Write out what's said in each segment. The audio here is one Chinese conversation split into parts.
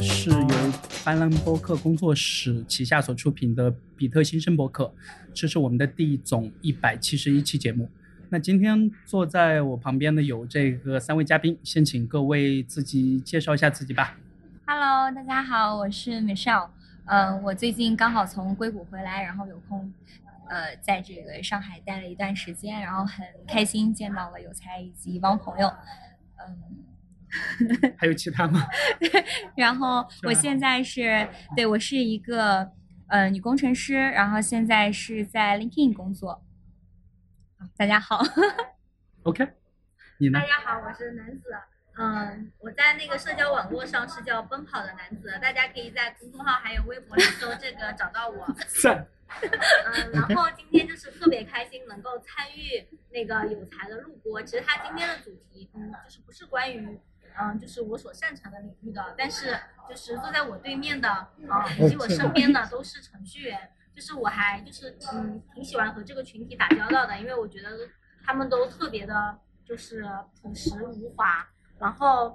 是由斑斓播客工作室旗下所出品的比特新生播客，这是我们的总171期节目。那今天坐在我旁边的有这个3位嘉宾，先请各位自己介绍一下自己吧。 Hello， 大家好，我是 Michelle。我最近刚好从硅谷回来，然后有空在这个上海待了一段时间，然后很开心见到了有才以及一帮朋友。 还有其他吗？ 然后我现在我是一个女工程师，然后现在是在 LinkedIn 工作。大家好。 OK， 你呢？ 大家好，我是男子。我在那个社交网络上是叫奔跑的男子，大家可以在公众号还有微博里搜这个找到我。然后今天就是特别开心能够参与那个有才的录播。其实他今天的主题就是不是关于就是我所擅长的领域的，但是就是坐在我对面的以及我身边的都是程序员，就是我还就是挺喜欢和这个群体打交道的，因为我觉得他们都特别的就是朴实无华。然后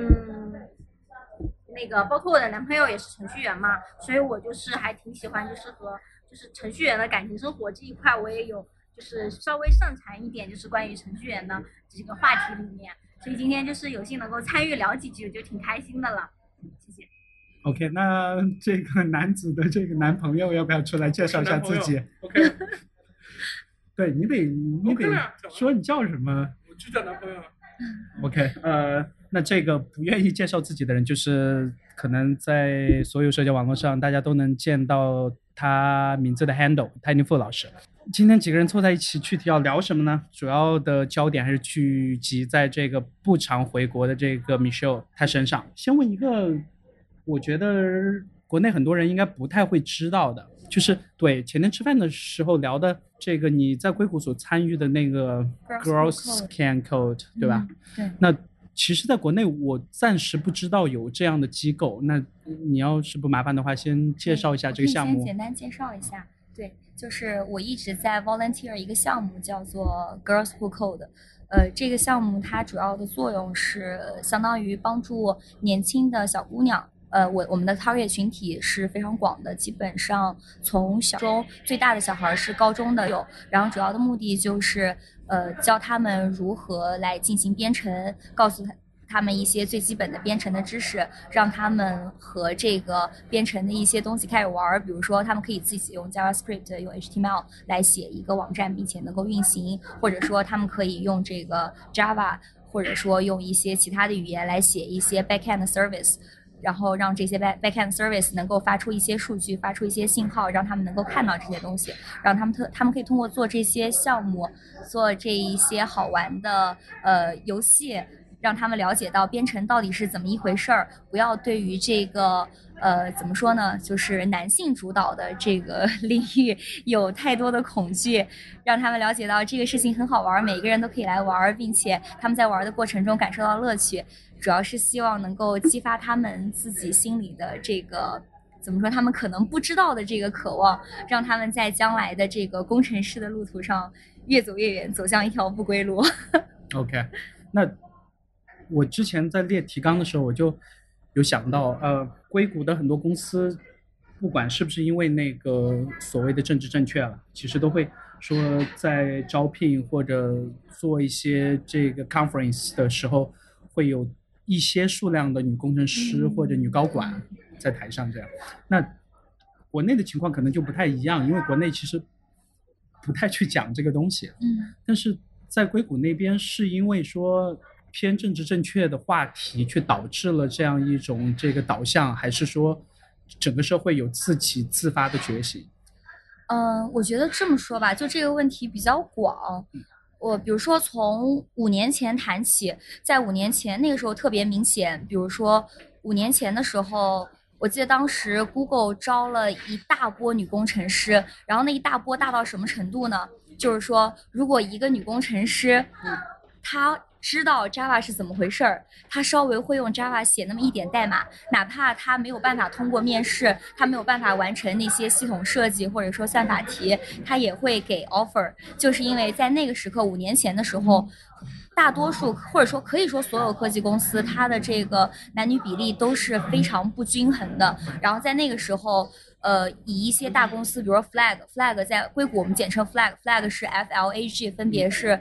那个包括我的男朋友也是程序员嘛，所以我就是还挺喜欢就是和就是程序员的感情生活这一块，我也有就是稍微擅长一点，就是关于程序员的这个话题里面，所以今天就是有幸能够参与聊几句，我就挺开心的了。谢谢。 OK， 那这个男子的这个男朋友要不要出来介绍一下自己 ？OK， 对，你得说你叫什么？ 我就叫男朋友。 OK， 那这个不愿意介绍自己的人，就是可能在所有社交网络上大家都能见到他名字的 handle Tiny Fu 老师。今天几个人凑在一起，具体要聊什么呢？主要的焦点还是聚集在这个不常回国的这个 Michelle 他身上。先问一个，我觉得国内很多人应该不太会知道的，就是对前天吃饭的时候聊的这个你在硅谷所参与的那个 Girls Can Code， 对吧？ 对。 那其实在国内我暂时不知道有这样的机构，那你要是不麻烦的话，先介绍一下这个项目。 先简单介绍一下。对，就是我一直在 volunteer 一个项目叫做 Girls Who Code。这个项目它主要的作用是相当于帮助年轻的小姑娘。我们的 target 群体是非常广的，基本上从小中最大的小孩是高中的有，然后主要的目的就是教他们如何来进行编程，告诉他们一些最基本的编程的知识，让他们和这个编程的一些东西开始玩，比如说他们可以自己用 JavaScript 用 HTML 来写一个网站并且能够运行，或者说他们可以用这个 Java 或者说用一些其他的语言来写一些 backend service，然后让这些 backend service 能够发出一些数据，发出一些信号，让他们能够看到这些东西，让他们可以通过做这些项目，做这一些好玩的游戏，让他们了解到编程到底是怎么一回事儿，不要对于这个怎么说呢，就是男性主导的这个领域有太多的恐惧，让他们了解到这个事情很好玩，每个人都可以来玩，并且他们在玩的过程中感受到乐趣，主要是希望能够激发他们自己心里的这个怎么说，他们可能不知道的这个渴望，让他们在将来的这个工程师的路途上越走越远，走向一条不归路。 OK， 那我之前在列提纲的时候，我就有想到，硅谷的很多公司，不管是不是因为那个所谓的政治正确了，其实都会说在招聘或者做一些这个 conference 的时候，会有一些数量的女工程师或者女高管在台上这样。那国内的情况可能就不太一样，因为国内其实不太去讲这个东西。但是在硅谷那边是因为说偏政治正确的话题却导致了这样一种这个导向，还是说整个社会有自己自发的觉醒？ 我觉得这么说吧，就这个问题比较广。我比如说从5年前谈起，在5年前那个时候特别明显，比如说5年前的时候，我记得当时 Google 招了一大波女工程师，然后那一大波大到什么程度呢？就是说如果一个女工程师她知道 Java 是怎么回事儿，他稍微会用 Java 写那么一点代码，哪怕他没有办法通过面试，他没有办法完成那些系统设计或者说算法题，他也会给 offer， 就是因为在那个时刻5年前的时候， 大多数或者说可以说所有科技公司，它的这个男女比例都是非常不均衡的。然后在那个时候，以一些大公司，比如说 Flag 在硅谷我们简称 Flag 是 FLAG， 分别是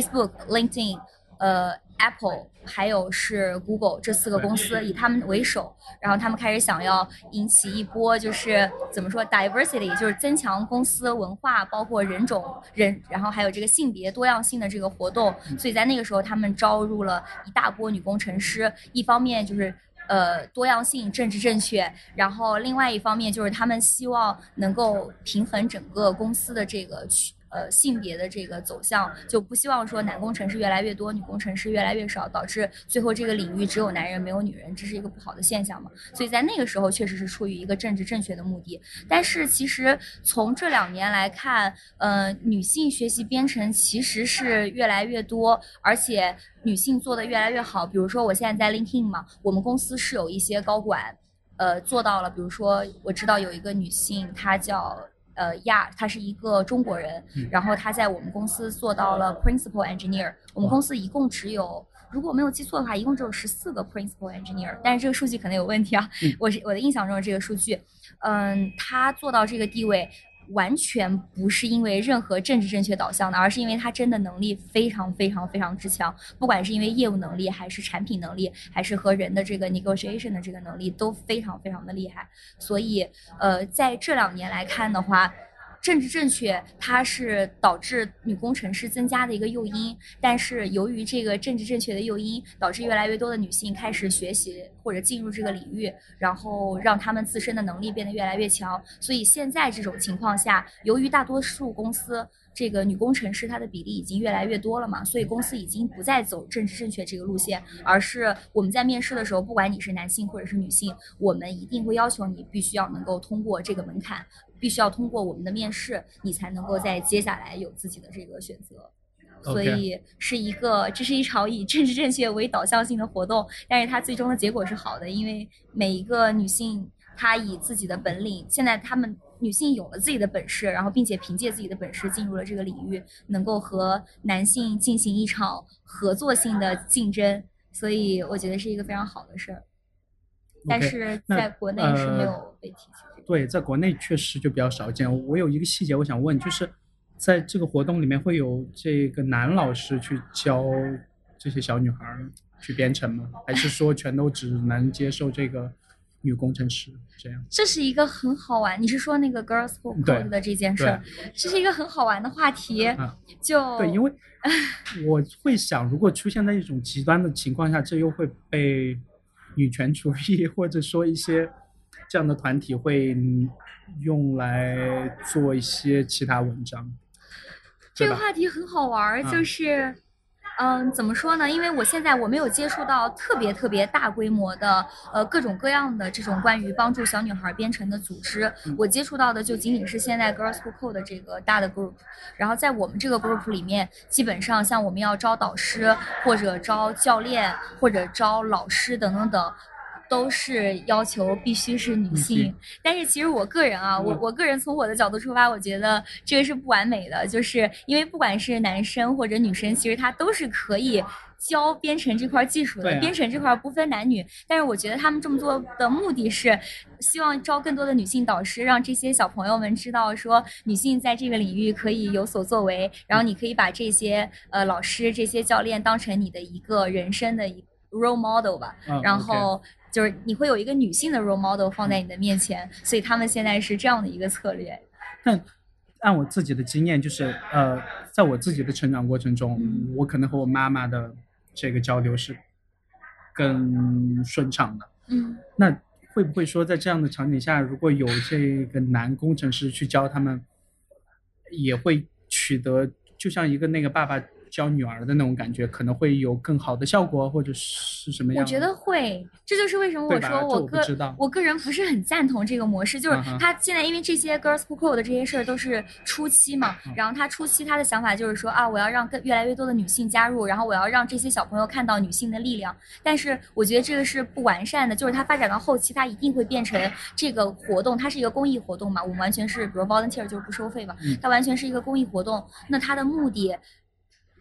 Facebook、LinkedIn、Apple 还有是 Google 这4个公司，以他们为首，然后他们开始想要引起一波就是怎么说 diversity， 就是增强公司文化，包括人种然后还有这个性别多样性的这个活动。所以在那个时候他们招入了一大波女工程师，一方面就是多样性、政治正确，然后另外一方面就是他们希望能够平衡整个公司的这个性别的这个走向，就不希望说男工程师越来越多，女工程师越来越少，导致最后这个领域只有男人没有女人，这是一个不好的现象嘛。所以在那个时候确实是出于一个政治正确的目的。但是其实从这2年来看，女性学习编程其实是越来越多，而且女性做得越来越好。比如说我现在在 LinkedIn 嘛，我们公司是有一些高管做到了，比如说我知道有一个女性，她叫她是一个中国人，然后她在我们公司做到了 Principal Engineer。我们公司一共只有，如果我没有记错的话，一共只有14个 Principal Engineer， 但是这个数据可能有问题啊。我的印象中的这个数据，她做到这个地位，完全不是因为任何政治正确导向的，而是因为他真的能力非常非常非常之强，不管是因为业务能力还是产品能力还是和人的这个 negotiation 的这个能力都非常非常的厉害。所以在这2年来看的话，政治正确它是导致女工程师增加的一个诱因，但是由于这个政治正确的诱因，导致越来越多的女性开始学习或者进入这个领域，然后让她们自身的能力变得越来越强。所以现在这种情况下，由于大多数公司这个女工程师她的比例已经越来越多了嘛，所以公司已经不再走政治正确这个路线，而是我们在面试的时候，不管你是男性或者是女性，我们一定会要求你必须要能够通过这个门槛，必须要通过我们的面试，你才能够在接下来有自己的这个选择。所以这是一场以政治正确为导向性的活动，但是它最终的结果是好的，因为每一个女性她以自己的本领，现在女性有了自己的本事，然后并且凭借自己的本事进入了这个领域，能够和男性进行一场合作性的竞争，所以我觉得是一个非常好的事儿。但是在国内是没有被提起。 对，在国内确实就比较少见。我有一个细节我想问，就是在这个活动里面会有这个男老师去教这些小女孩去编程吗？还是说全都只能接受这个女工程师这样？ 这是一个很好玩，你是说那个 Girls Who Code 的这件事儿？这是一个很好玩的话题。 对，因为我会想，如果出现在一种极端的情况下，这又会被女权主义或者说一些这样的团体会用来做一些其他文章。 这个话题很好玩，就是怎么说呢？因为我现在我没有接触到特别特别大规模的各种各样的这种关于帮助小女孩编程的组织，我接触到的就仅仅是现在 Girls Who Code 的这个大的 group。然后在我们这个 group 里面，基本上像我们要招导师或者招教练或者招老师等等等，都是要求必须是女性。但是其实我个人啊，我个人从我的角度出发，我觉得这个是不完美的，就是因为不管是男生或者女生，其实他都是可以教编程这块技术的，编程这块不分男女。但是我觉得他们这么做的目的是希望招更多的女性导师，让这些小朋友们知道说女性在这个领域可以有所作为，然后你可以把这些老师这些教练当成你的一个人生的一 role model 吧。然后就是你会有一个女性的 role model 放在你的面前，所以他们现在是这样的一个策略。 但按我自己的经验，就是在我自己的成长过程中，我可能和我妈妈的这个交流是更顺畅的。那会不会说在这样的场景下，如果有这个男工程师去教他们，也会取得就像一个那个爸爸教女儿的那种感觉，可能会有更好的效果，或者是什么样？ 我觉得会，这就是为什么我说我个人不是很赞同这个模式。就是他现在因为这些 Girls Who Code 的这些事儿都是初期嘛，然后他初期他的想法就是说啊，我要让越来越多的女性加入，然后我要让这些小朋友看到女性的力量。但是我觉得这个是不完善的，就是它发展到后期，它一定会变成这个活动，它是一个公益活动嘛，我们完全是比如 volunteer 就是不收费嘛，它完全是一个公益活动。那它的目的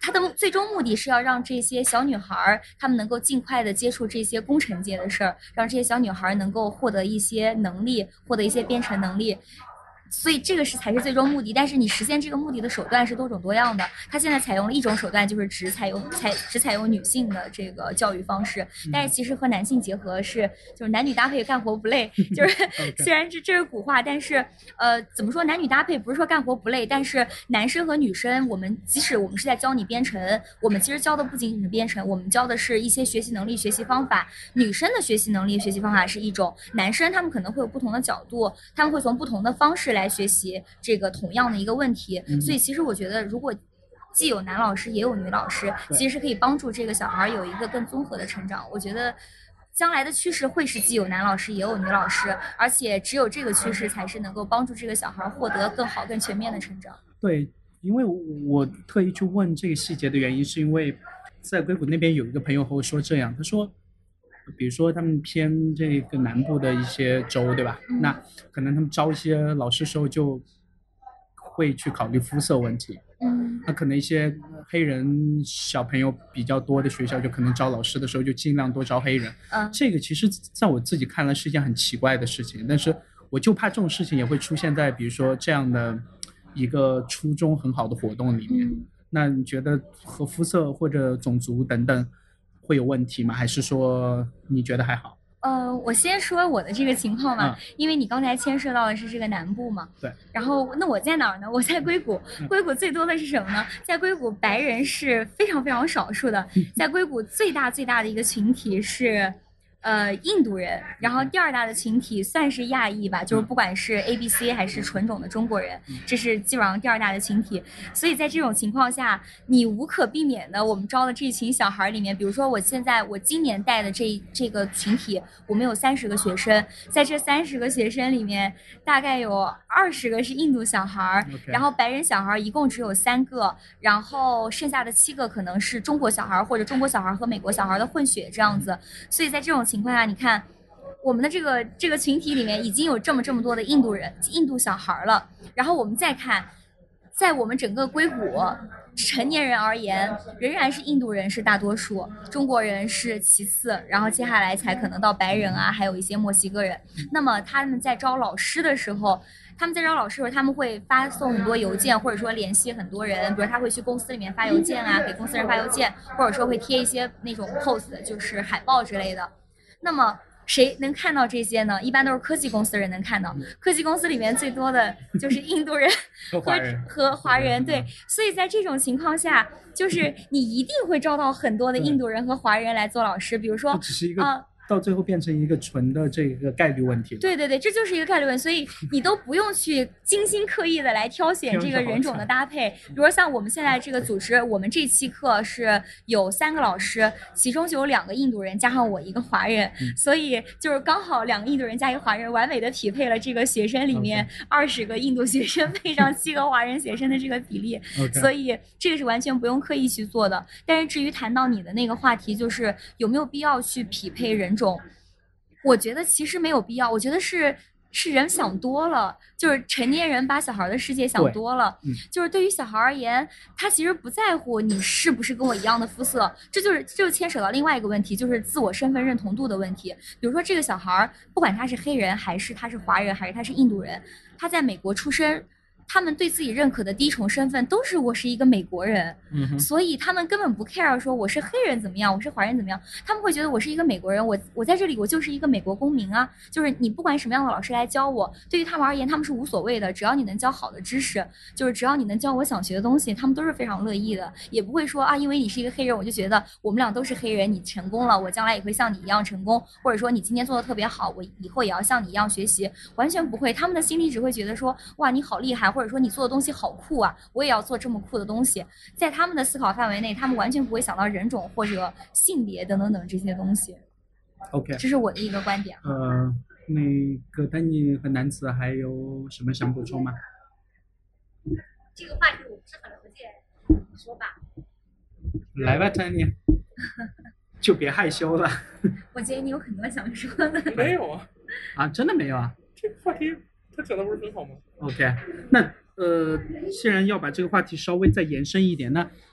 它的最终目的是要让这些小女孩她们能够尽快的接触这些工程界的事儿，让这些小女孩能够获得一些能力，获得一些编程能力。所以这个才是最终目的，但是你实现这个目的的手段是多种多样的。他现在采用了一种手段，就是只采用女性的这个教育方式，但是其实和男性结合就是男女搭配干活不累，就是虽然这是古话，但是怎么说男女搭配不是说干活不累，但是男生和女生，即使我们是在教你编程，我们其实教的不仅仅是编程，我们教的是一些学习能力、学习方法。女生的学习能力、学习方法是一种，男生他们可能会有不同的角度，他们会从不同的方式来学习这个同样的一个问题。所以其实我觉得如果既有男老师也有女老师，其实可以帮助这个小孩有一个更综合的成长。我觉得将来的趋势会是既有男老师也有女老师，而且只有这个趋势才是能够帮助这个小孩获得更好更全面的成长。 对，因为我特意去问这个细节的原因，是因为在硅谷那边有一个朋友和我说这样，他说比如说他们偏这个南部的一些州，对吧？那可能他们招一些老师的时候就会去考虑肤色问题。那可能一些黑人小朋友比较多的学校，就可能招老师的时候就尽量多招黑人。这个其实在我自己看来是一件很奇怪的事情，但是我就怕这种事情也会出现在比如说这样的一个初衷很好的活动里面。那你觉得和肤色或者种族等等会有问题吗？还是说你觉得还好？ 我先说我的这个情况吧，因为你刚才牵涉到的是这个南部嘛。 对。 然后那我在哪儿呢？我在硅谷。硅谷最多的是什么呢？在硅谷白人是非常非常少数的，在硅谷最大的一个群体是印度人，然后第二大的群体算是亚裔吧，就是不管是 ABC 还是纯种的中国人，这是基本上第二大的群体。所以在这种情况下，你无可避免的，我们招的这群小孩里面，比如说我今年带的这个群体，我们有30个学生，在这30个学生里面，大概有20个是印度小孩，然后白人小孩一共只有3个，然后剩下的7个可能是中国小孩或者中国小孩和美国小孩的混血这样子。所以在这种情况下，你看我们的这个群体里面已经有这么多的印度小孩了，然后我们再看在我们整个硅谷成年人而言，仍然是印度人是大多数，中国人是其次，然后接下来才可能到白人啊，还有一些墨西哥人。那么他们在招老师的时候，他们会发送很多邮件，或者说联系很多人，比如他会去公司里面发邮件啊，给公司人发邮件，或者说会贴一些那种 post， 就是海报之类的。那么谁能看到这些呢？一般都是科技公司的人能看到。科技公司里面最多的就是印度人和华人，对。所以在这种情况下，就是你一定会招到很多的印度人和华人来做老师，比如说只是一个到最后变成一个纯的这个概率问题。 对，这就是一个概率问题，所以你都不用去精心刻意的来挑选这个人种的搭配。比如说像我们现在这个组织，我们这期课是有3个老师，其中就有2个印度人加上我1个华人，所以就是刚好2个印度人加1个华人，完美的匹配了这个学生里面20个印度学生配上7个华人学生的这个比例。所以这个是完全不用刻意去做的。但是至于谈到你的那个话题，就是有没有必要去匹配人种，我觉得其实没有必要。我觉得是人想多了，就是成年人把小孩的世界想多了。就是对于小孩而言，他其实不在乎你是不是跟我一样的肤色，这就牵扯到另外一个问题，就是自我身份认同度的问题。比如说这个小孩不管他是黑人还是他是华人还是他是印度人，他在美国出生，他们对自己认可的第一重身份都是我是一个美国人。所以他们根本不 care 说我是黑人怎么样，我是华人怎么样，他们会觉得我是一个美国人，我在这里我就是一个美国公民啊。就是你不管什么样的老师来教我，对于他们而言他们是无所谓的，只要你能教好的知识，就是只要你能教我想学的东西，他们都是非常乐意的，也不会说因为你是一个黑人我就觉得我们俩都是黑人，你成功了我将来也会像你一样成功，或者说你今天做的特别好，我以后也要像你一样学习，完全不会。他们的心里只会觉得说哇你好厉害，或者说你做的东西好酷啊，我也要做这么酷的东西。在他们的思考范围内，他们完全不会想到人种或者性别等等等这些东西。 OK， 这是我的一个观点。 那个丹尼和男子还有什么想补充吗？ 这个话题我不是很了解，你说吧。 来吧，丹尼，就别害羞了。 我觉得你有很多想说的。 没有啊。 真的没有啊？ 这个话题他讲的不是很好吗 ？OK， 那既然要把这个话题稍微再延伸一点，那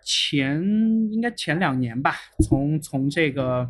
应该前2年吧，从这个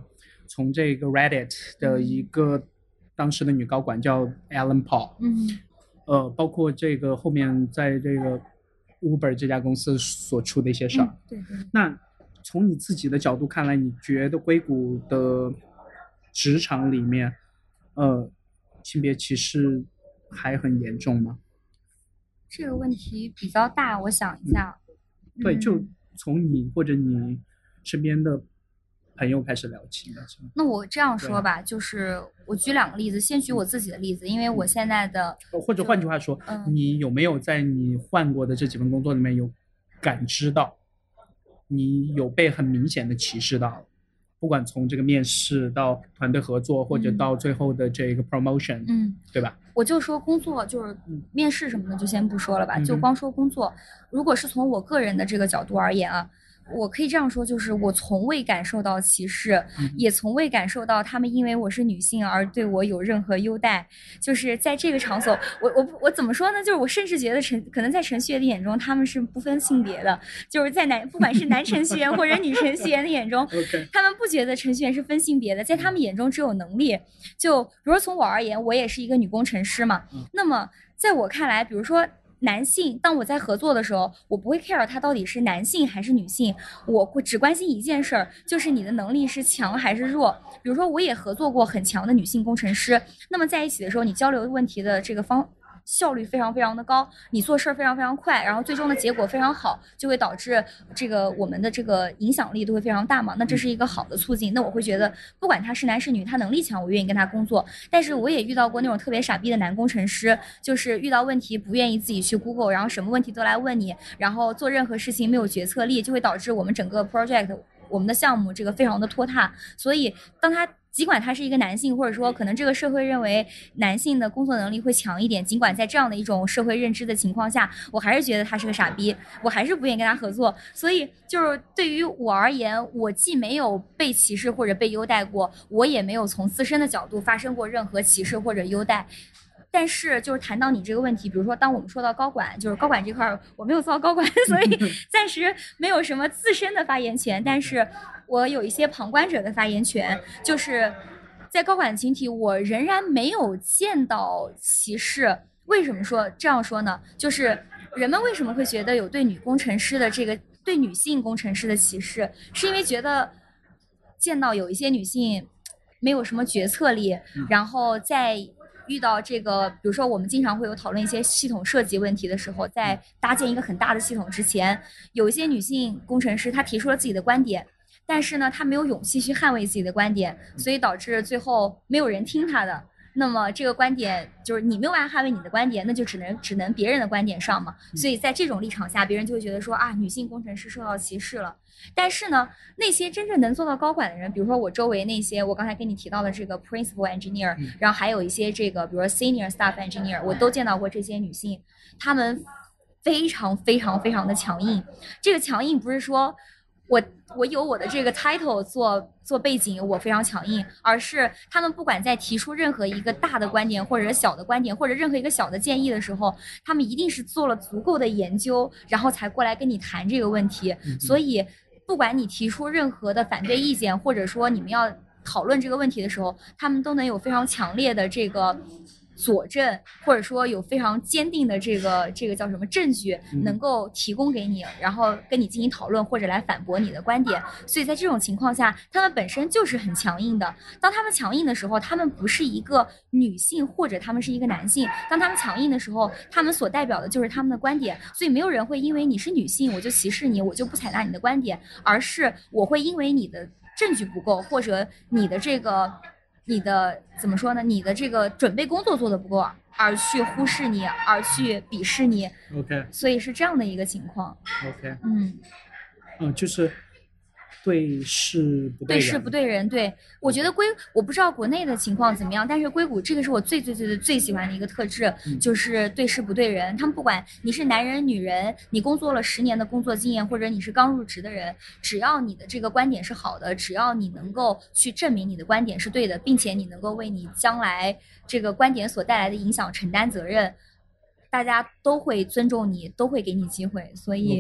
Reddit 的一个当时的女高管叫 Ellen Paul，包括这个后面在这个 Uber 这家公司所出的一些事儿。 对。 那从你自己的角度看来，你觉得硅谷的职场里面，性别歧视还很严重吗？ 这个问题比较大，我想一下。 对，就从你或者你身边的朋友开始聊起。 那我这样说吧，就是我举2个例子，先举我自己的例子，因为我现在的， 或者换句话说，你有没有在你换过的这几份工作里面有感知到你有被很明显的歧视到，不管从这个面试到团队合作，或者到最后的这个 promotion，对吧？ 我就说工作，就是面试什么的就先不说了吧，就光说工作。如果是从我个人的这个角度而言啊，我可以这样说，就是我从未感受到歧视，也从未感受到他们因为我是女性而对我有任何优待。就是在这个场所，我怎么说呢？就是我甚至觉得可能在程序员的眼中，他们是不分性别的，就是在不管是男程序员或者女程序员的眼中，他们不觉得程序员是分性别的，在他们眼中只有能力。就比如说从我而言，我也是一个女工程师嘛，那么在我看来，比如说男性，当我在合作的时候，我不会 care 他到底是男性还是女性，我会只关心一件事儿，就是你的能力是强还是弱。比如说我也合作过很强的女性工程师，那么在一起的时候，你交流问题的这个效率非常非常的高，你做事非常非常快，然后最终的结果非常好，就会导致这个我们的这个影响力都会非常大嘛。那这是一个好的促进。那我会觉得不管他是男是女，他能力强，我愿意跟他工作。但是我也遇到过那种特别傻逼的男工程师，就是遇到问题不愿意自己去 Google， 然后什么问题都来问你，然后做任何事情没有决策力，就会导致我们整个 project 我们的项目这个非常的拖沓。所以当他尽管他是一个男性，或者说可能这个社会认为男性的工作能力会强一点，尽管在这样的一种社会认知的情况下，我还是觉得他是个傻逼，我还是不愿意跟他合作。所以就是对于我而言，我既没有被歧视或者被优待过，我也没有从自身的角度发生过任何歧视或者优待。但是就是谈到你这个问题，比如说当我们说到高管，就是高管这块我没有做到高管，所以暂时没有什么自身的发言权，但是我有一些旁观者的发言权。就是在高管群体，我仍然没有见到歧视。为什么说这样说呢？就是人们为什么会觉得有对女工程师的这个对女性工程师的歧视，是因为觉得见到有一些女性没有什么决策力，然后在遇到这个，比如说我们经常会有讨论一些系统设计问题的时候，在搭建一个很大的系统之前，有一些女性工程师她提出了自己的观点，但是呢她没有勇气去捍卫自己的观点，所以导致最后没有人听她的。那么这个观点就是你没有办法捍卫你的观点，那就只能别人的观点上嘛。所以在这种立场下，别人就会觉得说啊，女性工程师受到歧视了。但是呢，那些真正能做到高管的人，比如说我周围那些我刚才跟你提到的这个 principal engineer，然后还有一些这个比如说 senior staff engineer， 我都见到过这些女性，她们非常非常非常的强硬。这个强硬不是说我有我的这个 title 做背景我非常强硬，而是他们不管在提出任何一个大的观点或者小的观点或者任何一个小的建议的时候，他们一定是做了足够的研究，然后才过来跟你谈这个问题。所以不管你提出任何的反对意见，或者说你们要讨论这个问题的时候，他们都能有非常强烈的这个佐证，或者说有非常坚定的这个叫什么证据能够提供给你，然后跟你进行讨论或者来反驳你的观点。所以在这种情况下，他们本身就是很强硬的。当他们强硬的时候，他们不是一个女性或者他们是一个男性，当他们强硬的时候，他们所代表的就是他们的观点。所以没有人会因为你是女性我就歧视你，我就不采纳你的观点，而是我会因为你的证据不够，或者你的怎么说呢？你的这个准备工作做得不够，而去忽视你，而去鄙视你。 OK， 所以是这样的一个情况。 OK， 就是对事不对人。 对事不对人，对。我觉得我不知道国内的情况怎么样，但是硅谷这个是我最喜欢的一个特质，就是对事不对人。他们不管你是男人女人，你工作了10年的工作经验，或者你是刚入职的人，只要你的这个观点是好的，只要你能够去证明你的观点是对的，并且你能够为你将来这个观点所带来的影响承担责任，大家都会尊重你，都会给你机会。所以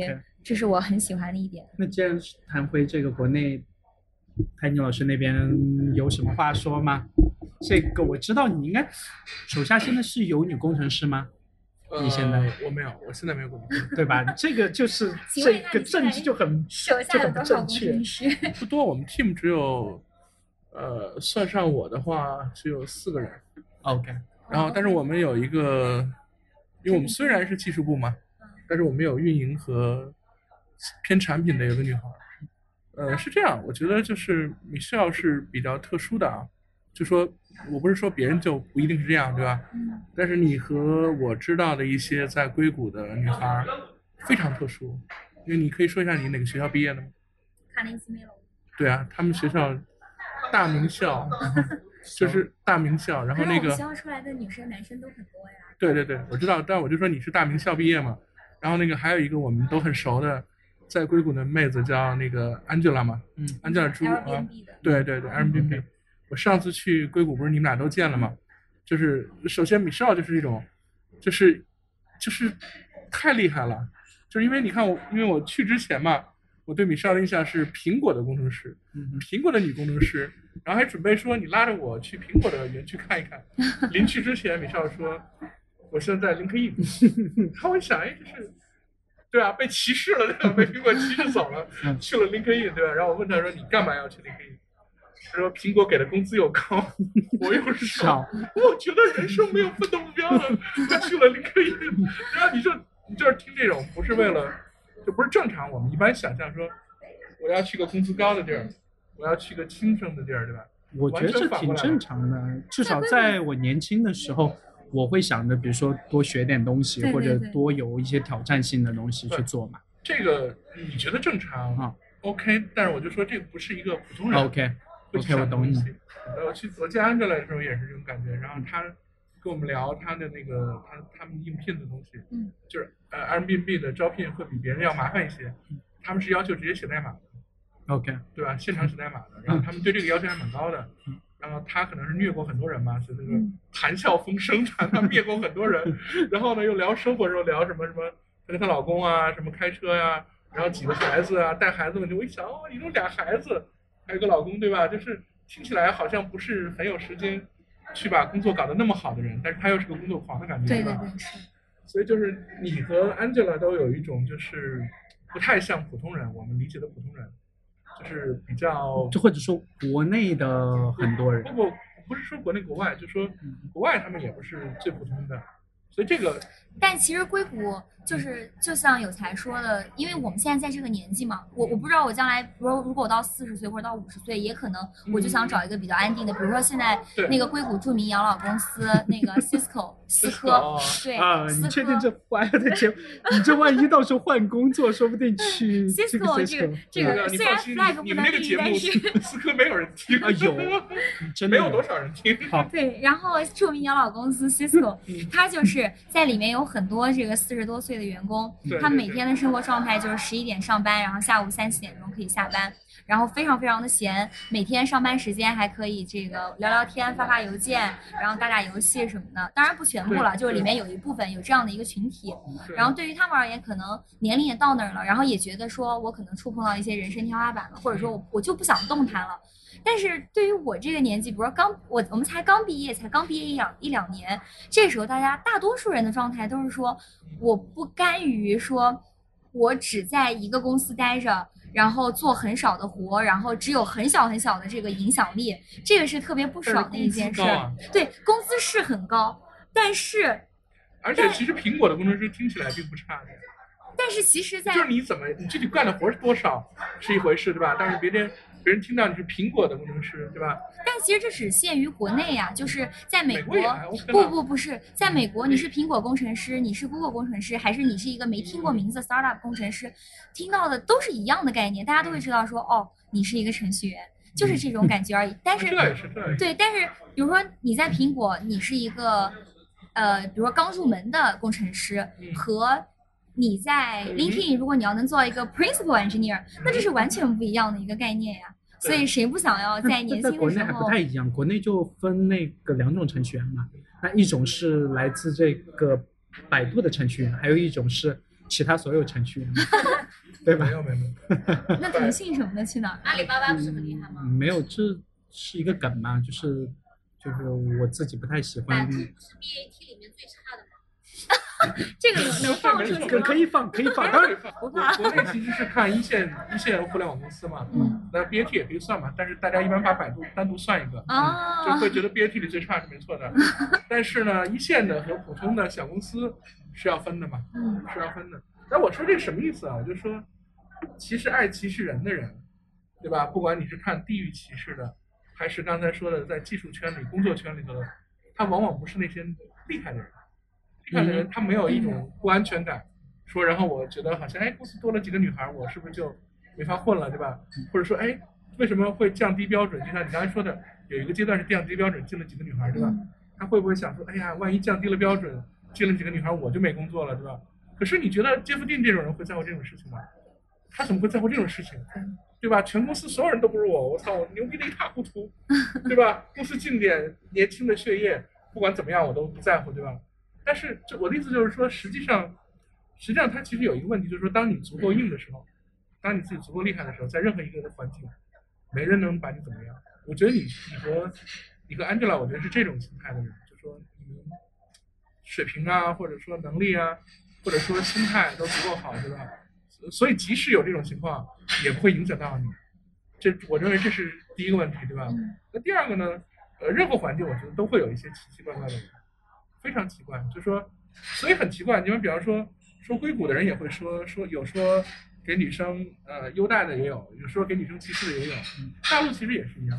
这是我很喜欢的一点。 那既然谈回这个国内，泰妮老师那边有什么话说吗？这个我知道你应该手下现在是有女工程师吗？你现在我没有，我现在没有工程师， 对吧？这个就是这个政治就很手下有多少工程师？ 不多，我们 team 只有算上我的话只有4个人。 OK。 然后但是我们有一个，因为我们虽然是技术部嘛，但是我们有运营和偏产品的有个女孩。是这样，我觉得就是 Michelle 是比较特殊的啊，就说我不是说别人就不一定是这样，对吧？但是你和我知道的一些在硅谷的女孩非常特殊，因为你可以说一下你哪个学校毕业的吗？ 卡内基梅隆。 对啊，他们学校大名校，就是大名校，然后那个学校出来的女生男生都很多呀。 对对对，我知道，但我就说你是大名校毕业嘛，然后那个还有一个我们都很熟的。在硅谷的妹子叫那个 Angela 嘛，Angela 朱啊，对对对 ，Airbnb。我上次去硅谷不是你们俩都见了吗？就是首先 Michelle 就是一种，就是太厉害了，就是因为你看因为我去之前嘛，我对 Michelle 的印象是苹果的工程师，苹果的女工程师，然后还准备说你拉着我去苹果的园区看一看。临去之前 Michelle 说，我现在在 LinkedIn， 然后我想，哎，这是。对啊，被歧视了，对吧？被苹果歧视走了，去了 LinkedIn， 对吧？然后我问他说：“你干嘛要去 LinkedIn？” 他说：“苹果给的工资又高，我又少，我觉得人生没有奋斗目标了，我去了 LinkedIn。”然后你说你就是听这种，不是为了，就不是正常。我们一般想象说，我要去个工资高的地儿，我要去个轻松的地儿，对吧？ 我觉得这挺正常的，至少在我年轻的时候。我会想着，比如说多学点东西， 对对对， 或者多有一些挑战性的东西去做嘛。 这个你觉得正常啊 ？OK， 但是我就说这个不是一个普通人。 OK， 我懂你。 我见安哲来的时候也是这种感觉，然后他跟我们聊他的那个他们应聘的东西，就是Airbnb 的招聘会比别人要麻烦一些，他们是要求直接写代码的。 OK， 对吧？现场写代码的，然后他们对这个要求还蛮高的。然后他可能是虐过很多人嘛，所以这个谈笑风生，他灭过很多人。然后呢，又聊生活的时候聊什么，她跟她老公啊，什么开车呀，然后几个孩子啊，带孩子问题。我一想，哦，你都俩孩子，还有个老公，对吧？就是听起来好像不是很有时间去把工作搞得那么好的人，但是他又是个工作狂的感觉， 对对对，是。 所以就是你和 Angela 都有一种就是不太像普通人，我们理解的普通人。就是比较， 就或者说国内的很多人， 不是说国内国外，就说国外他们也不是最普通的，所以这个。 但其实硅谷就像有才说的，因为我们现在在这个年纪嘛，我不知道我将来，如果我到40岁或者到50岁，也可能我就想找一个比较安定的，比如说现在那个硅谷著名养老公司那个 Cisco 思科，对啊，你确定这还要再接？你这万一到时候换工作，说不定去 Cisco 这个虽然 flag 不能立，但是思科没有人听啊，有，真没有多少人听。 好， 对，然后著名养老公司 Cisco， 它就是在里面有很多这个40多岁的员工，他们每天的生活状态就是11点上班，然后下午3、4点钟可以下班，然后非常非常的闲，每天上班时间还可以这个聊聊天、发邮件，然后打打游戏什么的。当然不全部了，就是里面有一部分有这样的一个群体。然后对于他们而言，可能年龄也到那儿了，然后也觉得说我可能触碰到一些人生天花板了，或者说我就不想动弹了。但是对于我这个年纪，比如说我们才刚毕业一两年，这时候大多数人的状态都是说，我不甘于说我只在一个公司待着，然后做很少的活，然后只有很小很小的这个影响力，这个是特别不爽的一件事。对，工资是很高，而且其实苹果的工程师听起来并不差的。 但是其实就是你具体干的活是多少是一回事，对吧？但是别人听到你是苹果的工程师，对吧？ 但其实这只限于国内呀，就是在美国，不是，在美国你是苹果工程师，你是 Google 工程师，还是你是一个没听过名字 startup 工程师，听到的都是一样的概念，大家都会知道说，哦，你是一个程序员，就是这种感觉而已。但是对，但是比如说你在苹果，你是一个比如说刚入门的工程师，和你在 LinkedIn 如果你要能做一个 principal engineer， 那这是完全不一样的一个概念呀。所以谁不想要在年轻的时候？ 在国内还不太一样，国内就分那个2种程序员嘛。那一种是来自这个百度的程序员，还有一种是其他所有程序员，对吧？ 没有。 那腾讯什么的去哪儿？ 阿里巴巴不是很厉害吗？ 没有，这是一个梗嘛，就是我自己不太喜欢。 百度是 BAT 里面最差的吗？ 这个能放出去吗？ 可以放，当然不怕。 国内其实是看一线互联网公司嘛，那 BAT 也可以算嘛，但是大家一般把百度单独算一个，就会觉得 BAT 里最差是没错的。但是呢，一线的和普通的小公司是要分的嘛，是要分的。但我说这个什么意思啊？我就说，其实爱歧视人的人，对吧？不管你是看地域歧视的，还是刚才说的在技术圈里、工作圈里头的，他往往不是那些厉害的人。厉害的人他没有一种不安全感，说然后我觉得好像公司多了几个女孩，我是不是就没法混了，对吧？或者说为什么会降低标准？就像你刚才说的，有一个阶段是降低标准，进了几个女孩，对吧？他会不会想说，万一降低了标准，进了几个女孩，我就没工作了，对吧？可是你觉得杰夫定这种人会在乎这种事情吗？他怎么会在乎这种事情？对吧？全公司所有人都不如我操，我牛逼的一塌糊涂，对吧？公司进点年轻的血液，不管怎么样我都不在乎，对吧？但是我的意思就是说，实际上它其实有一个问题，就是说，当你足够硬的时候，当你自己足够厉害的时候，在任何一个的环境，没人能把你怎么样。我觉得你和 Angela， 我觉得是这种心态的人，就是说你们水平啊，或者说能力啊，或者说心态都足够好，对吧？所以即使有这种情况，也不会影响到你。我认为这是第一个问题，对吧？那第二个呢？任何环境我觉得都会有一些奇奇怪怪的人。非常奇怪，就说，所以很奇怪。你们比方说硅谷的人也会说给女生优待的也有说给女生歧视的也有。大陆其实也是一样，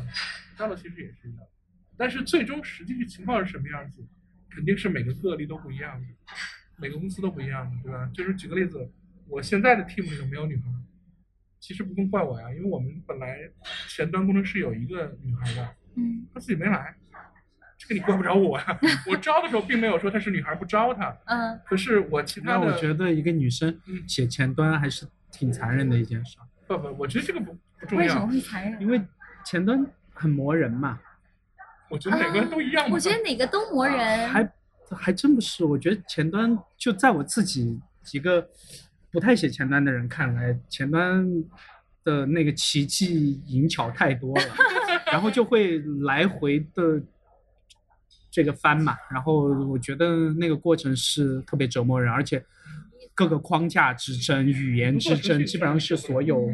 但是最终实际情况是什么样子，肯定是每个个例都不一样的，每个公司都不一样的，对吧？就是举个例子，我现在的 team 里头没有女孩，其实不用怪我呀，因为我们本来前端工程师有一个女孩的，她自己没来。这个你怪不着我呀，我招的时候并没有说她是女孩不招她，可是我其他的， 那我觉得一个女生写前端还是挺残忍的一件事。 不，我觉得这个不重要。 为什么会残忍？ 因为前端很磨人嘛。 我觉得哪个都一样。 我觉得哪个都磨人。 还真不是，我觉得前端就在我自己几个不太写前端的人看来，前端的那个奇迹淫巧太多了，然后就会来回的。这个翻嘛，然后我觉得那个过程是特别折磨人，而且各个框架之争、语言之争，基本上是所有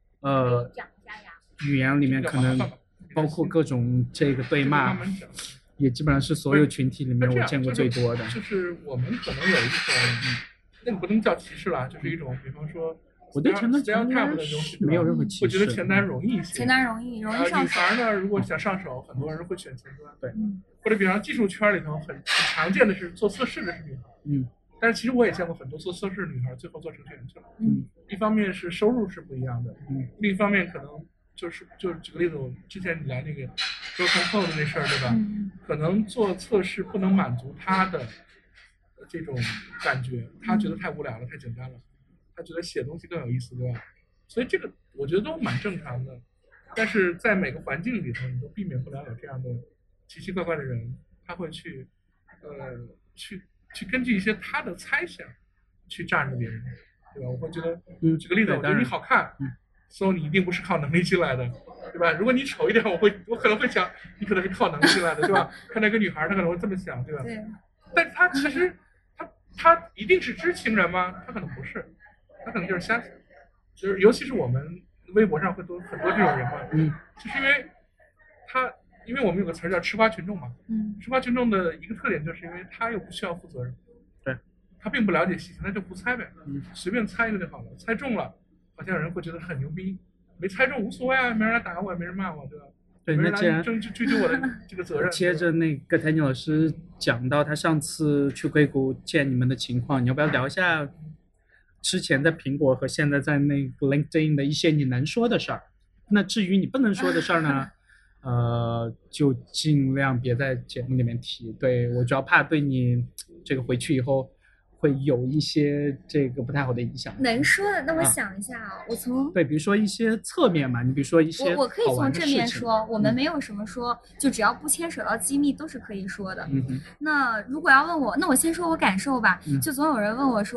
语言里面可能包括各种这个对骂，也基本上是所有群体里面我见过最多的。 就是我们可能有一种，那个不能叫歧视了，就是一种，比方说。 我对前端没有任何歧视， 我觉得前端容易一些。 前端容易上手。 女孩呢，如果想上手，很多人会选前端。对，或者比方技术圈里头很常见的是做测试的是女孩。但是其实我也见过很多做测试的女孩最后做程序员去了。一方面是收入是不一样的，另一方面可能就是举个例子，我之前你来那个 Broken Code 那事儿，对吧？可能做测试不能满足她的这种感觉，她觉得太无聊了，太简单了。他觉得写东西更有意思，对吧？所以这个我觉得都蛮正常的，但是在每个环境里头，你都避免不了有这样的奇奇怪怪的人，他会去根据一些他的猜想去榨着别人，对吧？我会觉得，举个例子，我觉得你好看，所以你一定不是靠能力进来的，对吧？如果你丑一点，我可能会想你可能是靠能力进来的，对吧？看到一个女孩，他可能会这么想，对吧？ 对。 但是他其实他一定是知情人吗？他可能不是。他可能就是瞎想，就是尤其是我们微博上会多很多这种人嘛，就是因为我们有个词叫吃瓜群众嘛，吃瓜群众的一个特点就是因为他又不需要负责任， 对， 他并不了解细节，他就胡猜呗，随便猜一个就好了，猜中了，好像有人会觉得很牛逼，没猜中无所谓啊，没人来打我，也没人骂我，对吧？ 对，那既然追究我的这个责任。 接着那个谭尼老师讲到他上次去硅谷见你们的情况，你要不要聊一下？之前在苹果和现在在那个 LinkedIn 的一些你能说的事儿，那至于你不能说的事儿呢，就尽量别在节目里面提。对，我主要怕对你这个回去以后会有一些这个不太好的影响。 能说的，那我想一下啊，我从对，比如说一些侧面嘛，你比如说一些我可以从正面说，我们没有什么说，就只要不牵扯到机密都是可以说的。那如果要问我，那我先说我感受吧。就总有人问我说，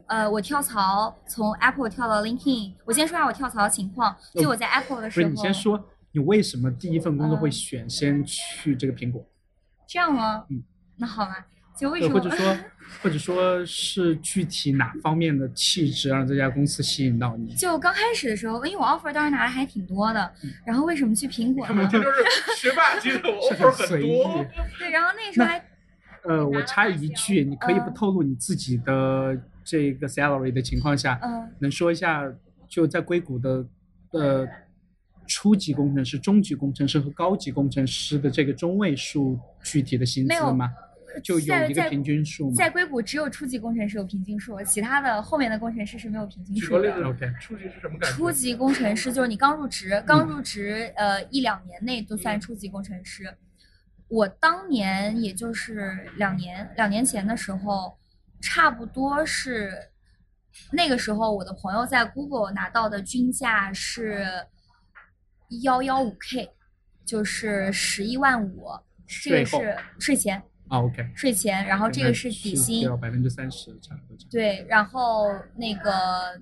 我跳槽从 Apple 跳到 LinkedIn。我先说下我跳槽的情况。就我在 Apple 的时候， 不是你先说你为什么第一份工作会选先去这个苹果？ 这样吗？那好吧，就为什么？ 或者说是具体哪方面的气质让这家公司吸引到你？ 就刚开始的时候，因为我 offer 当时拿的还挺多的，然后为什么去苹果呢？ 这就是学霸级的 offer 很多。 对，然后那时候还我插一句，你可以不透露你自己的这个 salary 的情况下，能说一下就在硅谷的初级工程师、中级工程师和高级工程师的这个中位数具体的薪资吗？就有一个平均数吗？ 在硅谷只有初级工程师有平均数，其他的后面的工程师是没有平均数的。 举个例子 ，OK， 初级是什么感觉？ 初级工程师就是你刚入职1-2年内都算初级工程师。我当年也就是2年前的时候，差不多是那个时候我的朋友在 Google 拿到的均价是115K， 就是11.5万，这个是税前。 OK， 税前，然后这个是底薪 ，30%差不多。 对，然后那个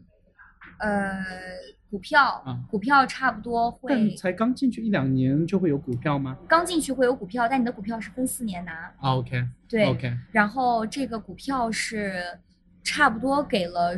股票差不多会。 但才刚进去1-2年就会有股票吗？ 刚进去会有股票，但你的股票是分4年拿。 OK， 对 ，OK。 然后这个股票是差不多给了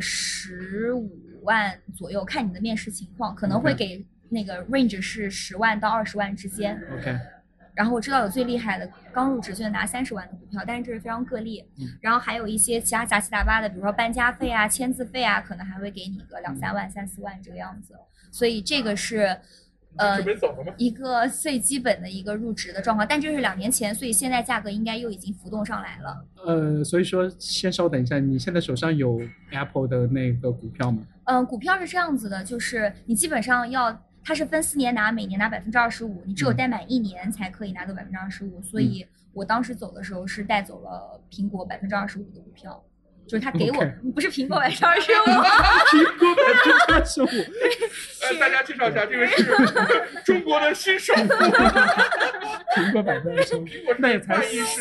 15万左右，看你的面试情况，可能会给那个 range 是10万到20万之间。 OK。 然后我知道有最厉害的，刚入职就能拿30万的股票，但是这是非常个例。然后还有一些其他杂七杂八的，比如说搬家费啊、签字费啊，可能还会给你个2-3万、3-4万这个样子。所以这个是一个最基本的一个入职的状况，但这是2年前，所以现在价格应该又已经浮动上来了。 所以说先稍等一下，你现在手上有 Apple 的那个股票吗？ 股票是这样子的，就是你基本上它是分4年拿，每年拿25%，你只有待满1年才可以拿到25%。所以我当时走的时候是带走了苹果25%的股票，就是他给我不是苹果25%， 苹果25%。 大家介绍一下，这个是中国的新首富。 苹果25%，那也才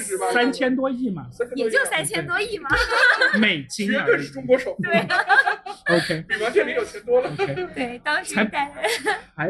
3000多亿嘛， 也就3000多亿嘛， 美金绝对是中国首富。 对 ，OK， 比王健林有钱多了。 对，当时还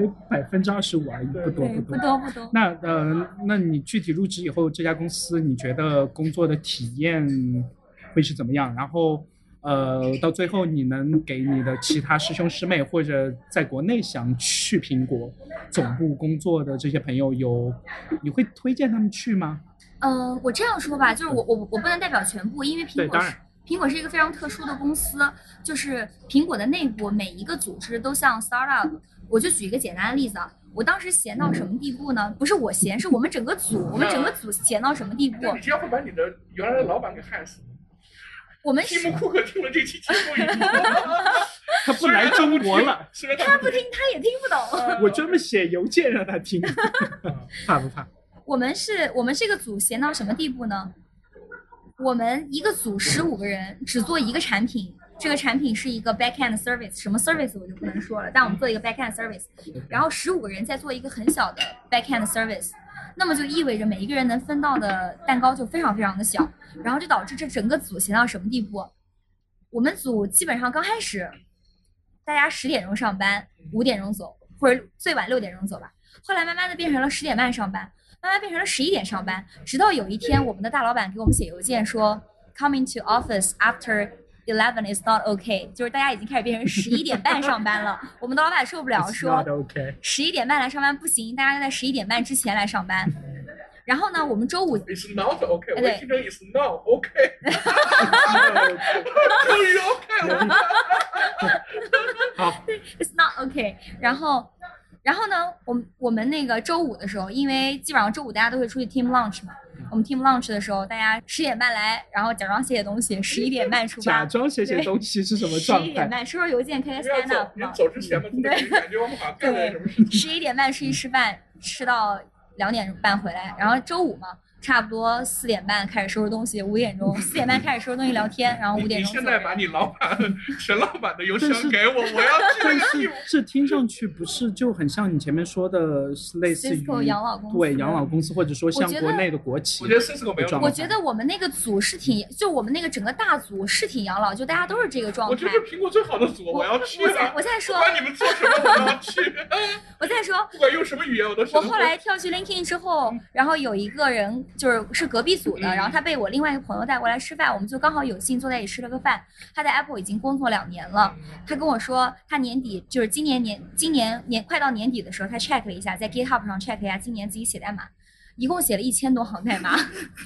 25%而已，不多。那你具体入职以后，这家公司你觉得工作的体验会是怎么样？然后到最后你能给你的其他师兄师妹或者在国内想去苹果总部工作的这些朋友你会推荐他们去吗？ 我这样说吧，就是我不能代表全部，因为苹果是一个非常特殊的公司，就是苹果的内部每一个组织都像 startup。我就举一个简单的例子啊，我当时闲到什么地步呢？不是我闲，是我们整个组闲到什么地步？ 你这样会把你的原来的老板给害死。 我们蒂姆·库克听了这期节目以后， 他不来中国了， 他不听，他也听不懂。 我专门写邮件让他听，怕不怕？ 我们这个组闲到什么地步呢？我们一个组15个人，只做一个产品。这个产品是一个 backend service， 什么 service 我就不能说了，但我们做一个 backend service， 然后15个人在做一个很小的 backend service， 那么就意味着每一个人能分到的蛋糕就非常非常的小，然后就导致这整个组闲到什么地步？我们组基本上刚开始大家10点钟上班，5点钟走，或者最晚6点钟走吧，后来慢慢的变成了10点半上班，慢慢变成了11点上班，直到有一天我们的大老板给我们写邮件说 coming to office after 11 is not okay， 就是大家已经开始变成11点半上班了。我们的老板受不了，说11点半来上班不行，大家要在11点半之前来上班。然后呢，我们周五 It's not okay， 我听成 It's not okay， 终于 OK 了。 好 ，It's not okay。然后呢，我们那个周五的时候，因为基本上周五大家都会出去 team lunch 嘛。我们 team lunch 的时候，大家10点半来，然后假装写写东西，11点半出发。 假装写写东西是什么状态 ？11点半收收邮件，开始 stand up 嘛。 走之前嘛，对，感觉我们好像干了什么事情。 11点半出去吃饭，吃到2点半回来，然后周五嘛， 差不多4点半开始收拾东西，5点钟4点半开始收拾东西聊天，然后5点钟。 你现在把你老板沈老板的邮箱给我，我要但是这听上去不是就很像你前面说的类似于 Cisco 养老公司， 对养老公司，或者说像国内的国企。 我觉得 Cisco 没有。 我觉得我们那个组是挺，就我们那个整个大组是挺养老，就大家都是这个状态。 我觉得苹果最好的组，我要去。 我在说， 不管你们做什么，我要去。 我在说， 不管用什么语言，我都。 我后来跳去 LinkedIn 之后，然后有一个人是隔壁组的，然后他被我另外一个朋友带过来吃饭，我们就刚好有幸坐在一起吃了个饭。他在 Apple 已经工作2年了，他跟我说，他年底就是今年快到年底的时候，他 check 了一下，在 GitHub 上 check 了一下今年自己写代码。一共写了1000多行代码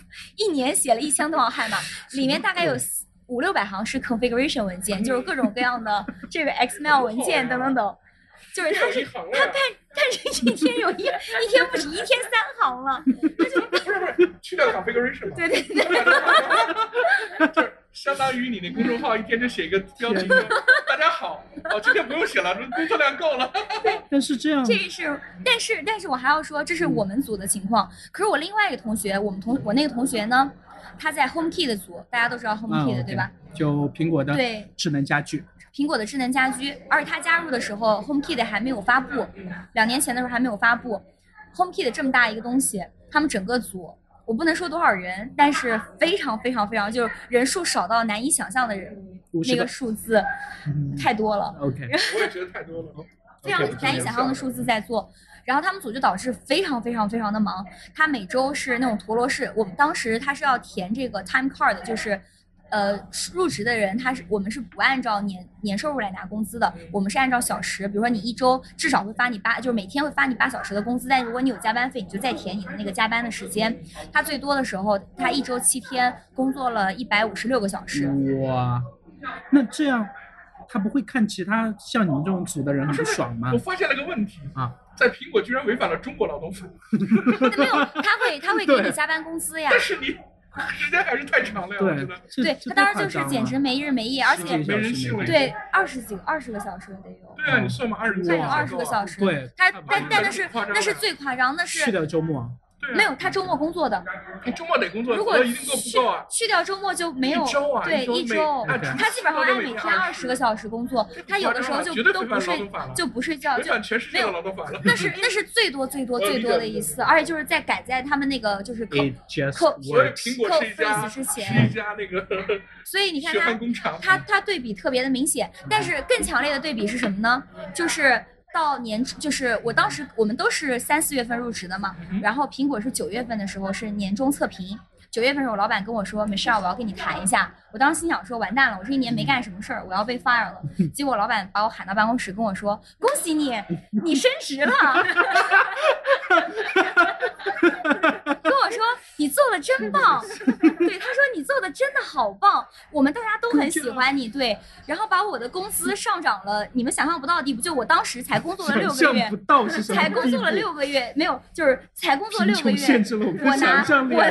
，1年写了1000多行代码，里面大概有500-600行是 configuration 文件，就是各种各样的这个 XML 文件等等等，就是他是一天有一天不止1天3行了，他就不是去掉 configuration 吗？ 对对对， 就是相当于你那公众号一天就写一个标题，大家好，今天不用写了，工作量够了。 对， 但是这样， 但是我还要说，这是我们组的情况。可是我另外一个同学，我那个同学呢，他在 HomeKey 的组，大家都知道 HomeKey 的，对吧？ 就苹果的智能家居。 苹果的智能家居，而且他加入的时候 HomeKey 还没有发布，2年前的时候还没有发布。HomeKey 的这么大一个东西，他们整个组我不能说多少人，但是非常非常非常就是人数少到难以想象的人，那个数字太多了。 OK， 我也觉得太多了， 非常难以想象的数字在做。然后他们组就导致非常非常非常的忙，他每周是那种陀螺式，我们当时他是要填这个 time card， 就是入职的人我们是不按照年收入来拿工资的，我们是按照小时，比如说你一周至少会发你就是每天会发你8小时的工资，但如果你有加班费，你就再填你的那个加班的时间。他最多的时候，他一周7天工作了156个小时。 哇，那这样他不会看其他像你们这种组的人很不爽吗？ 我发现了个问题啊， 在苹果居然违反了中国劳动法。 没有，他会给你加班工资呀。 但是你时间还是太长了呀，我觉得。 对，他当时就是简直没日没夜，而且没人性了。 对20个小时得有。 对啊，你算嘛 ，20个小时。 对。 但那是最夸张，那是去掉周末。 没有，他周末工作的。 你周末得工作， 如果一定做不够啊。 去掉周末就没有。 一周啊， 对，一周。他基本上按每天20个小时工作，他有的时候都不睡觉，就没有劳动法了。 那是最多的一次，而且就是在赶在他们那个就是扣苹果是之前， 是一家那个。 所以你看他对比特别的明显，但是更强烈的对比是什么呢？就是到就是我们都是3、4月份入职的嘛，然后苹果是9月份的时候是年终测评。9月份的时候，我老板跟我说 Michelle 我要跟你谈一下，我当时心想说完蛋了，我这1年没干什么事儿，我要被 fire 了。结果老板把我喊到办公室跟我说恭喜你升职了。跟我说你做的真棒，对，他说你做的真的好棒，我们大家都很喜欢你，对，然后把我的工资上涨了你们想象不到的地步，就我当时才工作了6个月，才工作了6个月，没有，就是才工作6个月，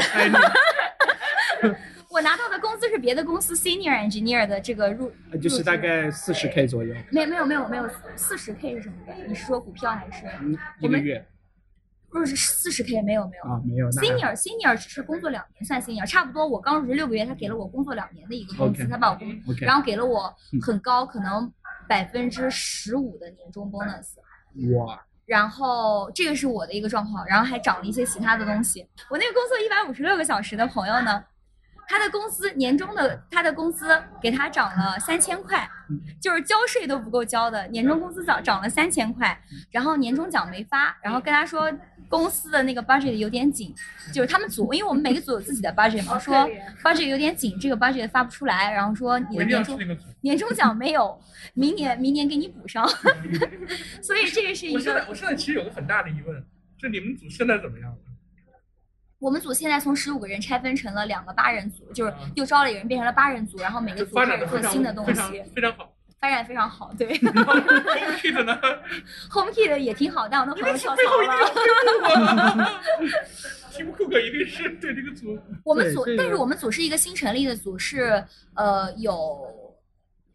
我拿到的工资是别的公司 senior engineer 的这个就是大概40K 左右。 没有 40K 是什么的？你是说股票还是一个月？ 入职40K 没有啊，没有。 senior 只是工作2年算 senior， 差不多。我刚入职6个月，他给了我工作2年的一个工资，他把我然后给了我很高，可能15%的年终 bonus。 哇！ 然后这个是我的一个状况，然后还涨了一些其他的东西。我那个工作156个小时的朋友呢，他的工资他的工资给他涨了3000块，就是交税都不够交的，年终工资涨了3000块，然后年终奖没发，然后跟他说公司的那个 budget 有点紧，就是他们组，因为我们每个组有自己的 budget 嘛，说 budget 有点紧，这个 budget 发不出来，然后说你的年终奖没有，明年给你补上。所以这个是一个。 我现在其实有个很大的疑问，就你们组现在怎么样？ 我们组现在从15个人拆分成了2个8人组，就是又招了一个人变成了8人组，然后每个组开始做新的东西， 非常好， 发展非常好。对。 HomeKey 的呢 ？HomeKey 的也挺好，但我那朋友跳槽了。 Tim Cook 一定是对这个组。 我们组，但是我们组是一个新成立的组，是有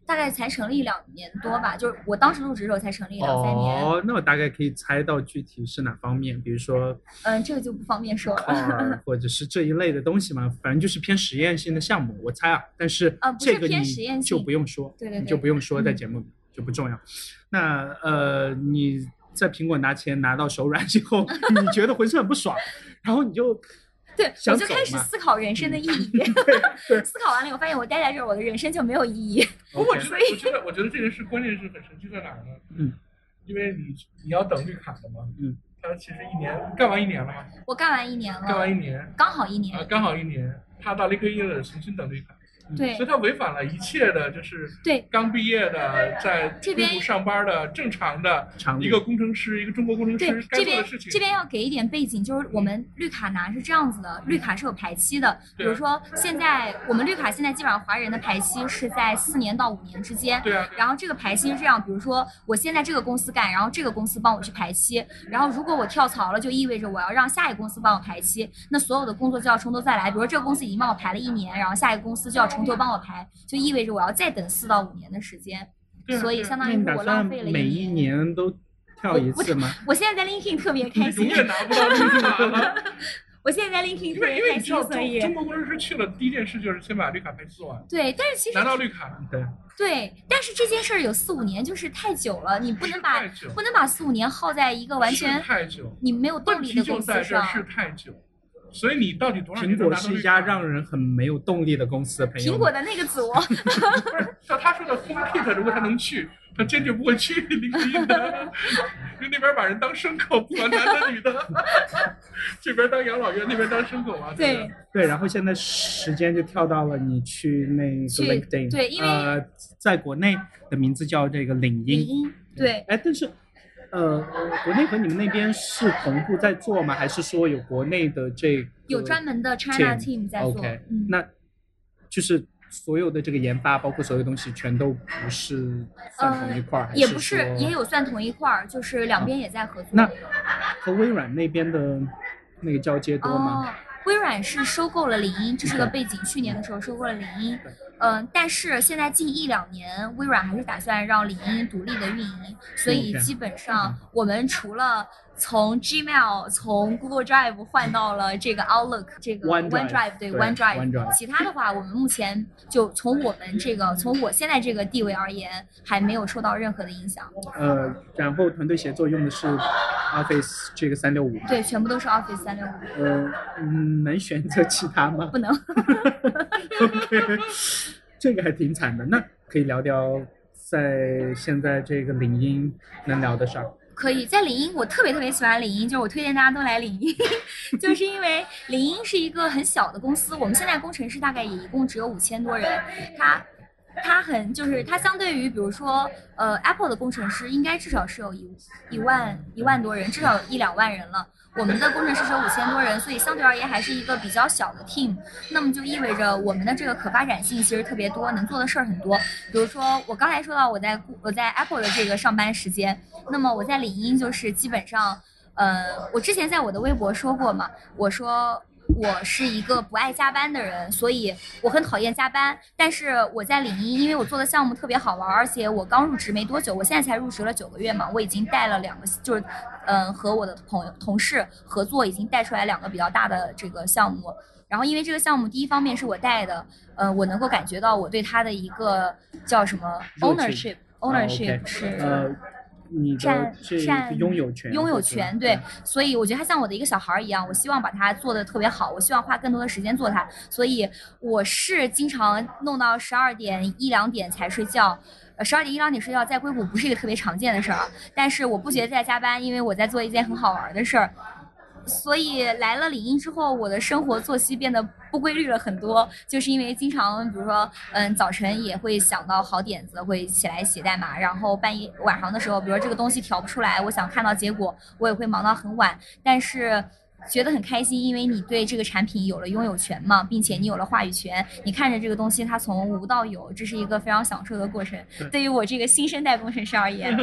大概才成立2年多吧，就是我当时入职的时候才成立2、3年。 哦，那我大概可以猜到具体是哪方面，比如说， 这个就不方便说了。 或者是这一类的东西嘛，反正就是偏实验性的项目，我猜啊。但是这个你就不用说， 对对对， 你就不用说在节目里就不重要。那你在苹果拿钱拿到手软之后，你觉得浑身很不爽，然后你就。 对，我就开始思考人生的意义。思考完了，我发现我待在这儿，我的人生就没有意义。 我觉得这件事关键是很神奇在哪儿呢？因为你要等绿卡的嘛。他其实干完1年了吗？ 我干完1年了。 干完1年， 刚好1年。 刚好1年，他到LinkedIn了，重新等绿卡。 对， 所以他违反了一切的，就是对刚毕业的在硅谷上班的正常的一个工程师，一个中国工程师该做的事情。 这边要给一点背景，就是我们绿卡拿是这样子的，绿卡是有排期的。比如说现在我们绿卡现在基本上华人的排期是在4年到5年之间。 对啊。 然后这个排期是这样，比如说我现在这个公司干，然后这个公司帮我去排期，然后如果我跳槽了，就意味着我要让下一个公司帮我排期，那所有的工作就要从头再来。比如说这个公司已经帮我排了1年，然后下一个公司就要从头帮我排。就意味着我要再等4到5年的时间，所以相当于我浪费了每一年都跳一次吗？ 我现在在 LinkedIn 特别开心， 永远拿不到绿卡了。 我现在在 LinkedIn 特别开心，所以中国工程师去了第一件事就是先把绿卡排做完。 对，但是其实拿到绿卡， 对，但是这件事儿有4、5年就是太久了，你不能把4、5年耗在一个完全太久， 你没有动力的公司上， 是太久。所以你到底多少年？ 苹果是一家让人很没有动力的公司，朋友。 苹果的那个组， 不是像他说的 HomeKit， 如果他能去，他坚决不会去LinkedIn的，因为那边把人当牲口，不管男的女的，这边当养老院，那边当牲口啊。 对， 然后现在时间就跳到了你去那个 LinkedIn， 对，因为在国内的名字叫这个领英， 对， 但是。国内和你们那边是同步在做吗？还是说有国内的这个有专门的 China team 在做 ？OK，那就是所有的这个研发，包括所有东西，全都不是算同一块儿， 也不是，也有算同一块儿，就是两边也在合作。 那和微软那边的那个交接多吗？ 微软是收购了领英，这是个背景。去年的时候收购了领英，但是现在近1、2年，微软还是打算让领英独立的运营，所以基本上我们除了从 Gmail 从 Google Drive 换到了这个 Outlook 这个 OneDrive， 对 OneDrive， 其他的话我们目前就从我现在这个地位而言，还没有受到任何的影响。 然后团队协作用的是 Office 这个365， 对，全部都是 Office 365。 能选择其他吗？ 不能。 OK， 这个还挺惨的。那可以聊聊在现在这个领英能聊得上。 可以，在领英我特别喜欢领英，就是我推荐大家都来领英，就是因为领英是一个很小的公司，我们现在工程师大概也一共只有5000多人，它相对于比如说Apple 的工程师应该至少是有1万多人，至少有1、2万人了。我们的工程师只有5000多人，所以相对而言还是一个比较小的 team。那么就意味着我们的这个可发展性其实特别多，能做的事儿很多。比如说我刚才说到我在 Apple 的这个上班时间，那么我在领英就是基本上，我之前在我的微博说过嘛，我说我是一个不爱加班的人，所以我很讨厌加班。但是我在领英，因为我做的项目特别好玩，而且我刚入职没多久，我现在才入职了9个月嘛，我已经带了2个，就是和我的同事合作，已经带出来2个比较大的这个项目。然后因为这个项目，第一方面是我带的，我能够感觉到我对它的一个叫什么 ownership 是。 你的这个拥有权， 对，所以我觉得他像我的一个小孩一样，我希望把它做得特别好，我希望花更多的时间做它，所以我是经常弄到12点1、2点才睡觉。12点1、2点睡觉在硅谷不是一个特别常见的事儿，但是我不觉得在加班，因为我在做一件很好玩的事儿。所以来了领英之后，我的生活作息变得不规律了很多，就是因为经常比如说早晨也会想到好点子，会起来写代码，然后晚上的时候比如说这个东西调不出来，我想看到结果，我也会忙到很晚。但是觉得很开心，因为你对这个产品有了拥有权嘛，并且你有了话语权，你看着这个东西它从无到有，这是一个非常享受的过程。对于我这个新生代工程师而言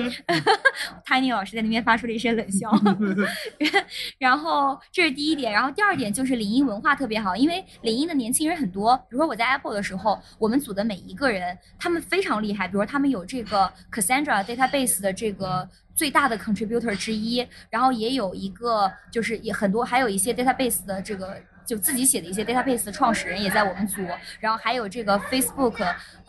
，Tiny 老师在那边发出了一声冷笑。然后这是第一点，然后第二点就是领英文化特别好，因为领英的年轻人很多，比如说我在 Apple 的时候，我们组的每一个人他们非常厉害，比如说他们有这个 Cassandra database 的这个最大的 contributor 之一，然后也有一个就是也很多，还有一些 database 的这个就自己写的一些 database 的创始人也在我们组，然后还有这个 Facebook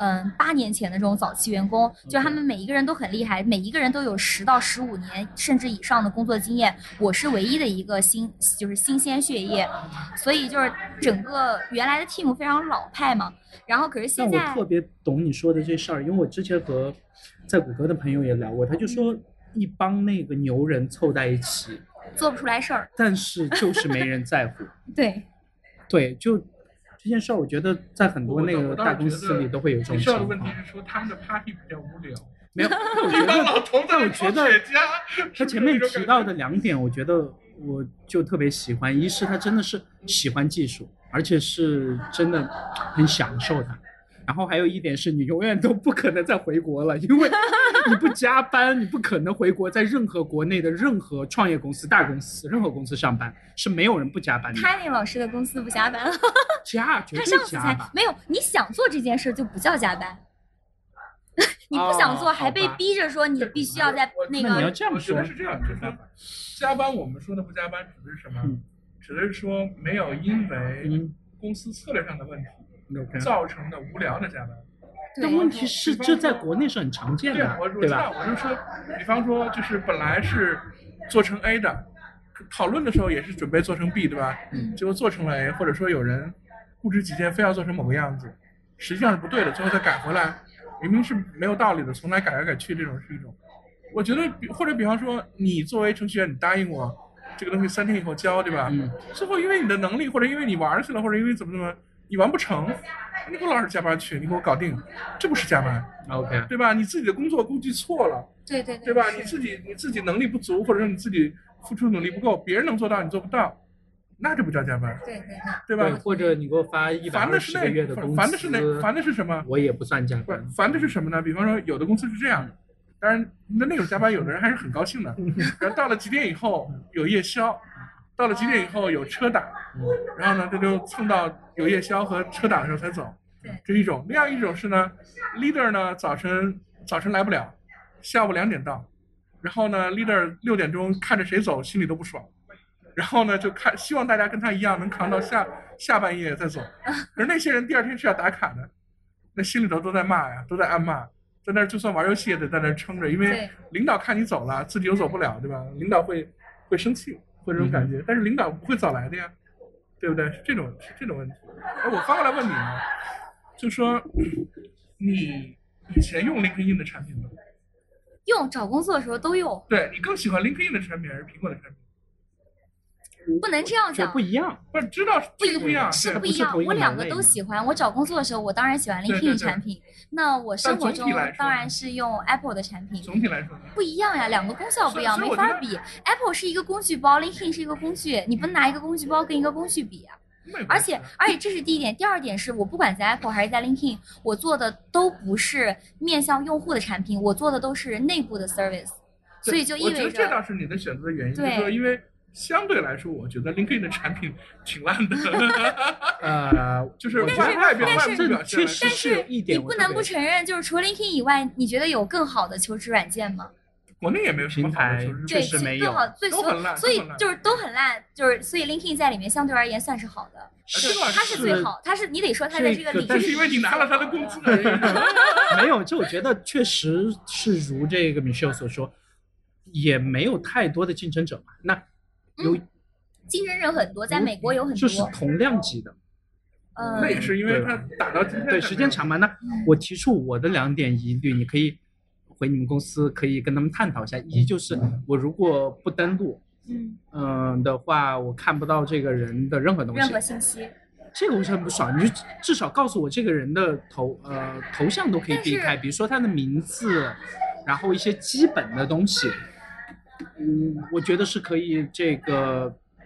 8年前的这种早期员工，就他们每一个人都很厉害，每一个人都有10到15年甚至以上的工作经验，我是唯一的一个新鲜血液，所以就是整个原来的 team 非常老派嘛，然后可是现在但我特别懂你说的这事儿，因为我之前和在谷歌的朋友也聊过，他就说一帮那个牛人凑在一起做不出来事儿， 但是就是没人在乎。 对， 就这件事儿，我觉得在很多那个大公司里都会有这种情况。 问题是说他们的 party 比较无聊。 没有，但我觉得他前面提到的2点，我觉得我就特别喜欢。一是他真的是喜欢技术，而且是真的很享受它。然后还有一点是你永远都不可能再回国了，因为你不加班，你不可能回国，在任何国内的任何创业公司、大公司、任何公司上班是没有人不加班的。 Tiny 老师的公司不加班， 绝对他上次加吧。 没有，你想做这件事就不叫加班。你不想做，还被逼着说你必须要在那个。 那你要这样说， 是这样，就是说加班，我们说的不加班指的是什么？指的是说没有因为公司策略上的问题造成的无聊的加班。 但问题是，这在国内是很常见的，对吧？ 我就说，比方说，就是本来是做成 A 的，讨论的时候也是准备做成 B， 对吧？结果做成了 A， 或者说有人固执己见，非要做成某个样子，实际上是不对的，最后再改回来，明明是没有道理的，从来改来改去，这种是一种。我觉得，或者比方说，你作为程序员，你答应我这个东西3天以后交，对吧？最后因为你的能力，或者因为你玩去了，或者因为怎么。你完不成，你给我老是加班去，你给我搞定，这不是加班 ，OK， 对吧？你自己的工作估计错了， 对吧？你自己能力不足，或者说你自己付出能力不够，别人能做到你做不到，那这不叫加班，对吧？ 或者你给我发120个月的工资， 烦的是什么？ 我也不算加班。 烦的是什么呢？比方说有的公司是这样的，当然那种加班，有的人还是很高兴的，然后到了几点以后有夜宵。到了几点以后有车打，然后呢，这就蹭到有夜宵和车打的时候才走，这是一种。另外一种是呢 ，leader 呢早晨来不了，下午2点到，然后呢 ，leader 6点钟看着谁走心里都不爽，然后呢就希望大家跟他一样能扛到下半夜再走，可是那些人第2天是要打卡的，那心里头都在骂呀，都在暗骂，在那就算玩游戏也得在那撑着，因为领导看你走了，自己又走不了，对吧？领导会生气。会这种感觉，但是领导不会早来的呀，对不对？是这种问题。我翻过来问你啊，就说你以前用 LinkedIn 的产品吗？ 用，找工作的时候都用。 对，你更喜欢 LinkedIn 的产品还是苹果的产品？ 不能这样讲， 不一样。 不是知道不一样， 是不一样。我2个都喜欢。我找工作的时候，我当然喜欢 LinkedIn 产品。那我生活中当然是用 Apple 的产品。 总体来说不一样呀，2个功效不一样，没法比。Apple 是一个工具包 ，LinkedIn 是一个工具，你不能拿一个工具包跟一个工具比啊。而且这是第一点，第2点是我不管在 Apple 还是在 LinkedIn， 我做的都不是面向用户的产品，我做的都是内部的 service， 所以就意味着我觉得这倒是你的选择的原因，就是说因为。相对来说，我觉得 LinkedIn 的产品挺烂的，就是外表现， 确实是一点。 你不能不承认，就是除了 LinkedIn 以外，你觉得有更好的求职软件吗？ 国内也没有什么好的求职， 确实没有， 都很烂， 所以就是都很烂，就是所以 LinkedIn 在里面相对而言算是好的，它是最好，它是你得说它在这个领域， 但是因为你拿了他的工资， 没有，这我觉得确实是如这个 Michelle 所说，也没有太多的竞争者嘛，那。 竞争人很多，在美国有很多， 就是同量级的。 那也是因为他打到今天， 对时间长嘛。那我提出我的2点疑虑，你可以回你们公司，可以跟他们探讨一下。一就是我如果不登录，的话，我看不到这个人的任何东西， 任何信息。 这个我是很不爽，你就至少告诉我这个人的头像都可以避开，比如说他的名字，然后一些基本的东西。我觉得是可以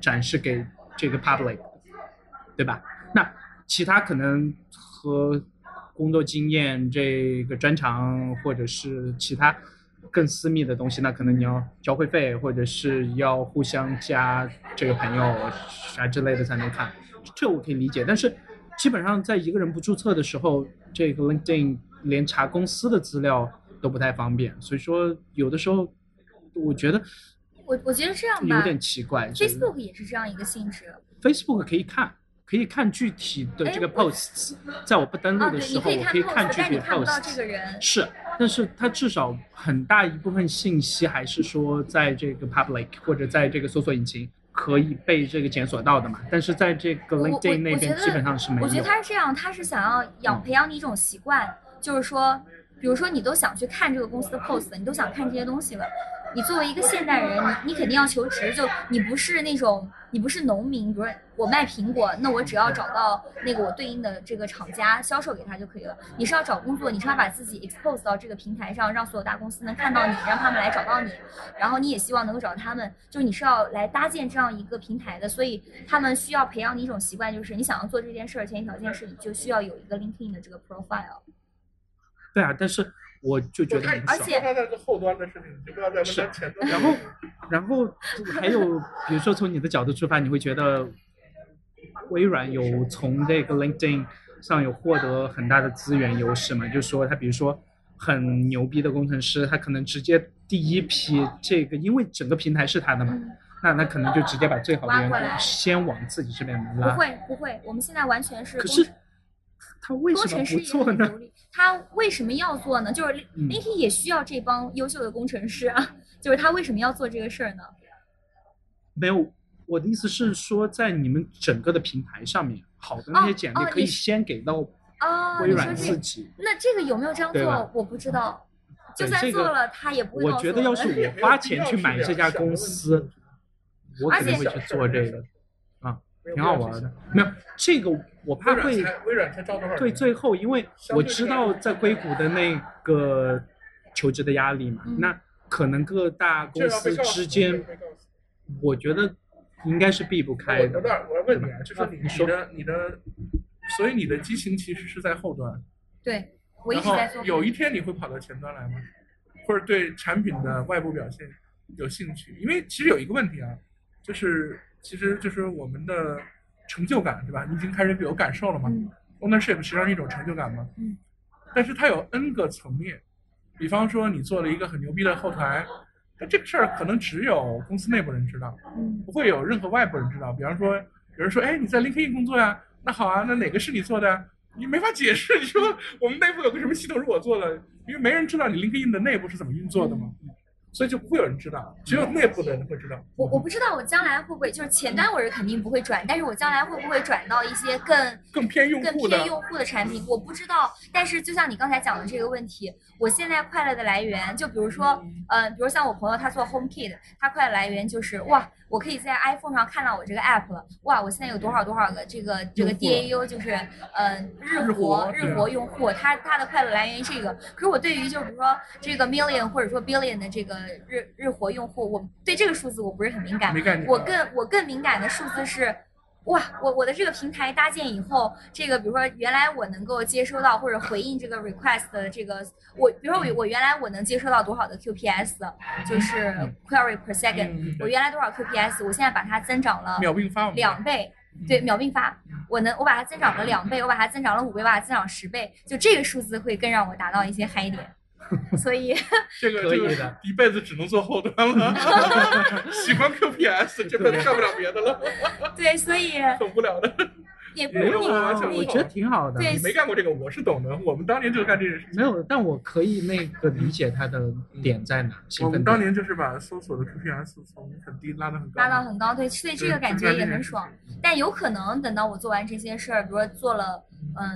展示给这个 public， 对吧？那其他可能和工作经验、这个专长或者是其他更私密的东西，那可能你要交会费，或者是要互相加这个朋友啥之类的才能看，这我可以理解。但是基本上在一个人不注册的时候，这个 LinkedIn 连查公司的资料都不太方便，所以说有的时候我觉得这样吧， 有点奇怪。 Facebook 也是这样一个性质。 Facebook 可以看具体的这个 posts， 在我不登录的时候，我可以看具体的 posts， 但这个人是，但是它至少很大一部分信息还是说在这个 public 或者在这个搜索引擎可以被这个检索到的嘛。但是在这个 LinkedIn 那边基本上是没有。 我觉得他是这样，他是想要培养你一种习惯，就是说，比如说你都想去看这个公司的 post， 你都想看这些东西了。你作为一个现代人，你肯定要求职，就你不是农民，比如说我卖苹果，那我只要找到那个我对应的这个厂家销售给他就可以了。你是要找工作，你是要把自己 expose 到这个平台上，让所有大公司能看到你，让他们来找到你，然后你也希望能够找到他们，就是你是要来搭建这样一个平台的，所以他们需要培养你一种习惯，就是你想要做这件事儿，前提条件是你就需要有一个 LinkedIn 的这个 profile。 对啊，但是我就觉得很而且他那个后端的事情，你就不要再问他前端。 然后还有，比如说从你的角度出发，你会觉得微软有从这个 LinkedIn 上有获得很大的资源优势嘛？就是说，他比如说很牛逼的工程师，他可能直接第一批这个，因为整个平台是他的嘛，那可能就直接把最好的员工先往自己这边拉。 不会，我们现在完全是。 可是他为什么不做呢？ 他为什么要做呢？就是 LinkedIn 也需要这帮优秀的工程师啊，就是他为什么要做这个事儿呢？ 没有，我的意思是说，在你们整个的平台上面，好的那些简历可以先给到微软自己。 那这个有没有这样做？我不知道。就算做了，他也不会告诉我。 我觉得要是我花钱去买这家公司，我肯定会去做这个。挺好玩的。没有这个，我怕会微软才招多少人？ 对，最后因为我知道在硅谷的那个求职的压力嘛，那可能各大公司之间，我觉得应该是避不开的。 我要问你啊，就是你的，所以你的激情其实是在后端。 对，我一直在做。 有一天你会跑到前端来吗？或者对产品的外部表现有兴趣？因为其实有一个问题啊，其实就是我们的成就感，对吧？你已经开始有感受了嘛？Ownership 实际上是一种成就感嘛。但是它有 N 个层面，比方说你做了一个很牛逼的后台，但这个事儿可能只有公司内部人知道，不会有任何外部人知道。比方说有人说，哎，你在 LinkedIn 工作呀？那好啊，那哪个是你做的？你没法解释，你说我们内部有个什么系统是我做的，因为没人知道你 LinkedIn 的内部是怎么运作的嘛。所以就不会有人知道，只有内部的人会知道。 我不知道我将来会不会，就是前端我是肯定不会转，但是我将来会不会转到一些更偏用户的产品，我不知道。但是就像你刚才讲的这个问题，我现在快乐的来源，就比如说，比如像我朋友他做 HomeKit， 他快乐来源就是哇，我可以在 iPhone 上看到我这个 app 了，哇，我现在有多少个这个 DAU， 就是日活用户，他的快乐来源这个。可是我对于就比如说这个 million 或者说 billion 的这个日活用户，我对这个数字我不是很敏感，我更敏感的数字是，哇，我的这个平台搭建以后，这个比如说原来我能够接收到或者回应这个 request 的这个，比如说我原来我能接收到多少的 QPS， 就是 query per second，我原来多少 QPS， 我现在把它增长了秒并发 2倍。对，秒并发，我把它增长了2倍，我把它增长了5倍，我把它增长10倍，就这个数字会更让我达到一些嗨点。所以这个一辈子只能做后端了，喜欢 QPS 这辈子干不了别的了。 对，所以很无聊的。 也不用我觉得挺好的。 对， 没干过这个，我是懂的。我们当年就干这件事情。 没有，但我可以那个理解它的点在哪。 我们当年就是把搜索的 QPS 从很低拉到很高。 拉到很高，对，所以这个感觉也很爽。但有可能等到我做完这些事儿，比如说做了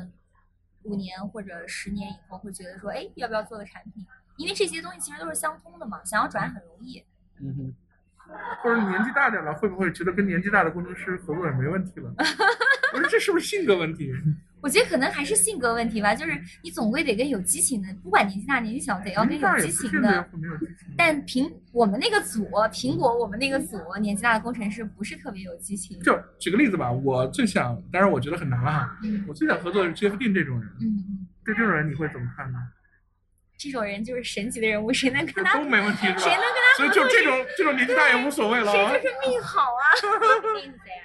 5年或者10年以后，会觉得说，哎，要不要做个产品？因为这些东西其实都是相通的嘛，想要转很容易。 或者年纪大点了，会不会觉得跟年纪大的工程师合作也没问题了？我说这是不是性格问题？ 我觉得可能还是性格问题吧，就是你总归得跟有激情的，不管年纪大年纪小，得要跟有激情的。但我们那个组，苹果我们那个组年纪大的工程师不是特别有激情。 就举个例子吧，我最想，当然我觉得很难哈，我最想合作的是 Jeff Dean 这种人。对这种人你会怎么看呢？ 这种人就是神级的人物，谁能跟他都没问题是吧？ 谁能跟他所以就这种年纪大也无所谓了。 谁就是命好啊？Dean 是谁啊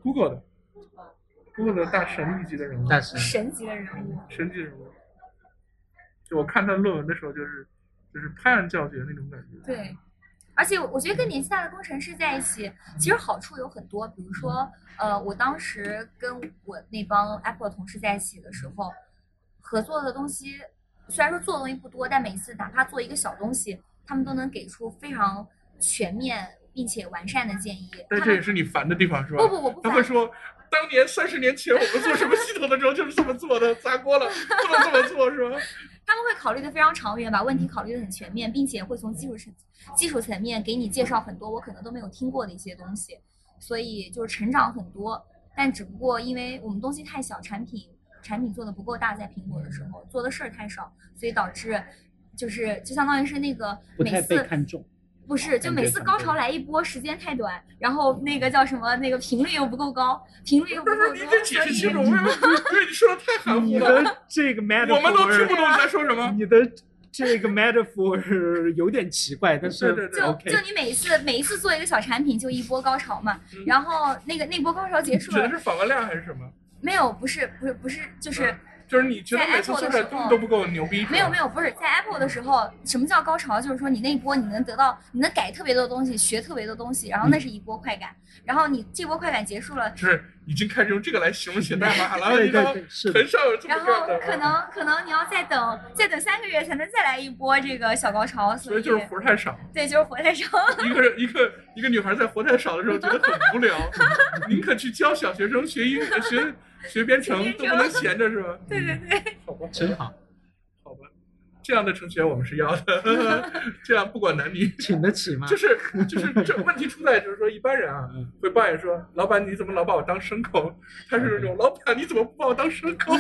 ？Google 的大神一级的人物， 神级的人物， 神级人物。就我看他论文的时候，就是拍案叫绝那种感觉。 对，而且我觉得跟年纪大的工程师在一起，其实好处有很多。比如说，我当时跟我那帮 Apple 同事在一起的时候，合作的东西虽然说做的东西不多，但每次哪怕做一个小东西，他们都能给出非常全面并且完善的建议。 但这也是你烦的地方是吧？ 不，我不烦。 他会说，当年30年前我们做什么系统的时候就是这么做的，砸锅了，不能这么做是吧？ 他们会考虑的非常长远，把问题考虑的很全面，并且会从技术层面给你介绍很多我可能都没有听过的一些东西，所以就是成长很多。但只不过因为我们东西太小，产品做的不够大，在苹果的时候做的事儿太少，所以导致就相当于是那个不太被看重。 不是，就每次高潮来一波，时间太短，然后那个叫什么，那个频率又不够高，频率又不够高。 你这解释清楚，对，你说的太含糊了。你的这个 metaphor， 我们都听不懂你在说什么。 你的这个 metaphor 有点奇怪，但是对就你每一次做一个小产品就一波高潮嘛，然后那波高潮结束了。 指的是访问量还是什么？ 没有，不是， 就是你觉得每次做出来都不够牛逼？ 没有，不是在 Apple 的时候，什么叫高潮？就是说你那一波你能改特别多的东西，学特别多东西，然后那是一波快感。然后你这波快感结束了， 就是已经开始用这个来形容写代码了。 对，是很少有这么然后可能你要再等3个月才能再来一波这个小高潮， 所以就是活太少。 对，就是活太少。 一个女孩在活太少的时候觉得很无聊，宁可去教小学生学英语学编程都不能闲着是吧？ 对， 好吧， 真好， 好吧，这样的程序员我们是要的，这样不管男女， 请得起吗？ 就是这问题出在就是说一般人啊会抱怨说，老板你怎么老把我当牲口？他是那种老板你怎么不把我当牲口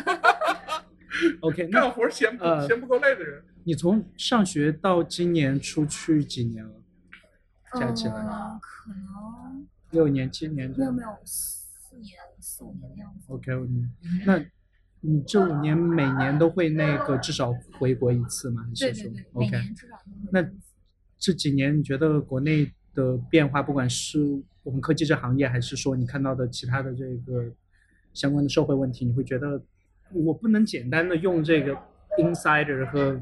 ？OK， 干活嫌不够累的人。 你从上学到今年出去几年了？加起来可能 6年7年。 没有4、5年的样子。 OK， 那你这5年每年都会至少回国一次吗？ 对，每年至少都会。 那这几年你觉得国内的变化，不管是我们科技这行业，还是说你看到的其他的这个相关的社会问题，你会觉得我不能简单的用这个 insider 和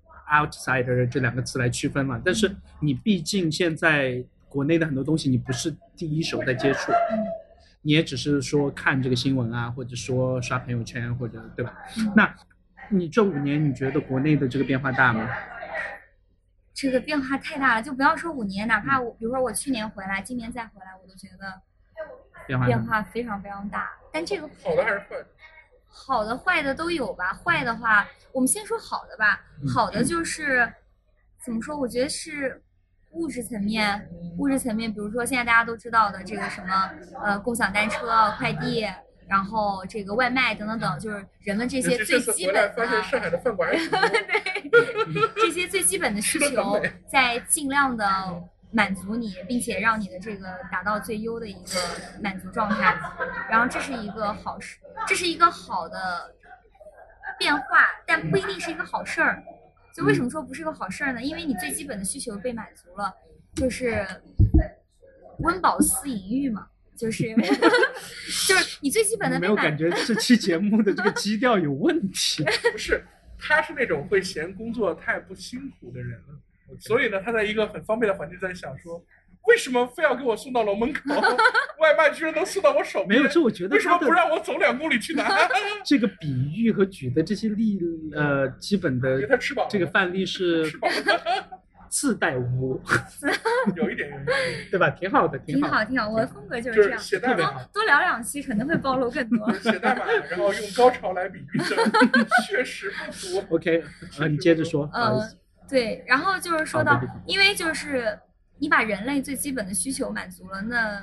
outsider 这2个词来区分嘛？但是你毕竟现在国内的很多东西你不是第一手在接触。你也只是说看这个新闻啊，或者说刷朋友圈，或者对吧？那你这5年你觉得国内的这个变化大吗？ 这个变化太大了，就不要说5年，哪怕比如说我去年回来，今年再回来，我都觉得变化非常非常大。但这个好的还是坏的？ 好的坏的都有吧。坏的话，我们先说好的吧。好的就是怎么说？我觉得是物质层面，比如说现在大家都知道的这个什么共享单车、快递，然后这个外卖等等，就是人们这些最基本的。 发现上海的饭馆对，这些最基本的需求，在尽量的满足你，并且让你的这个达到最优的一个满足状态。然后这是一个好事，这是一个好的变化，但不一定是一个好事儿。就为什么说不是个好事儿呢？因为你最基本的需求被满足了，就是温饱思淫欲嘛，就是你最基本的被满足。 没有感觉这期节目的这个基调有问题？ 不是，他是那种会嫌工作太不辛苦的人，所以呢，他在一个很方便的环境在想说，为什么非要给我送到楼门口？外卖居然能送到我手边？ 没有，这我觉得为什么不让我走2公里去拿？ 这个比喻和举的这些基本的这个范例是自带污， 有一点， 对吧？挺好的， 挺好。我的风格就是这样。 写代码多聊2期可能会暴露更多。 写代码，然后用高潮来比喻的，确实不足。 OK， 你接着说。 对，然后就是说到，因为就是你把人类最基本的需求满足了，那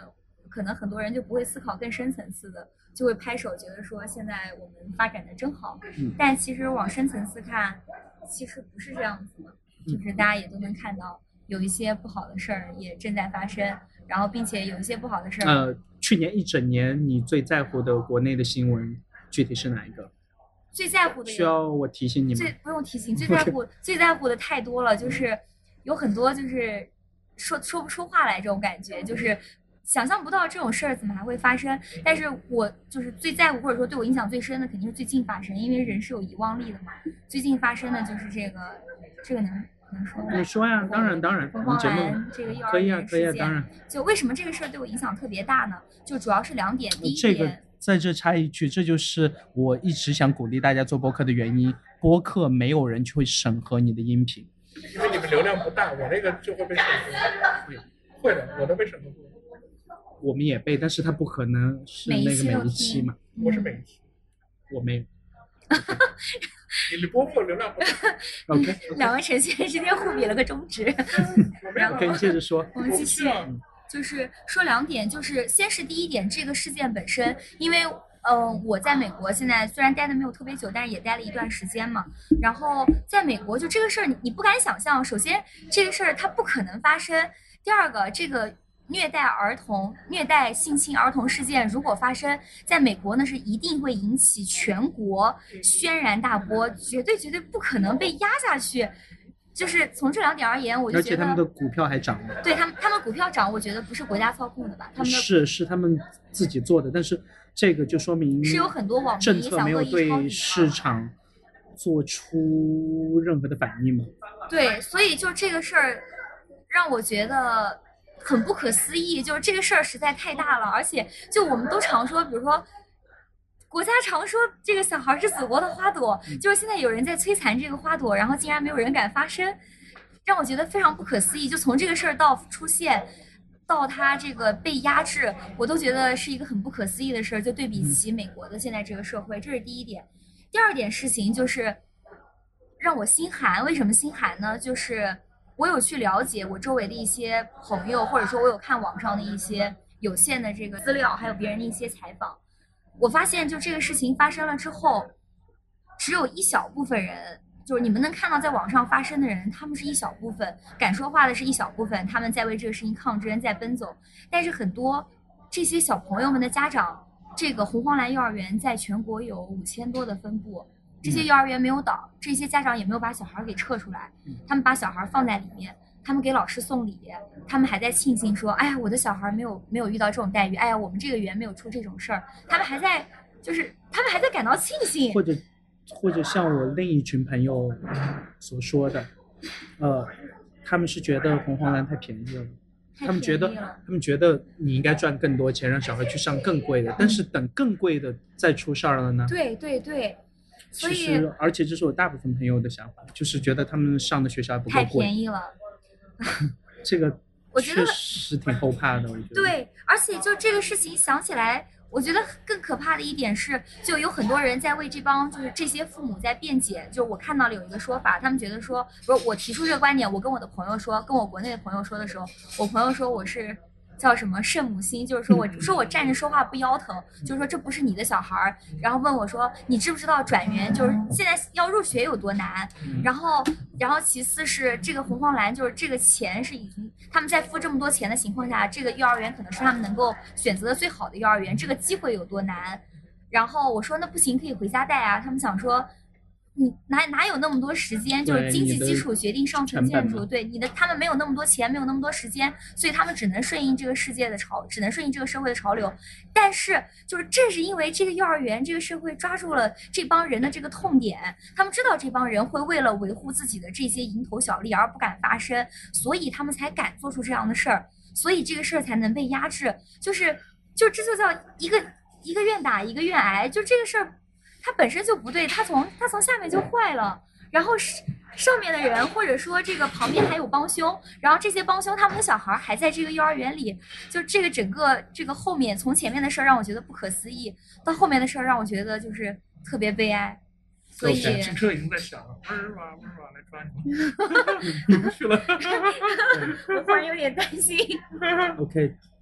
可能很多人就不会思考更深层次的，就会拍手觉得说现在我们发展的真好。但其实往深层次看，其实不是这样子的，就是大家也都能看到有一些不好的事儿也正在发生，然后并且有一些不好的事儿。 去年一整年你最在乎的国内的新闻具体是哪一个？ 最在乎的需要我提醒你吗？ 不用提醒，最在乎的太多了，就是有很多就是说不出话来这种感觉，就是想象不到这种事儿怎么还会发生。但是我就是最在乎或者说对我影响最深的肯定是最近发生，因为人是有遗忘力的嘛。最近发生的就是这个能说吗？ 你说呀，当然， 凤凰兰这个幼儿园事件， 可以啊，当然。 就为什么这个事儿对我影响特别大呢？就主要是2点。第一点， 这个在这插一句，这就是我一直想鼓励大家做播客的原因。播客没有人去会审核你的音频， 因为你们流量不大，我那个就会被审核。会的，我都被审核过。 我们也被，但是它不可能是那个每一期嘛。 我是每一期， 我没有。 你播客流量不大。 OK， 2位程序员之间互比了个中指。 然后可以接着说。 我们继续，就是说2点，就是先是第一点，这个事件本身，因为我在美国现在虽然待的没有特别久，但是也待了一段时间嘛。然后在美国就这个事儿你不敢想象，首先这个事儿它不可能发生，第二个这个虐待性侵儿童事件如果发生在美国，那是一定会引起全国轩然大波，绝对不可能被压下去。就是从这2点而言，我就觉得， 而且他们的股票还涨了。 对，他们股票涨，我觉得不是国家操控的吧？他们是他们自己做的，但是这个就说明是有很多网民政策没有对市场做出任何的反应嘛？ 对，所以就这个事儿让我觉得很不可思议，就是这个事儿实在太大了，而且就我们都常说，比如说。国家常说这个小孩是祖国的花朵，就是现在有人在摧残这个花朵，然后竟然没有人敢发声，让我觉得非常不可思议。就从这个事儿到出现，到他这个被压制，我都觉得是一个很不可思议的事儿。就对比起美国的现在这个社会，这是第一点。第二点事情就是让我心寒，为什么心寒呢？就是我有去了解我周围的一些朋友，或者说我有看网上的一些有限的这个资料，还有别人的一些采访。我发现就这个事情发生了之后，只有一小部分人，就是你们能看到在网上发生的人，他们是一小部分，敢说话的是一小部分，他们在为这个事情抗争，在奔走。但是很多这些小朋友们的家长，这个红黄蓝幼儿园在全国有5000多的分布，这些幼儿园没有倒，这些家长也没有把小孩给撤出来，他们把小孩放在里面。他们给老师送礼，他们还在庆幸说：“哎呀，我的小孩没有遇到这种待遇，哎呀，我们这个园没有出这种事儿。”他们还在感到庆幸。 或者像我另一群朋友所说的，他们是觉得红黄蓝太便宜了，他们觉得你应该赚更多钱，让小孩去上更贵的，但是等更贵的再出事儿了呢？ 对。所以， 其实而且这是我大部分朋友的想法，就是觉得他们上的学校不够贵， 太便宜了。 这个确实挺后怕的，我觉得。 对，而且就这个事情想起来，我觉得更可怕的一点是，就有很多人在为就是这些父母在辩解。就我看到了有一个说法，他们觉得说，不是我提出这个观点，我跟我的朋友说，跟我国内的朋友说的时候，我朋友说我是叫什么圣母心，就是说我站着说话不腰疼，就是说这不是你的小孩，然后问我说你知不知道转园就是现在要入学有多难，然后其次是这个红黄蓝就是这个钱是已经他们在付这么多钱的情况下，这个幼儿园可能是他们能够选择的最好的幼儿园，这个机会有多难。然后我说那不行，可以回家带啊，他们想说你哪有那么多时间？就是经济基础决定上层建筑，对他们没有那么多钱，没有那么多时间，所以他们只能顺应这个只能顺应这个社会的潮流。但是就是正是因为这个幼儿园，这个社会抓住了这帮人的这个痛点，他们知道这帮人会为了维护自己的这些蝇头小利而不敢发声，所以他们才敢做出这样的事儿，所以这个事儿才能被压制。这就叫一个愿打一个愿挨，就这个事儿。它本身就不对，它从下面就坏了，然后上面的人或者说这个旁边还有帮凶，然后这些帮凶他们的小孩还在这个幼儿园里，就这个整个这个后面从前面的事儿让我觉得不可思议，到后面的事儿让我觉得就是特别悲哀，所以警车已经在响了，来抓你，回不去了。 我忽然有点担心。 OK，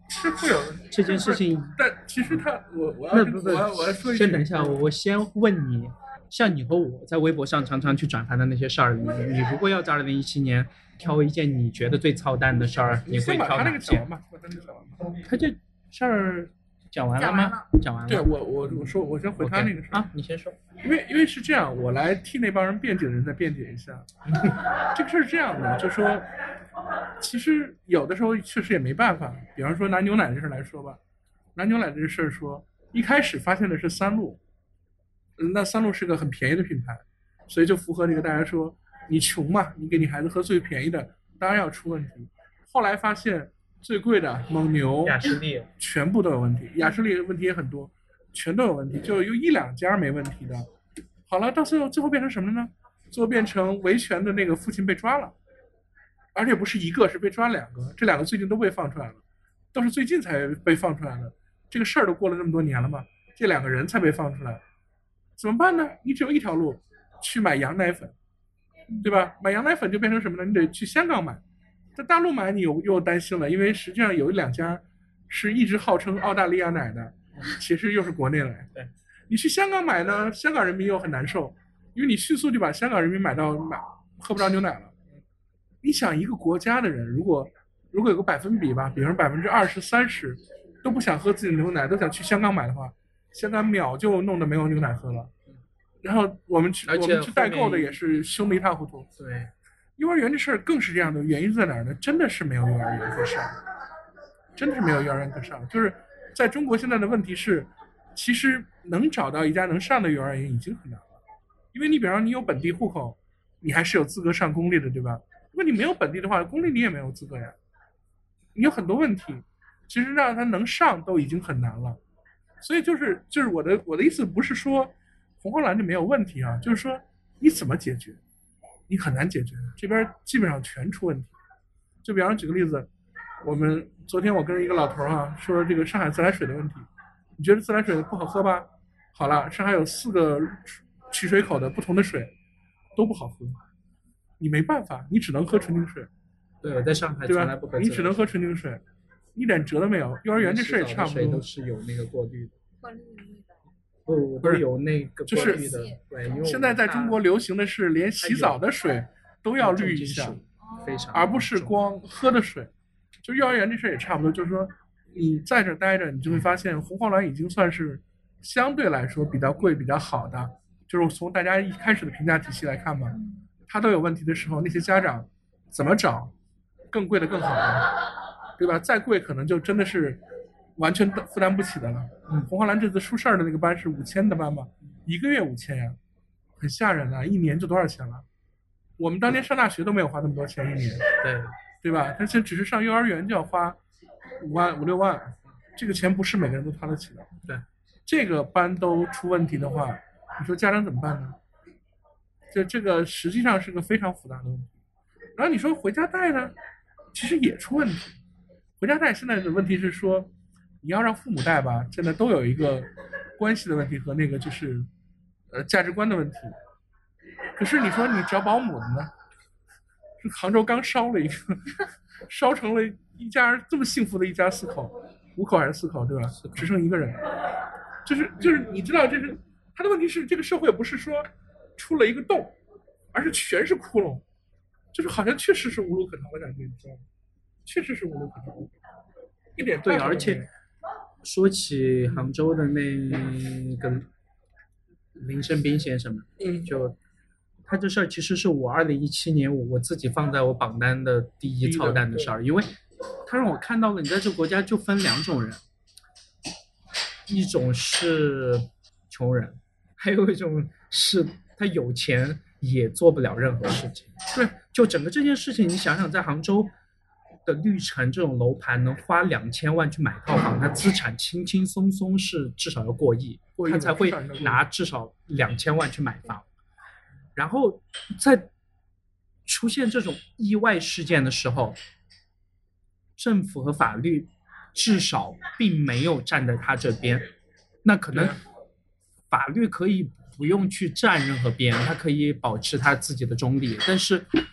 是会有这件事情。 但其实我要说一句， 先等一下，我先问你，像你和我在微博上常常去转发的那些事儿，你如果要在2017年挑一件你觉得最操蛋的事儿，你会挑哪件？他这事儿讲完了吗？讲完了。 对，我先回他那个事儿啊，你先说。 因为是这样，我来替那帮人辩解的人再辩解一下。这个事儿是这样的，就说其实有的时候确实也没办法。比方说拿牛奶这事来说吧，拿牛奶这事儿说，一开始发现的是三鹿，那三鹿是个很便宜的品牌，所以就符合那个大家说你穷嘛，你给你孩子喝最便宜的，当然要出问题。后来发现最贵的蒙牛、 雅士利全部都有问题，雅士利问题也很多，全都有问题，就有1-2家没问题的。好了，到最后变成什么呢？最后变成维权的那个父亲被抓了，而且不是一个，是被抓2个，这2个最近都被放出来了，都是最近才被放出来的。这个事儿都过了这么多年了嘛，这2个人才被放出来，怎么办呢？你只有一条路，去买羊奶粉，对吧？买羊奶粉就变成什么呢？你得去香港买，在大陆买你又担心了，因为实际上有1-2家是一直号称澳大利亚奶的，其实又是国内奶。 对， 你去香港买呢，香港人民又很难受，因为你迅速就把香港人民喝不着牛奶了。你想一个国家的人，如果有个百分比吧，比如20%-30%都不想喝自己的牛奶，都想去香港买的话，香港秒就弄得没有牛奶喝了。然后我们去代购的也是凶得一塌糊涂。 对， 幼儿园这事儿更是这样的，原因在哪儿呢？真的是没有幼儿园可上，真的是没有幼儿园可上。就是在中国现在的问题是，其实能找到一家能上的幼儿园已经很难了，因为你比方说你有本地户口，你还是有资格上公立的，对吧？如果你没有本地的话，公立你也没有资格呀。你有很多问题，其实让他能上都已经很难了。所以就是我的意思不是说红黄蓝就没有问题啊，就是说你怎么解决，你很难解决，这边基本上全出问题。就比方说举个例子，昨天我跟一个老头说这个上海自来水的问题，你觉得自来水不好喝吧？好了，上海有4个取水口的不同的水都不好喝，你没办法，你只能喝纯净水。 对，我在上海从来不喝， 你只能喝纯净水，一点辙都没有。幼儿园这事也差不多， 都是有那个过滤的。 过滤不是有那个过滤的， 对，因为现在在中国流行的是连洗澡的水都要滤一下， 非常， 而不是光喝的水。就幼儿园这事也差不多，就是说你在这待着，你就会发现红黄蓝已经算是相对来说比较贵、比较好的，就是从大家一开始的评价体系来看嘛，它都有问题的时候，那些家长怎么找更贵的、更好的，对吧？再贵可能就真的是完全负担不起的了。红黄蓝这次出事儿的那个班是5000的班嘛，1个月5000呀，很吓人啊！1年就多少钱了？我们当年上大学都没有花那么多钱1年，对吧？但是只是上幼儿园就要花5万、5、6万，这个钱不是每个人都掏得起的。 对， 这个班都出问题的话，你说家长怎么办呢？这个实际上是个非常复杂的问题。然后你说回家带呢，其实也出问题。回家带现在的问题是说，你要让父母带吧，现在都有一个关系的问题和那个就是价值观的问题。可是你说你找保姆的呢？是杭州刚烧了一个，烧成了一家这么幸福的一家5口还是4口，对吧？只剩1个人。就是你知道，这是他的问题是这个社会不是说出了一个洞，而是全是窟窿，就是好像确实是无路可逃的感觉，你知道吗？确实是无路可逃，一点对。而且说起杭州的那个林生斌先生嘛，就他这事儿其实是我2017年我自己放在我榜单的第一操蛋的事儿，因为他让我看到了你在这个国家就分2种人，一种是穷人，还有一种是他有钱也做不了任何事情。对，就整个这件事情，你想想，在杭州的绿城这种楼盘能花2000万去买套房，他资产轻轻松松是至少要过亿，他才会拿至少2000万去买房。然后在出现这种意外事件的时候，政府和法律至少并没有站在他这边。那可能法律可以不用去站任何边，他可以保持他自己的中立，但是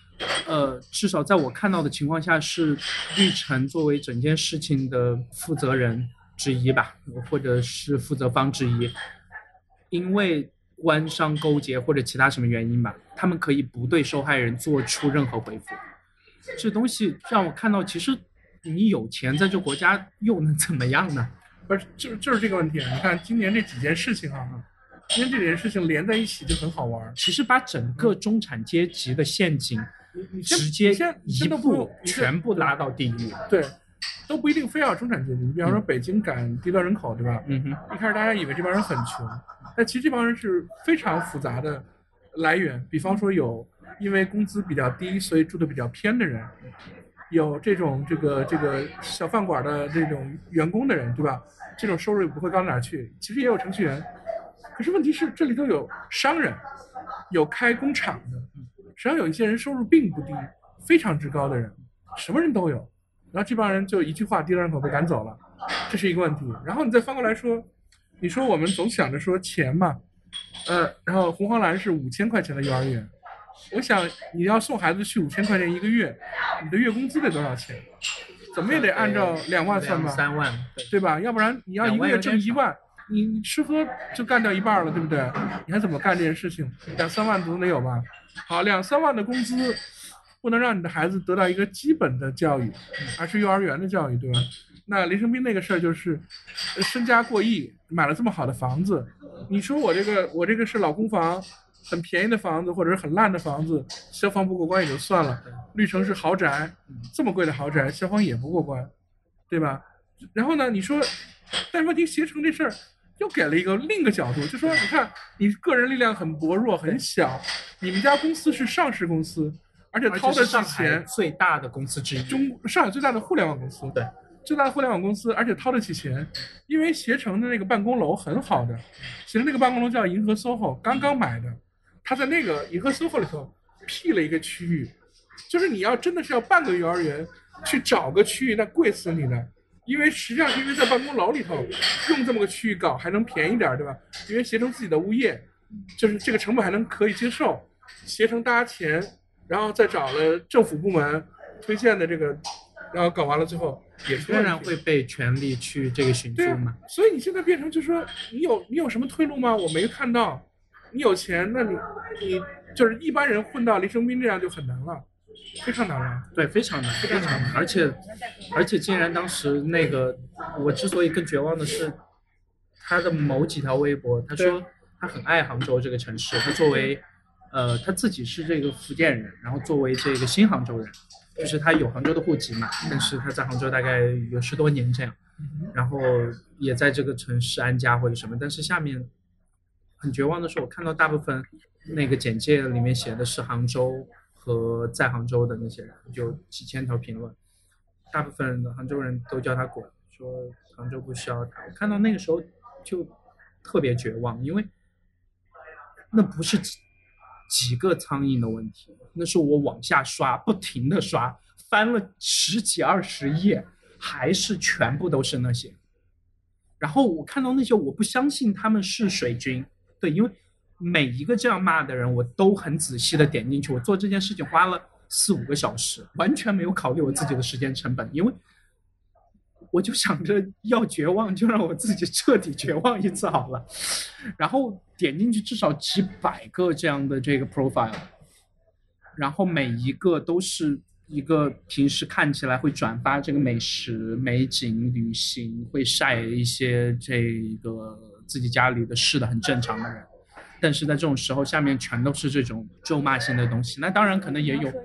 至少在我看到的情况下，是绿城作为整件事情的负责人之一吧，或者是负责方之一，因为官商勾结或者其他什么原因吧，他们可以不对受害人做出任何回复。这东西让我看到，其实你有钱在这国家又能怎么样呢？ 不是，就是这个问题。你看今年这几件事情啊，今天这几件事情连在一起就很好玩。 其实把整个中产阶级的陷阱，直接一步全部拉到地狱。 对，都不一定非要中产阶级。你比方说北京赶低端人口，对吧？一开始大家以为这帮人很穷，但其实这帮人是非常复杂的来源。比方说有因为工资比较低，所以住的比较偏的人。有这种这个小饭馆的这种员工的人，对吧？这种收入也不会高到哪去。其实也有程序员，可是问题是这里头有商人，有开工厂的，实际上有一些人收入并不低，非常之高的人，什么人都有。然后这帮人就一句话，低端人口被赶走了，这是一个问题。然后你再翻过来说，你说我们总想着说钱嘛，然后红黄蓝是5000块钱的幼儿园。我想你要送孩子去5000块钱一个月，你的月工资得多少钱？怎么也得按照2万算吧 ，3万， 对吧？要不然你要一个月挣1万，你吃喝就干掉一半了，对不对？你还怎么干这件事情？2、3万总得有吧？好，2、3万的工资不能让你的孩子得到一个基本的教育，而是幼儿园的教育，对吧？那林生斌那个事儿就是身家过亿，买了这么好的房子，你说我这个是老公房，很便宜的房子，或者是很烂的房子，消防不过关也就算了，绿城是豪宅，这么贵的豪宅，消防也不过关，对吧？然后呢，你说，但是问题携程这事儿又给了另一个角度，就说你看你个人力量很薄弱很小，你们家公司是上市公司，而且掏得起钱， 最大的公司之一， 上海最大的互联网公司， 对， 最大的互联网公司，而且掏得起钱，因为携程的那个办公楼很好的，携程那个办公楼叫银河 SOHO， 刚刚买的，他在那个银河 SOHO 里头辟了一个区域，就是你要真的是要办个幼儿园，去找个区域，那贵死你的。因为实际上是因为在办公楼里头用这么个区域搞还能便宜点，对吧？因为携程自己的物业，就是这个成本还能可以接受，携程搭钱，然后再找了政府部门推荐的这个，然后搞完了之后也当然会被权力去这个寻租嘛。 所以你现在变成就是说你有什么退路吗？我没看到。你有钱，那你就是一般人混到林生斌这样就很难了。非常难了， 对，非常难，非常难。而且，竟然当时那个，我之所以更绝望的是，他的某几条微博，他说他很爱杭州这个城市，他作为，他自己是这个福建人，然后作为这个新杭州人，就是他有杭州的户籍嘛，但是他在杭州大概有10多年这样，然后也在这个城市安家或者什么，但是下面很绝望的是，我看到大部分那个简介里面写的是杭州和在杭州的那些人，就几千条评论，大部分的杭州人都叫他滚，说杭州不需要他。我看到那个时候就特别绝望，因为那不是几个苍蝇的问题，那是我往下刷，不停的刷，翻了10几20页，还是全部都是那些。然后我看到那些，我不相信他们是水军，对，因为每一个这样骂的人我都很仔细的点进去，我做这件事情花了4、5个小时，完全没有考虑我自己的时间成本，因为我就想着要绝望就让我自己彻底绝望一次好了。然后点进去至少几百个这样的这个 profile， 然后每一个都是一个平时看起来会转发这个美食美景旅行，会晒一些这个自己家里的事的很正常的人，但是在这种时候下面全都是这种咒骂性的东西。那当然可能也有，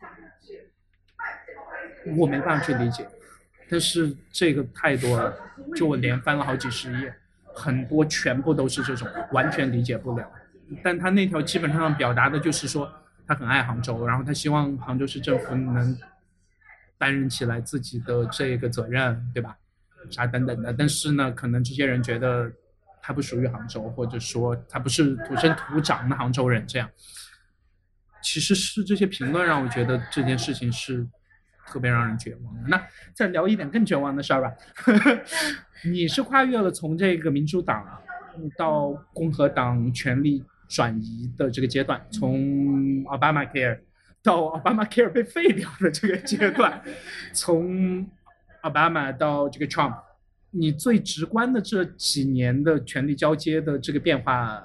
我没办法去理解，但是这个太多了，就我连翻了好几10页，很多全部都是这种完全理解不了。但他那条基本上表达的就是说他很爱杭州，然后他希望杭州市政府能担任起来自己的这个责任，对吧？啥等等的。但是呢，可能这些人觉得他不属于杭州，或者说他不是土生土长的杭州人，这样。其实是这些评论让我觉得这件事情是特别让人绝望的。那再聊一点更绝望的事儿吧。你是跨越了从这个民主党到共和党权力转移的这个阶段，从 Obamacare 到 Obamacare 被废掉的这个阶段，从 Obama 到这个 Trump， 你最直观的这几年的权力交接的这个变化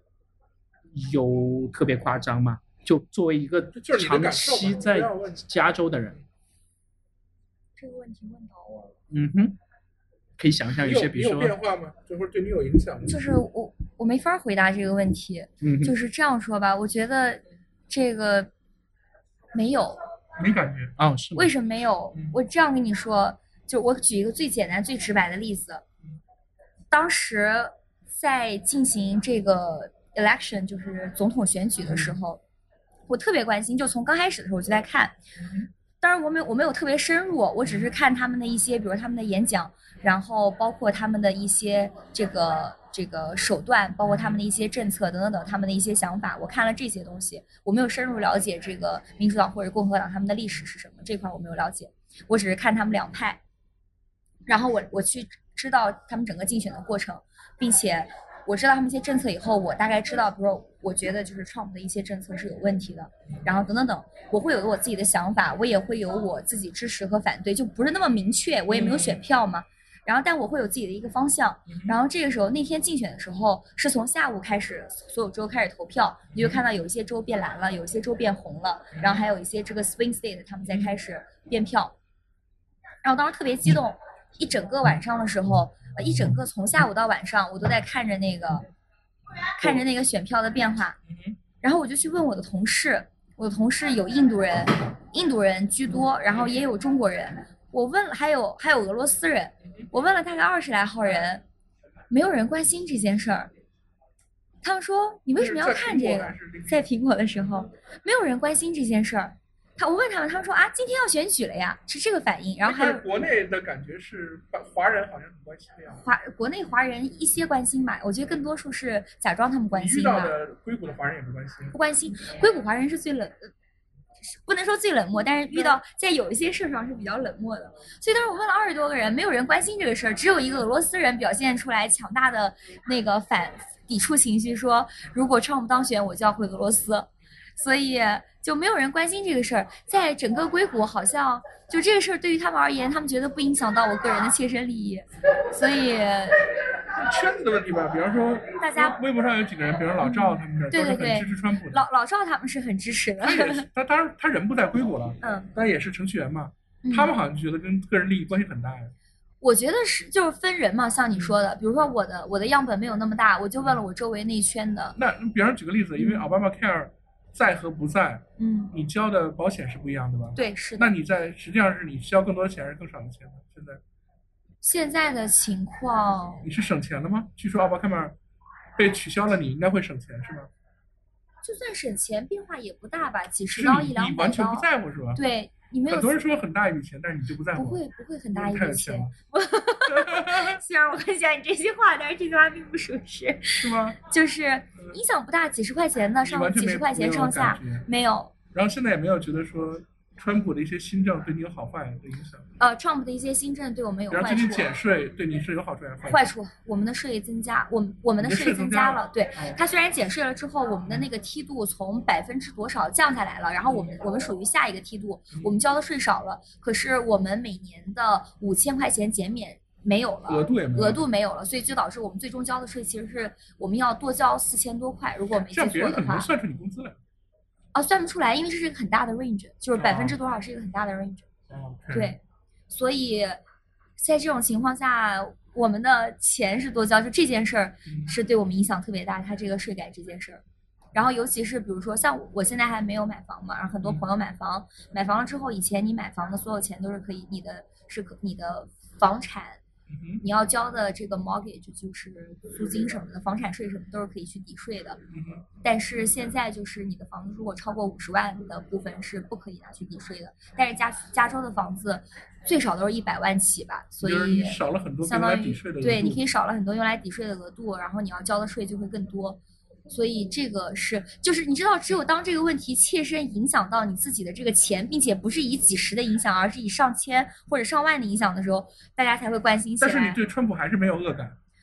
有特别夸张吗？就作为一个长期在加州的人， 这个问题问到我了。 嗯哼，可以想象一些，比如说你有变化吗？就会对你有影响吗？ 就是我没法回答这个问题。就是这样说吧，我觉得这个没有， 没感觉哦，是吗？ 为什么没有？我这样跟你说，就我举一个最简单、最直白的例子。当时在进行这个 election， 就是总统选举的时候，我特别关心，就从刚开始的时候我就在看。当然我没有特别深入，我只是看他们的一些，比如他们的演讲，然后包括他们的一些这个手段，包括他们的一些政策等等等，他们的一些想法，我看了这些东西，我没有深入了解这个民主党或者共和党他们的历史是什么，这块我没有了解，我只是看他们两派，然后我去知道他们整个竞选的过程，并且我知道他们一些政策以后，我大概知道，比如说我觉得就是 Trump 的一些政策是有问题的，然后等等等，我会有我自己的想法，我也会有我自己支持和反对，就不是那么明确，我也没有选票嘛。然后但我会有自己的一个方向。然后这个时候那天竞选的时候是从下午开始，所有州开始投票，你就看到有一些州变蓝了，有一些州变红了，然后还有一些这个 swing state 他们在开始变票。然后当时特别激动，一整个晚上的时候，一整个从下午到晚上，我都在看着那个选票的变化。然后我就去问我的同事，我的同事有印度人居多，然后也有中国人，我问了，还有俄罗斯人，我问了大概20来号人，没有人关心这件事儿。他们说你为什么要看这个？在苹果的时候，没有人关心这件事儿。我问他们，他们说啊，今天要选举了呀，是这个反应。然后还有国内的感觉是华人好像很关心的样子。 国内华人一些关心吧，我觉得更多数是假装他们关心吧。 遇到的硅谷的华人也不关心。 不关心，硅谷华人是最冷，不能说最冷漠，但是遇到在有一些事上是比较冷漠的。所以当时我问了20多个人，没有人关心这个事儿，只有一个俄罗斯人表现出来强大的那个抵触情绪，说如果川普当选，我就要回俄罗斯。所以就没有人关心这个事儿，在整个硅谷好像就这个事儿对于他们而言，他们觉得不影响到我个人的切身利益，所以圈子的问题吧。比方说大家微博上有几个人，比如老赵他们这， 对对对， 都是很支持川普的。 老赵他们是很支持的。 他当然他人不在硅谷了，但也是程序员嘛，他们好像觉得跟个人利益关系很大呀。 我觉得就是分人嘛，像你说的，比如说我的样本没有那么大，我就问了我周围那一圈的。 那比方说举个例子，因为 Obamacare 在和不在，你交的保险是不一样的吧？ 对，是的。 那你实际上是你交更多的钱还是更少的钱呢？ 现在的情况， 你是省钱了吗？据说 Obamacare 被取消了，你应该会省钱是吗？ 就算省钱，变化也不大吧，几十刀100-200刀。 你完全不在乎是吧？ 对，你没有。 很多人说很大一笔钱，但是你就不在乎。 不会很大一笔钱。虽然我很喜欢你这句话，但是这句话并不属实。 是吗？ 就是影响不大，几十块钱的上几十块钱上下，没有。 然后现在也没有觉得说川普的一些新政对你有好坏的影响。 Trump 的一些新政对我们有坏处。 然后最近减税对你是有好处还是坏处？我们的税增加，我们的税增加了。对，它虽然减税了之后，我们的那个梯度从%多少降下来了，然后我们属于下一个梯度，我们交的税少了，可是我们每年的5000块钱减免没有了，额度没有了，所以就导致我们最终交的税其实是我们要多交4000多块，如果我没记错的话。 这样别人很难算出你工资来。 算不出来，因为这是一个很大的 range， 就是%多少是一个很大的 range。对，所以在这种情况下，我们的钱是多交，就这件事儿是对我们影响特别大，它这个税改这件事儿。然后尤其是比如说像我现在还没有买房嘛，然后很多朋友买房了之后，以前你买房的所有钱都是可以，你的房产。你要交的这个 mortgage 就是租金什么的，房产税什么都是可以去抵税的。但是现在就是你的房子如果超过50万的部分是不可以拿去抵税的。但是加州的房子最少都是100万起吧，所以少了很多相当于对，你可以少了很多用来抵税的额度，然后你要交的税就会更多。所以这个就是你知道，只有当这个问题切身影响到你自己的这个钱，并且不是以几十的影响，而是以上千或者上万的影响的时候，大家才会关心起来。 但是你对川普还是没有恶感？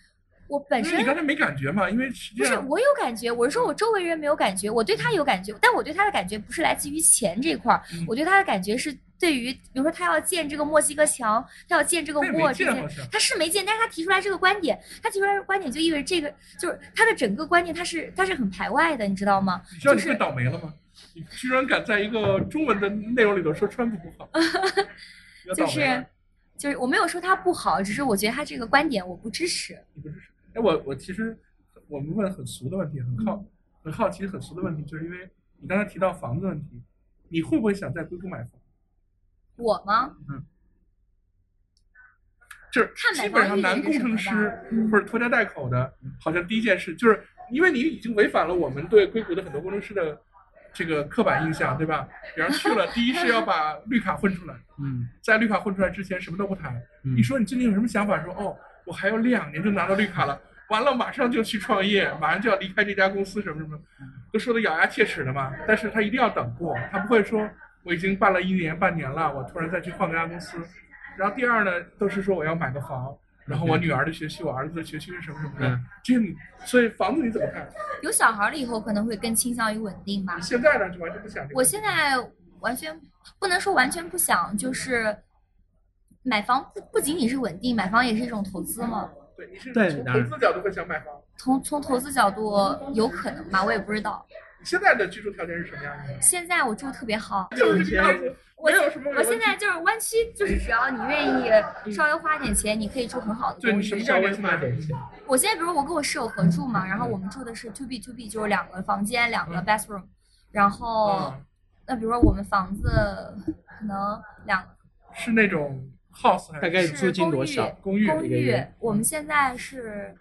我本身你刚才没感觉嘛？因为实际上不是我有感觉，我是说我周围人没有感觉，我对他有感觉，但我对他的感觉不是来自于钱这块儿，我对他的感觉是对于，比如说他要建这个墨西哥墙，他要建这个沃这些，他是没建，但是他提出来这个观点，他提出来的观点就意味着这个就是他的整个观念，他是很排外的，你知道吗？ 你知道你会倒霉了吗？你居然敢在一个中文的内容里头说川普不好， 就是我没有说他不好，只是我觉得他这个观点我不支持。 你不支持？哎，我其实我们问很俗的问题，很好奇很俗的问题，就是因为你刚才提到房子问题，你会不会想在硅谷买房？ 我吗？ 就是基本上男工程师或者拖家带口的，好像第一件事就是因为你已经违反了我们对硅谷的很多工程师的这个刻板印象，对吧？比方去了，第一是要把绿卡混出来，在绿卡混出来之前什么都不谈。你说你最近有什么想法？说哦，我还有2年就拿到绿卡了，完了马上就去创业，马上就要离开这家公司，什么什么，都说的咬牙切齿的嘛。但是他一定要等过，他不会说我已经办了1年半年了，我突然再去换个家公司。然后第二呢，都是说我要买个房，然后我女儿的学习，我儿子的学习是什么什么的。这个所以房子你怎么看？ 有小孩了以后可能会更倾向于稳定吧。 你现在呢就完全不想这个？ 我现在完全不能说完全不想，就是买房不仅仅是稳定，买房也是一种投资嘛。 对，你是从投资角度会想买房？ 从投资角度有可能吧，我也不知道。 你现在的居住条件是什么样的？ 现在我住特别好， 就是这个样子。我现在就是湾区，就是只要你愿意稍微花点钱，你可以住很好的公寓。 对，你什么概念花点钱？ 我现在比如我跟我室友合住嘛，然后我们住的是 2B，就是2个房间2个 bathroom，然后那比如说我们房子可能是那种 house 还是大概租金多少？ 公寓我们现在是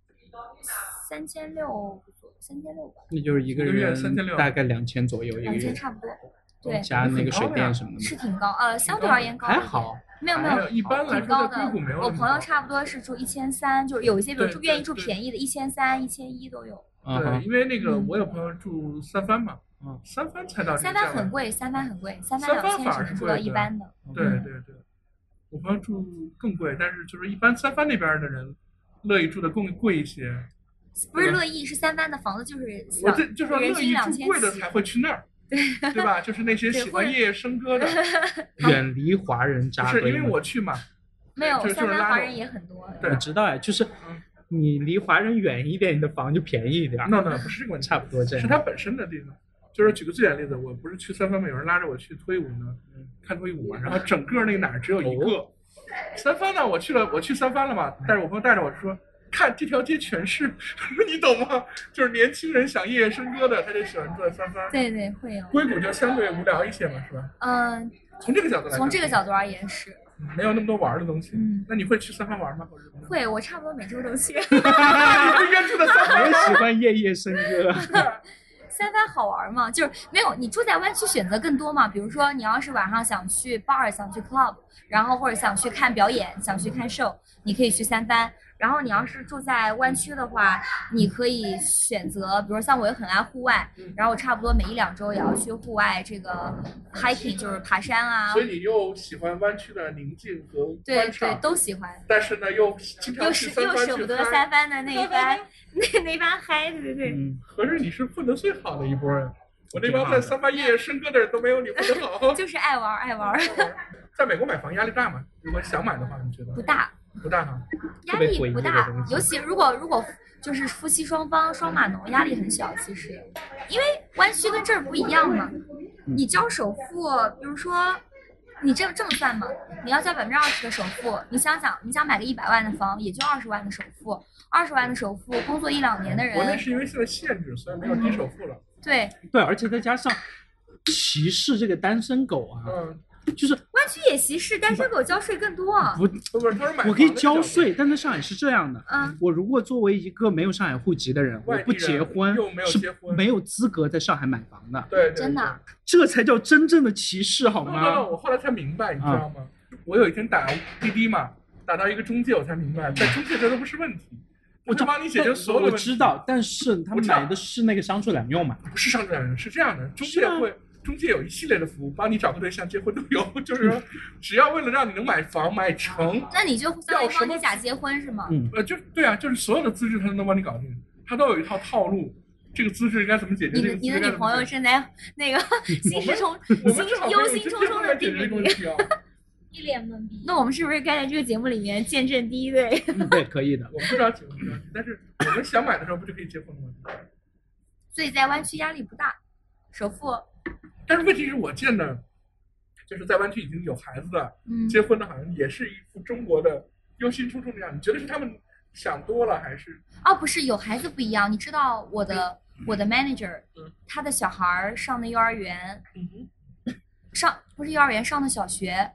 3600吧， 那就是一个人大概2000左右一个月 ，2000差不多。对， 加那个水电什么的， 是挺高，相对而言高， 还好， 没有， 一般来说在硅谷没有。我朋友差不多是住1300，就是有一些比如愿意住便宜的1300、1100都有。 对，因为那个我有朋友住三藩嘛，3藩才到这个价位。 3藩很贵，3藩很贵，3藩2000是住到一般的。 对，我朋友住更贵，但是就是一般3藩那边的人乐意住的更贵一些。 不是乐意，是3藩的房子就是我这就说乐意住贵的才会去那儿。对吧？就是那些喜欢夜夜笙歌的， 远离华人扎堆。 不是因为我去嘛， 没有3藩华人也很多。 对，我知道呀，就是你离华人远一点，你的房就便宜一点。 那不是这个问题， 差不多这样。 是它本身的地方。就是举个最简单的例子，我不是去3藩嘛，有人拉着我去脱衣舞呢，看脱衣舞嘛，然后整个那个哪儿只有一个。3藩呢，我去3藩了嘛，但是我朋友带着我说。看这条街全是，你懂吗？就是年轻人想夜夜笙歌的，他就喜欢住在3藩。 对，会有。 硅谷就相对无聊一些嘛，是吧？从这个角度来看。 从这个角度而言是。 没有那么多玩的东西。那你会去3藩玩吗？ 会，我差不多每周都去。 你不应该住在3藩？ 我也喜欢夜夜笙歌。 3藩好玩嘛？就是没有你住在湾区选择更多嘛。比如说你要是晚上想去 bar， 想去 club， 然后或者想去看表演，想去看 show， 你可以去3藩。然后你要是住在湾区的话，你可以选择，比如像我又很爱户外，然后我差不多每1-2周也要去户外这个 hiking， 就是爬山啊。 所以你又喜欢湾区的宁静和对，都喜欢。 但是呢，又经常去3藩， 又舍不得3藩的那一番那番嗨，对。 合着你是混得最好的一波人，我那帮在3藩夜夜笙歌的人都没有你混得好。 就是爱玩。 在美国买房压力大吗？如果想买的话，你觉得？不大哈， 压力不大，尤其如果就是夫妻双方双码农，压力很小。其实，因为湾区跟这儿不一样嘛，你交首付，比如说你这么算嘛，你要交20%的首付，你想买个100万的房，也就20万的首付，20万的首付，工作1-2年的人。 国内是因为现在限制，所以没有低首付了。 对， 而且再加上歧视这个单身狗啊。就是湾区也歧视单身狗交税更多。 不是，他说买我可以交税，但在上海是这样的。我如果作为一个没有上海户籍的人，我不结婚是没有资格在上海买房的。 对， 真的， 这才叫真正的歧视，好吗？ 我后来才明白，你知道吗？我有一天打滴滴嘛，打到一个中介，我才明白，在中介这都不是问题。我就帮你解决所有的问题。 我知道，但是他买的是那个商住两用嘛？ 不是商住两用，是这样的，中介会。 中介有一系列的服务，帮你找个对象、结婚都有，就是说只要为了让你能买房买成， 那你就相当于帮你假结婚是吗？ 就对啊，就是所有的资质他都能帮你搞定，他都有一套套路。这个姿势应该怎么解决？ 你的女朋友正在那个忧心忡忡的盯着你， 一脸懵逼。 那我们是不是该在这个节目里面见证第一对？ 对，可以的。 我们不知道结婚，但是我们想买的时候不就可以结婚了吗？ 所以在湾区压力不大，首付。 但是问题是我见的，就是在湾区已经有孩子的，结婚的好像也是一副中国的忧心忡忡的样子。你觉得是他们想多了还是？ 哦，不是，有孩子不一样。你知道我的 manager，他的小孩上的幼儿园，不是幼儿园上的小学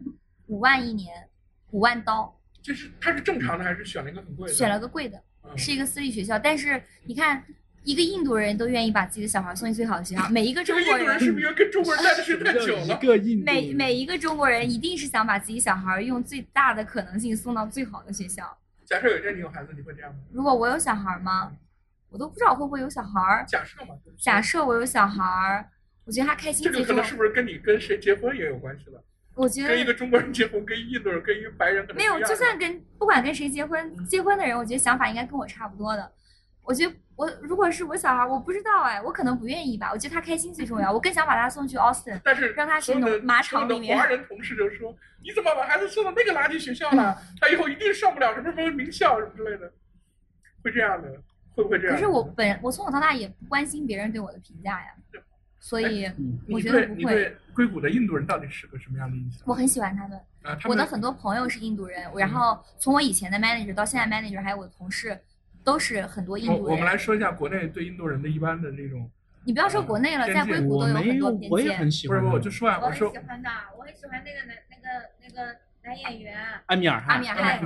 ，5万一年，5万刀。 就是他是正常的还是选了一个很贵的？ 选了个贵的，是一个私立学校。但是你看，一个印度人都愿意把自己的小孩送去最好的学校，每一个中国人是不是跟中国人待的时间太久了？ 每一个中国人一定是想把自己小孩用最大的可能性送到最好的学校。 假设有一天你有孩子，你会这样吗？ 如果我有小孩吗？我都不知道会不会有小孩。假设我有小孩，我觉得他开心。 这个可能是不是跟你跟谁结婚也有关系了？ 我觉得跟一个中国人结婚，跟印度人，跟一个白人可能没有，就算不管跟谁结婚，结婚的人，我觉得想法应该跟我差不多的。我觉得如果是我小孩，我不知道我可能不愿意吧。我觉得他开心最重要，我更想把他送去 Austin， 但是让他去马场里面。 华人同事就说：“你怎么把孩子送到那个垃圾学校了？他以后一定上不了什么名校什么之类的。”会这样的，会不会这样？ 可是我从小到大也不关心别人对我的评价呀，所以我觉得不会。 你对硅谷的印度人到底是个什么样的印象？ 我很喜欢他们。我的很多朋友是印度人，然后从我以前的 manager 到现在 manager， 还有我的同事。都是很多印度人。 我们来说一下国内对印度人的一般的那种。 你不要说国内了，在硅谷都有很多偏见。 我也很喜欢。 不是，我就说我很喜欢的，我很喜欢那个男演员阿米尔汗。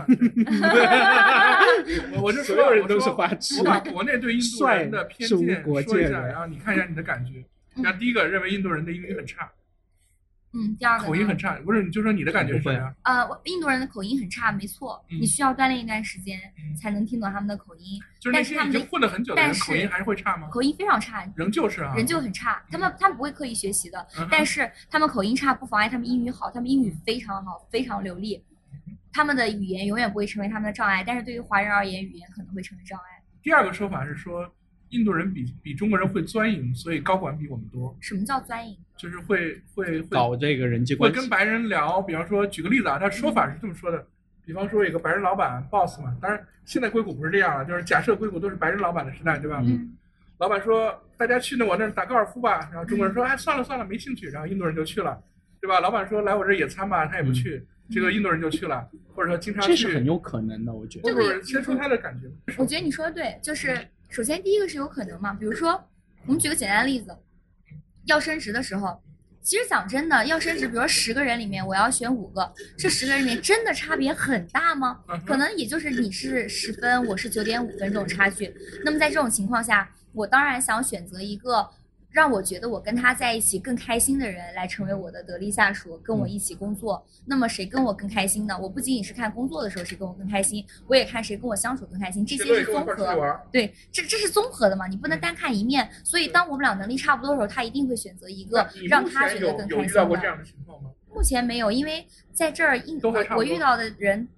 我就说所有人都是花痴。 我把国内对印度人的偏见说一下，然后你看一下你的感觉。像第一个，认为印度人的英语很差。 第二个口音很差，不是？你就说你的感觉是什么呀？ 印度人的口音很差，没错，你需要锻炼一段时间才能听懂他们的口音。 就是那些已经混了很久的人，口音还是会差吗？ 口音非常差， 仍旧是啊， 仍旧很差。他们不会刻意学习的，但是他们口音差不妨碍他们英语好，他们英语非常好，非常流利。他们的语言永远不会成为他们的障碍，但是对于华人而言，语言可能会成为障碍。 第二个说法是说，印度人比中国人会钻营，所以高管比我们多。 什么叫钻营？ 就是会搞这个人际关系， 会跟白人聊。比方说，举个例子啊，他说法是这么说的：比方说有个白人老板 boss 嘛，当然现在硅谷不是这样了，就是假设硅谷都是白人老板的时代，对吧？老板说大家去我那儿打高尔夫吧，然后中国人说算了没兴趣，然后印度人就去了，对吧？老板说来我这儿野餐吧，他也不去，这个印度人就去了，或者说经常去。 这是很有可能的，我觉得。 不是，先说他的感觉。 我觉得你说的对，就是首先第一个是有可能嘛，比如说我们举个简单的例子。要升职的时候，其实讲真的，要升职，比如说10个人里面我要选5个，这10个人里面真的差别很大吗？可能也就是你是10分，我是9.5分这种差距。那么在这种情况下，我当然想选择一个让我觉得我跟他在一起更开心的人来成为我的得力下属，跟我一起工作。那么谁跟我更开心呢？我不仅仅是看工作的时候谁跟我更开心，我也看谁跟我相处更开心，这些是综合。对，这是综合的嘛，你不能单看一面。所以当我们俩能力差不多的时候，他一定会选择一个让他觉得更开心的。 有遇到过这样的情况吗？ 目前没有，因为在这儿我遇到的人，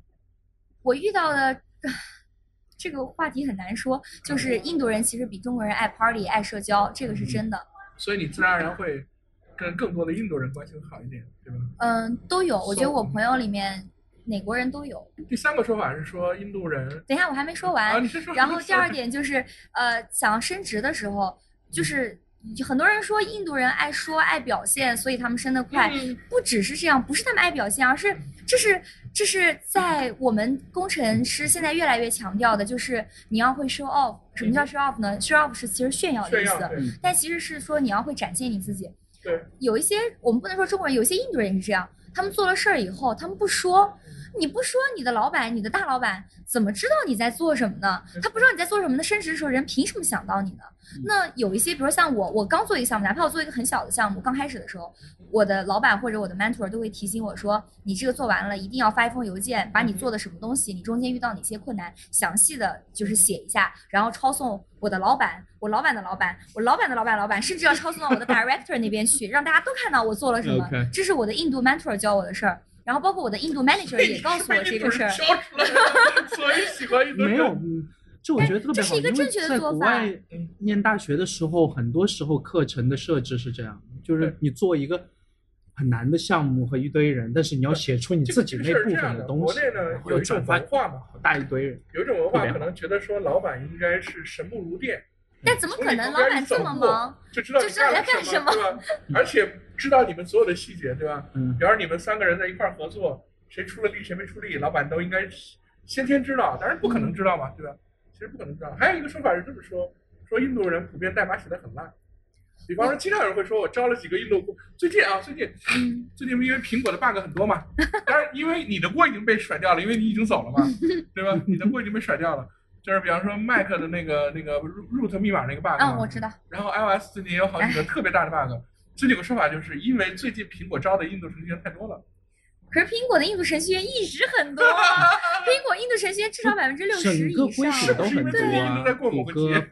这个话题很难说，就是印度人其实比中国人爱 party 爱社交，这个是真的。 所以你自然而然会跟更多的印度人关系好一点，对吧？ 都有，我觉得我朋友里面哪国人都有。 第三个说法是说印度人， 等一下我还没说完。 你先说。 然后第二点就是想要升职的时候，就是很多人说印度人爱说爱表现，所以他们升得快。不只是这样，不是他们爱表现，而是这是在我们工程师现在越来越强调的，就是你要会 show off。什么叫 show off 呢？ show off 是其实炫耀的意思，但其实是说你要会展现你自己。 对， 有一些我们不能说中国人，有些印度人也是这样。 他们做了事儿以后，他们不说，你不说，你的老板，你的大老板怎么知道你在做什么呢？他不知道你在做什么呢，升职的时候人凭什么想到你呢？那有一些，比如说像我刚做一个项目，哪怕我做一个很小的项目，刚开始的时候，我的老板或者我的 mentor 都会提醒我说，你这个做完了，一定要发一封邮件，把你做的什么东西，你中间遇到哪些困难，详细的就是写一下，然后抄送我的老板，我老板的老板，我老板的老板老板，甚至要抄送到我的 director 那边去，让大家都看到我做了什么。这是我的印度 mentor 教我的事儿。然后包括我的印度 manager 也告诉我这个事儿， 所以喜欢印度人。 没有，这我觉得特别好， 这是一个正确的做法。 因为在国外念大学的时候，很多时候课程的设置是这样，就是你做一个很难的项目和一堆人，但是你要写出你自己那部分的东西。 国内呢有一种文化嘛， 大一堆人， 有一种文化可能觉得说老板应该是神木如电。 但怎么可能？老板这么忙， 就知道你在干什么， 对吧？而且知道你们所有的细节，对吧？比方说你们3个人在一块合作，谁出了力，谁没出力，老板都应该先天知道，当然不可能知道嘛，对吧？其实不可能知道。还有一个说法是这么说，说印度人普遍代码写得很烂。比方说，经常有人会说，我招了几个印度，最近因为苹果的 bug 很多嘛，当然因为你的锅已经被甩掉了，因为你已经走了嘛，对吧？你的锅已经被甩掉了。就是比方说 Mac 的那个 root 密码那个 bug， 我知道。 然后 iOS 最近也有好几个特别大的 bug， 最近有个说法就是因为最近苹果招的印度程序员太多了。 可是苹果的印度程序员一直很多，苹果印度程序员至少60%以上， 是不是因为印度在过某个节？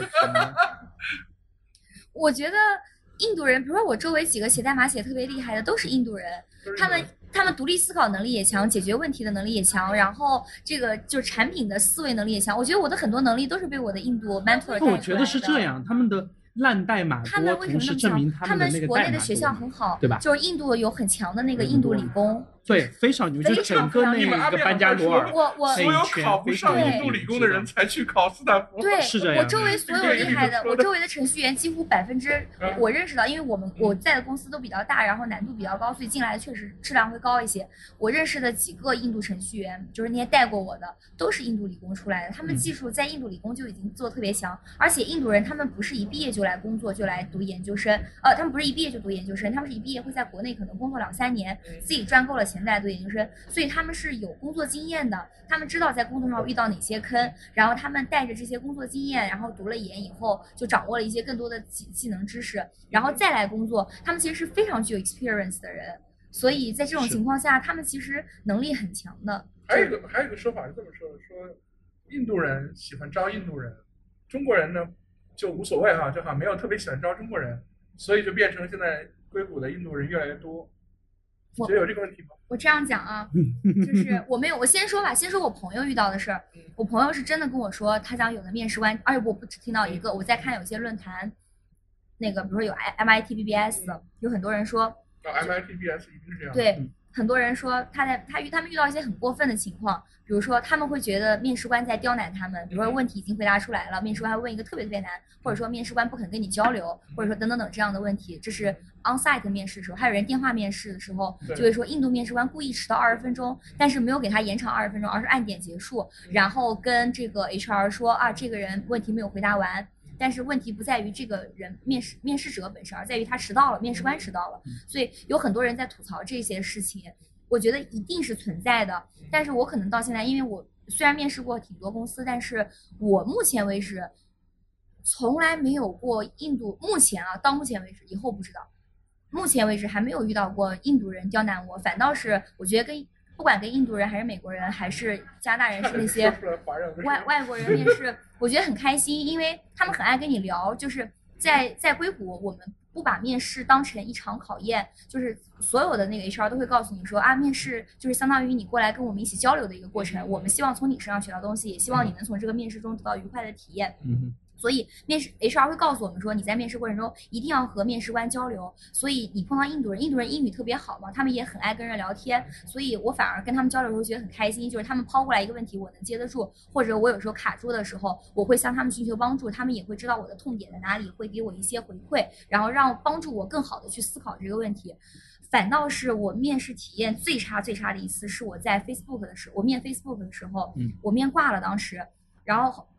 我觉得印度人，比如说我周围几个写代码写特别厉害的都是印度人，他们独立思考能力也强，解决问题的能力也强，然后这个就是产品的思维能力也强。我觉得我的很多能力都是被我的印度 mentor 带出来的。 我觉得是这样，他们的烂代码多，同时证明他们的那个国内的学校很好， 对吧？ 就是印度有很强的那个印度理工。 对，非常牛，就整个那个班加罗尔， 我所有考不上印度理工的人才去考斯坦福。 对， 是这样。 我周围所有厉害的，我周围的程序员几乎我认识到，因为我在的公司都比较大，然后难度比较高，所以进来的确实质量会高一些。我认识的几个印度程序员，就是那些带过我的，都是印度理工出来的，他们技术在印度理工就已经做得特别强，而且印度人他们不是一毕业就来工作就来读研究生，他们不是一毕业就读研究生，他们是一毕业会在国内可能工作2-3年，自己赚够了钱再来读研究生。所以他们是有工作经验的，他们知道在工作上遇到哪些坑，然后他们带着这些工作经验，然后读了研以后就掌握了一些更多的技能知识，然后再来工作，他们其实是非常具有 experience 的人，所以在这种情况下他们其实能力很强的。 还有一个说法是这么说的，说印度人喜欢招印度人，中国人呢就无所谓哈，就好像没有特别喜欢招中国人，所以就变成现在硅谷的印度人越来越多。你觉得有这个问题吗？ 我这样讲啊，就是我没有，我先说吧，先说我朋友遇到的事儿。我朋友是真的跟我说，他讲有的面试官，而且我不只听到一个，我在看有些论坛，那个比如说有 MIT、BBS 的，有很多人说 ，MIT、BBS 一定是这样。 对，很多人说他们遇到一些很过分的情况，比如说他们会觉得面试官在刁难他们，比如说问题已经回答出来了，面试官还问一个特别难，或者说面试官不肯跟你交流，或者说等等等这样的问题，这是 on-site 面试的时候，还有人电话面试的时候就会说印度面试官故意迟到20分钟，但是没有给他延长20分钟，而是按点结束，然后跟这个 HR 说啊，这个人问题没有回答完。但是问题不在于这个人面试者本身，而在于他迟到了，面试官迟到了。所以有很多人在吐槽这些事情，我觉得一定是存在的。但是我可能到现在，因为我虽然面试过挺多公司，但是我目前为止从来没有过印度，到目前为止，以后不知道，目前为止还没有遇到过印度人刁难我，反倒是我觉得不管跟印度人还是美国人还是加拿大人是那些外国人面试，我觉得很开心，因为他们很爱跟你聊。就是在硅谷，我们不把面试当成一场考验，就是所有的那个 HR 都会告诉你说啊，面试就是相当于你过来跟我们一起交流的一个过程，我们希望从你身上学到东西，也希望你能从这个面试中得到愉快的体验。所以面试 HR 会告诉我们说，你在面试过程中一定要和面试官交流。所以你碰到印度人英语特别好嘛，他们也很爱跟人聊天，所以我反而跟他们交流的时候觉得很开心，就是他们抛过来一个问题我能接得住，或者我有时候卡住的时候，我会向他们寻求帮助，他们也会知道我的痛点在哪里，会给我一些回馈，然后帮助我更好的去思考这个问题。反倒是我面试体验最差的一次是我在 Facebook 的时候，我面 Facebook 的时候，我面挂了当时。然后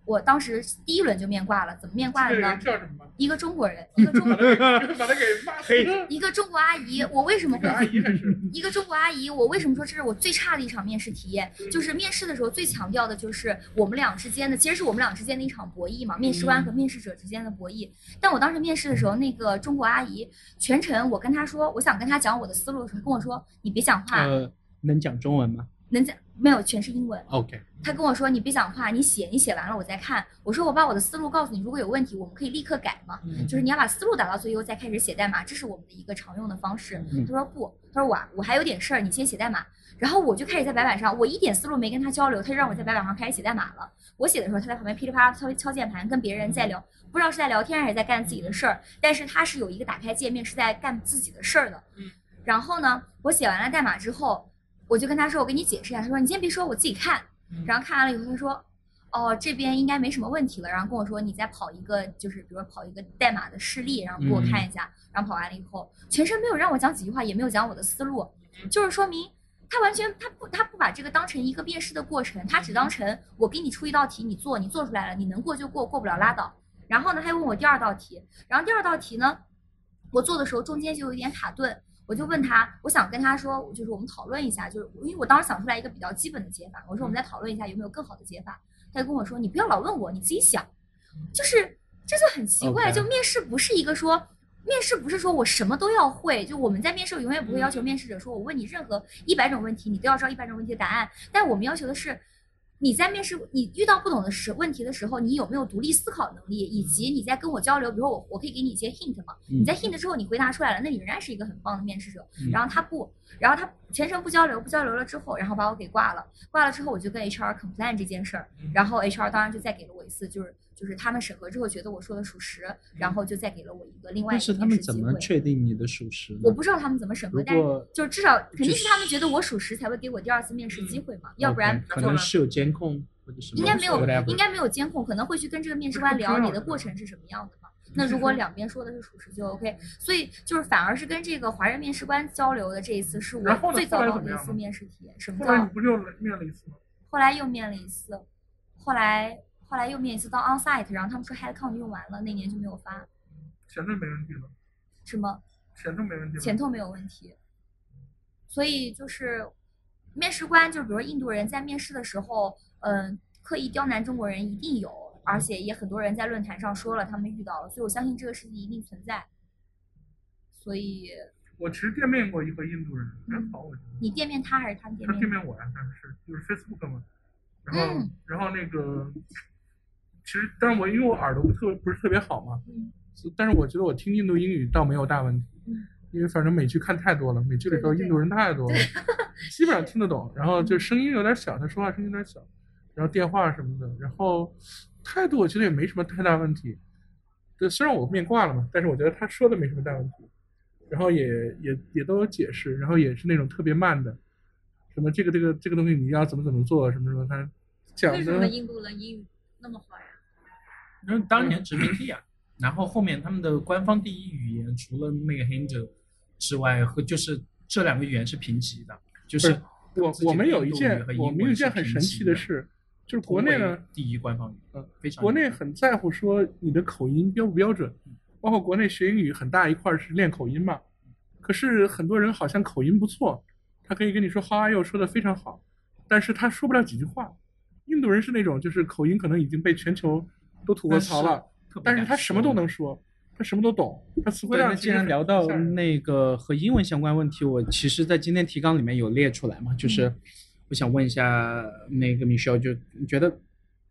我当时第一轮就面挂了，怎么面挂的呢？ 叫什么？ 一个中国人，一个中国把他给骂黑， 一个中国阿姨。我为什么会阿姨还是一个中国阿姨？我为什么说这是我最差的一场面试体验？就是面试的时候最强调的就是我们俩之间的，其实是我们俩之间的一场博弈嘛，面试官和面试者之间的博弈。但我当时面试的时候，那个中国阿姨全程我跟她说，我想跟她讲我的思路的时候，跟我说你别讲话。 能讲中文吗？ 能讲，没有，全是英文。 OK。 他跟我说你别讲话，你写完了我再看。我说我把我的思路告诉你，如果有问题我们可以立刻改嘛，就是你要把思路打到最优再开始写代码，这是我们的一个常用的方式。他说不，他说我还有点事儿，你先写代码。然后我就开始在白板上，我一点思路没跟他交流，他就让我在白板上开始写代码了。我写的时候他在旁边噼里啪啦敲键盘，跟别人在聊，不知道是在聊天还是在干自己的事儿，但是他是有一个打开界面是在干自己的事儿的。然后呢，我写完了代码之后，我就跟他说，我给你解释一下。他说你先别说，我自己看。然后看完了以后，他说哦，这边应该没什么问题了。然后跟我说你再跑一个，就是比如说跑一个代码的示例，然后给我看一下。然后跑完了以后，全程没有让我讲几句话，也没有讲我的思路，就是说明他完全他不把这个当成一个面试的过程，他只当成我给你出一道题，你做出来了，你能过就过，过不了拉倒。然后呢，他又问我第二道题，然后第二道题呢，我做的时候中间就有一点卡顿。我就问他，我想跟他说，就是我们讨论一下，就是因为我当时想出来一个比较基本的解法，我说我们再讨论一下有没有更好的解法。他就跟我说，你不要老问我，你自己想。就是这就很奇怪，就面试不是一个说，面试不是说我什么都要会，就我们在面试永远不会要求面试者说我问你任何100种问题，你都要知道100种问题的答案，但我们要求的是。你在面试，你遇到不懂的问题的时候，你有没有独立思考能力，以及你在跟我交流，比如说我可以给你一些 hint 嘛，你在 hint 之后你回答出来了，那你仍然是一个很棒的面试者。然后他全程不交流了之后，然后把我给挂了之后，我就跟 HR complain 这件事儿，然后 HR 当然就再给了我一次，就是他们审核之后觉得我说的属实，然后就再给了我一个另外一个面试机会。但是他们怎么确定你的属实呢？ 我不知道他们怎么审核，但是就至少肯定是他们觉得我属实才会给我第2次面试机会嘛，要不然可能是有监控或者什么。 应该没有监控，可能会去跟这个面试官聊你的过程是什么样的嘛。那如果两边说的是属实就 OK， 所以就是反而是跟这个华人面试官交流的这一次是我最糟糕的一次面试体验。什么叫？ 后来你不是又面了一次吗？ 后来又面了一次，后来又面一次到 onsite， 然后他们说 headcount 用完了，那年就没有发。 前头没问题了。 什么？ 前头没问题。 前头没有问题。所以就是面试官，就比如印度人在面试的时候，刻意刁难中国人一定有，而且也很多人在论坛上说了他们遇到了，所以我相信这个事情一定存在。所以我其实店面过一个印度人，很好，我觉得。 你店面他还是他店面？ 他店面我呀，但是就是 Facebook 嘛。然后那个，其实但是因为我耳朵不是特别好嘛，但是我觉得我听印度英语倒没有大问题，因为反正美剧看太多了，美剧里头印度人太多了，基本上听得懂。然后就声音有点小，他说话声音有点小，然后电话什么的，然后态度我觉得也没什么太大问题。对，虽然我面挂了嘛，但是我觉得他说的没什么大问题。然后也都有解释，然后也是那种特别慢的，什么这个东西你要怎么做，什么什么，他讲的。 为什么印度人英语那么好呀？ 因为当年殖民地啊，然后后面他们的官方第一语言除了那个 Hindi 之外，和就是这2个语言是平级的，就是我们有一件很神奇的事，就是国内呢第一官方语，非常国内很在乎说你的口音标不标准。包括国内学英语很大一块是练口音嘛，可是很多人好像口音不错，他可以跟你说 How are you 说的非常好，但是他说不了几句话。印度人是那种就是口音可能已经被全球都吐过槽了，但是他什么都能说，他什么都懂，他词汇量。 既然聊到那个和英文相关问题，我其实在今天提纲里面有列出来嘛，就是我想问一下那个 Michelle， 就你觉得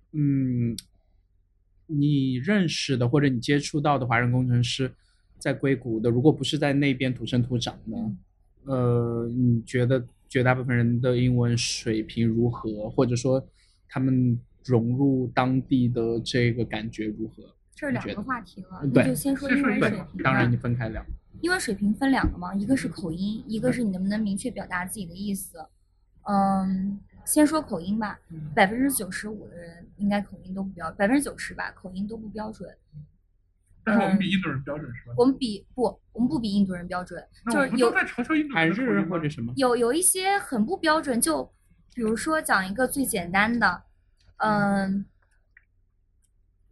你认识的或者你接触到的华人工程师在硅谷的，如果不是在那边土生土长的，你觉得绝大部分人的英文水平如何，或者说他们融入当地的这个感觉如何？ 这是2个话题了， 对， 你就先说英文水平。 当然你分开聊。 英文水平分2个嘛，一个是口音，一个是你能不能明确表达自己的意思。先说口音吧，95%的人应该口音都不标，90%吧，口音都不标准。 但是我们比印度人标准是吧？ 我们不比印度人标准，就是有在嘲笑印度人韩日或者什么。 有一些很不标准，就比如说讲一个最简单的，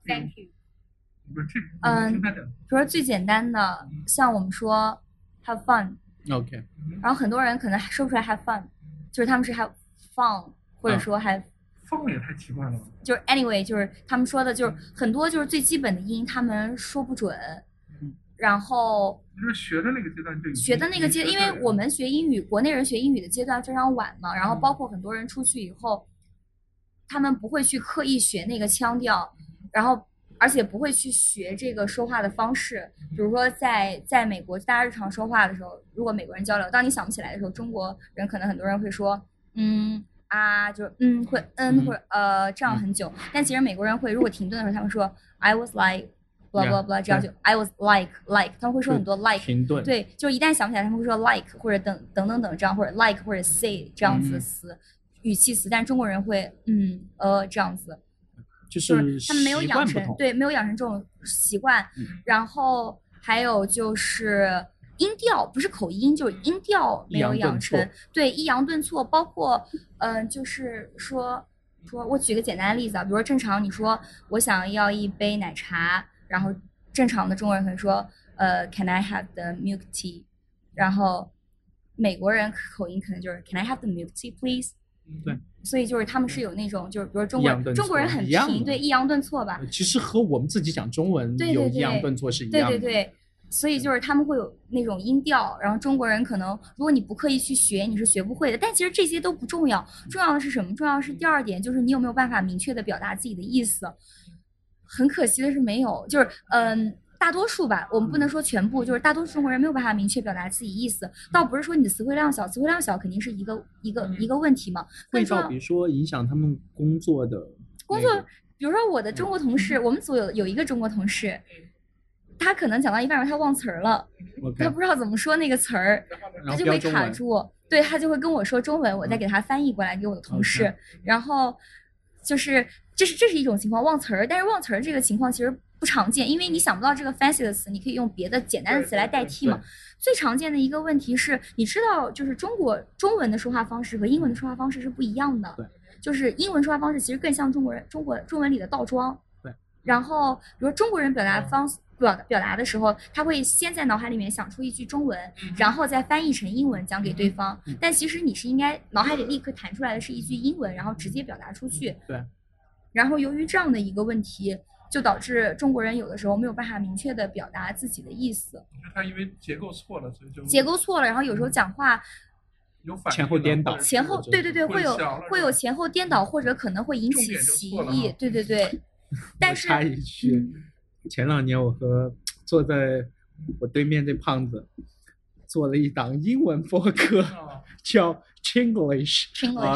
Thank you。 不是这， 比如说最简单的，像我们说 have fun。OK。然后很多人可能说不出来 have fun， 就是他们是 have fun， 或者说 have。 fun 也太奇怪了吧。 就是 anyway， 就是他们说的就是很多就是最基本的音他们说不准。然后就是学的那个阶段就学的那个阶段，因为我们学英语，国内人学英语的阶段非常晚嘛，然后包括很多人出去以后，他们不会去刻意学那个腔调，然后而且不会去学这个说话的方式。比如说在美国，大家日常说话的时候，如果美国人交流，当你想不起来的时候，中国人可能很多人会说就是会或者这样很久，但其实美国人会，如果停顿的时候，他们说 I was like blah blah blah， 这样就 I was like， 他们会说很多 like， 对，就一旦想不起来，他们会说 like 或者等这样，或者 like 或者 say 这样子的词，语气词，但中国人会这样子， 就是他们没有养成，对，没有养成这种习惯。然后还有就是音调，不是口音，就是音调没有养成，对，抑扬顿挫，包括就是说我举个简单的例子啊，比如说正常你说我想要一杯奶茶，然后正常的中国人可能说Can I have the milk tea， 然后美国人口音可能就是 Can I have the milk tea please。 对， 所以就是他们是有那种就是比如中国人很平，对，抑扬顿挫吧， 其实和我们自己讲中文有抑扬顿挫是一样的， 对，所以就是他们会有那种音调，然后中国人可能如果你不刻意去学，你是学不会的。但其实这些都不重要，重要的是什么？重要的是第二点，就是你有没有办法明确的表达自己的意思。很可惜的是没有，就是大多数吧，我们不能说全部，就是大多数中国人没有办法明确表达自己意思。倒不是说你的词汇量小，词汇量小肯定是一个问题嘛。 会到比如说影响他们工作， 比如说我的中国同事，我们组有一个中国同事。他可能讲到一半他忘词儿了，他不知道怎么说那个词儿，他就会卡住，对，他就会跟我说中文，我再给他翻译过来给我的同事，然后就是这是一种情况，忘词儿。但是忘词儿这个情况其实不常见，因为你想不到这个 fancy 的词，你可以用别的简单的词来代替嘛。最常见的一个问题是，你知道就是中文的说话方式和英文的说话方式是不一样的，就是英文说话方式其实更像中文里的倒装， 对。 然后比如中国人表达的时候，他会先在脑海里面想出一句中文，然后再翻译成英文讲给对方。但其实你是应该脑海里立刻弹出来的是一句英文，然后直接表达出去。 对。 然后由于这样的一个问题，就导致中国人有的时候没有办法明确的表达自己的意思。 他因为结构错了，所以就结构错了，然后有时候讲话前后颠倒， 对，会有前后颠倒，或者可能会引起歧义。对。但是插一句。前2年我和坐在我对面这胖子做了一档英文播客，叫 Chinglish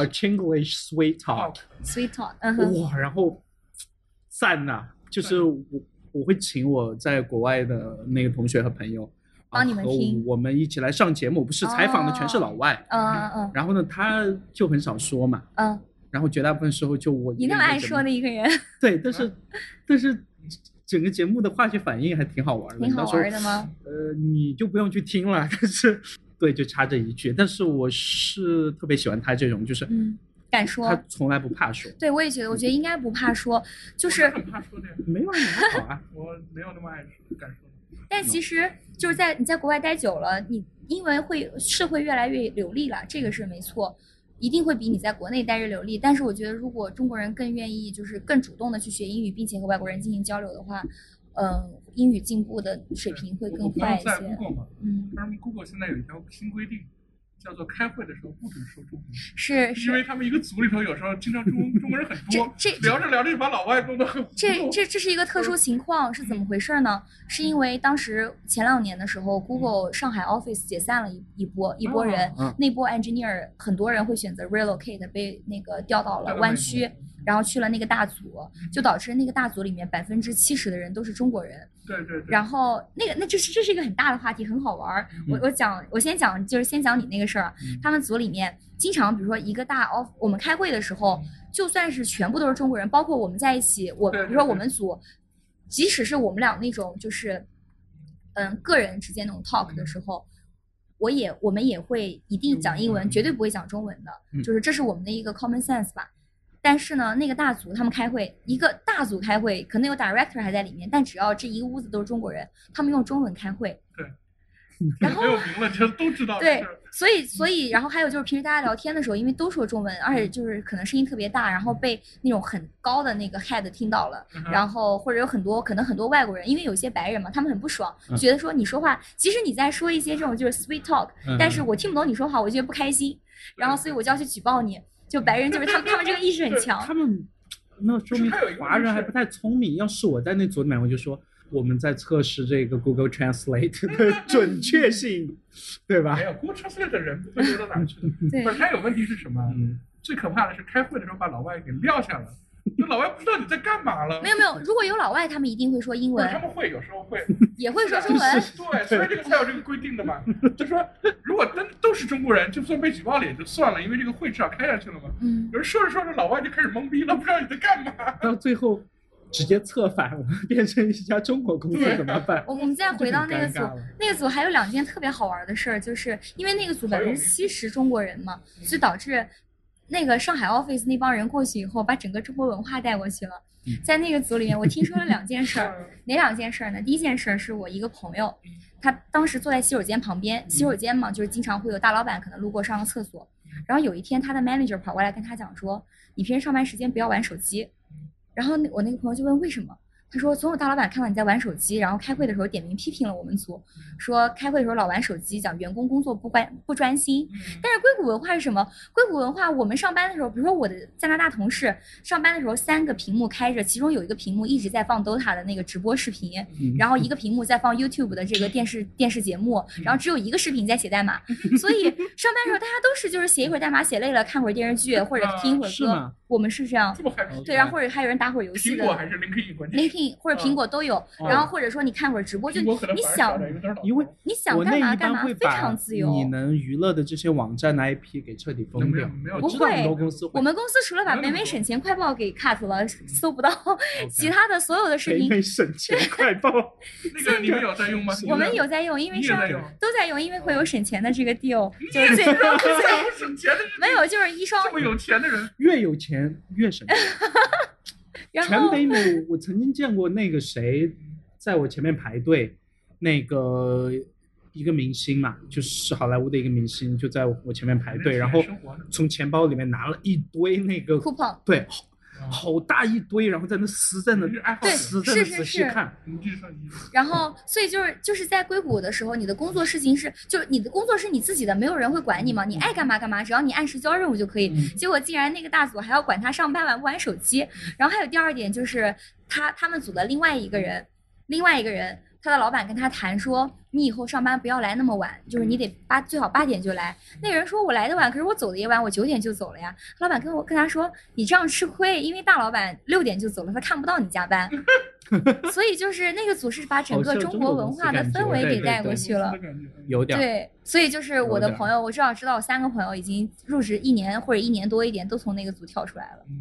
Sweet Talk。哇，然后赞呐！就是我会请我在国外的那个同学和朋友帮你们听， 我们一起来上节目，不是采访的全是老外，然后呢他就很少说嘛，然后绝大部分时候就我你那么爱说的一个人， 对，但是整个节目的化学反应还挺好玩的， 挺好玩的吗？ 你就不用去听了，但是对，就插这一句。但是我是特别喜欢他这种，就是敢说， 他从来不怕说。 对，我也觉得，我觉得应该不怕说，就是很怕说的， 没有你还好啊， 我没有那么爱敢说。 但其实就是你在国外待久了，你英文会越来越流利了，这个是没错。一定会比你在国内待着流利，但是我觉得如果中国人更愿意就是更主动的去学英语，并且和外国人进行交流的话，英语进步的水平会更快一些。 Google 现在有一条新规定，叫做开会的时候不准说中文， 是因为他们一个组里头有时候经常中国人很多，聊着聊着把老外弄得很这是一个特殊情况，是怎么回事呢？是因为当时前2年的时候 ，Google 上海 office 解散了一波人，那波 engineer 很多人会选择 relocate， 被那个调到了湾区，然后去了那个大组，就导致那个大组里面70%的人都是中国人。 对。 然后这是一个很大的话题，很好玩。我先讲你那个事儿。他们组里面经常，比如说一个我们开会的时候，就算是全部都是中国人，包括我们在一起，比如说我们组，即使是我们俩那种就是个人之间那种 talk 的时候，我们也会一定讲英文，绝对不会讲中文的，就是这是我们的一个 common sense 吧。 但是呢，那个大组他们开会，一个大组开会，可能有 director 还在里面，但只要这一个屋子都是中国人，他们用中文开会。 对。 然后没有名了，就都知道。 对，所以，然后还有就是平时大家聊天的时候，因为都说中文，而且就是可能声音特别大，然后被那种很高的那个 head 听到了，然后或者有可能很多外国人，因为有些白人嘛，他们很不爽，觉得说你说话，即使你在说一些这种就是 sweet talk，但是我听不懂你说话，我觉得不开心，然后所以我就要去举报你。就白人就是他们这个意识很强。 他们那说明华人还不太聪明。要是我在那组里面，我就说。我们在测试这个 Google Translate 的准确性，对吧？ 没有 Google Translate 的人不会溜到哪去的。不是，他有问题是什么？最可怕的是开会的时候把老外给撂下了，就老外不知道你在干嘛了。 没有，如果有老外，他们一定会说英文。 他们会有时候会， 也会说中文。 对，所以这个才有这个规定的嘛。就说如果都是中国人，就算被举报了也就算了，因为这个会至少开下去了嘛。有人说着说着，老外就开始懵逼了，不知道你在干嘛。 到最后。直接策反，我们变成一家中国公司怎么办？ 我们再回到那个组，那个组还有2件特别好玩的事儿，就是因为那个组70%中国人嘛，所以导致那个上海 office 那帮人过去以后，把整个中国文化带过去了。在那个组里面，我听说了2件事儿，哪2件事呢？第一件事是我一个朋友，他当时坐在洗手间旁边，洗手间嘛，就是经常会有大老板可能路过上个厕所，然后有一天他的 manager 跑过来跟他讲说，你平时上班时间不要玩手机。然后我那个朋友就问为什么，他说总有大老板看到你在玩手机，然后开会的时候点名批评了我们组，说开会的时候老玩手机，讲员工工作不专心。但是硅谷文化是什么？硅谷文化我们上班的时候，比如说我的加拿大同事上班的时候3个屏幕开着，其中有一个屏幕一直在放 Dota 的那个直播视频，然后一个屏幕在放 YouTube 的这个电视节目，然后只有一个视频在写代码。所以上班的时候大家都是就是写一会儿代码写累了，看会儿电视剧或者听一会儿歌。我们是这样，对，然后或者还有人打会儿游戏的， 苹果还是 LinkedIn 或者苹果都有，然后或者说你看会儿直播，就你想， 因为你想干嘛干嘛，非常自由。 你能娱乐的这些网站的 IP 给彻底封掉， 不会。我们公司除了把北美省钱快报给 cut 了，搜不到，其他的所有的视频。 北美省钱快报， 那个你们有在用吗？ 我们有在用，因为都在用，因为会有省钱的这个 deal， 就是最省钱的没有，就是一双这么有钱的人， 越有钱越省钱。全北美，我曾经见过那个谁，在我前面排队，那个一个明星嘛，就是好莱坞的一个明星，就在我前面排队，然后从钱包里面拿了一堆那个 coupon， 对，好大一堆，然后在那撕，在那仔细看。 然后，所以就是在硅谷的时候，你的工作事情就是你的工作是你自己的，没有人会管你嘛，你爱干嘛干嘛，只要你按时交任务就可以。结果竟然那个大组还要管他上班玩不玩手机。然后还有第2点就是他们组的另外一个人。他的老板跟他谈说，你以后上班不要来那么晚，就是你得最好8点就来。那个人说我来的晚，可是我走的也晚，我9点就走了呀。老板跟他说，你这样吃亏，因为大老板6点就走了，他看不到你加班。所以就是那个组是把整个中国文化的氛围给带过去了， 有点对。所以就是我的朋友，我至少知道3个朋友已经入职1年或者1年多一点，都从那个组跳出来了。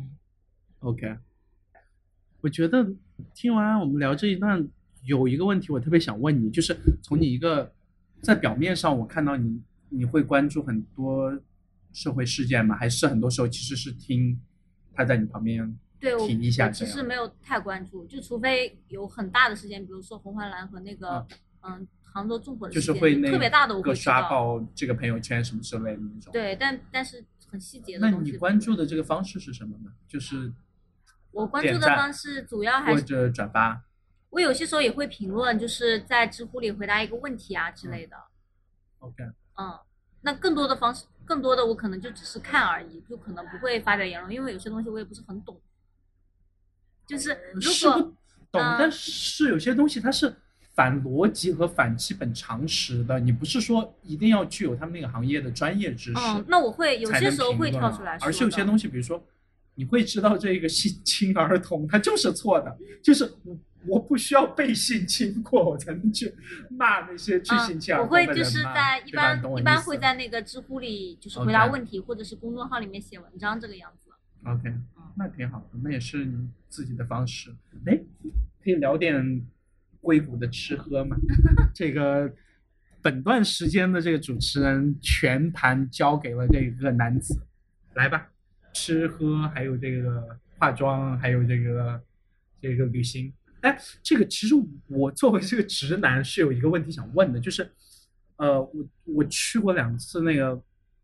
OK， 我觉得听完我们聊这一段。有一个问题我特别想问你，就是从你一个在表面上我看到你会关注很多社会事件吗？还是很多时候其实是听他在你旁边提一下？ 我其实没有太关注，就除非有很大的事件，比如说红黄蓝和那个杭州纵火的事件， 就是会特别大的我会刷爆这个朋友圈什么之类的那种。 对，但是很细节的东西。 那你关注的这个方式是什么呢？就是我关注的方式主要还是或者转发。 我有些时候也会评论，就是在知乎里回答一个问题啊之类的。 OK。 那更多的我可能就只是看而已，就可能不会发表言论，因为有些东西我也不是很懂。就是如果懂，但是有些东西它是反逻辑和反基本常识的，你不是说一定要具有他们那个行业的专业知识。 那我会有些时候会跳出来说。 而是有些东西，比如说你会知道这个性侵儿童它就是错的，就是我不需要被性侵过，我才能去骂那些去性侵儿童的人。 我会就是在一般会在那个知乎里就是回答问题，或者是公众号里面写文章这个样子。 OK， 那挺好的，那也是你自己的方式。哎，可以聊点硅谷的吃喝吗？这个本段时间的这个主持人全盘交给了这个男子，来吧。 吃喝，还有这个化妆，还有这个旅行。哎，这个其实我作为这个直男是有一个问题想问的，就是我去过2次那个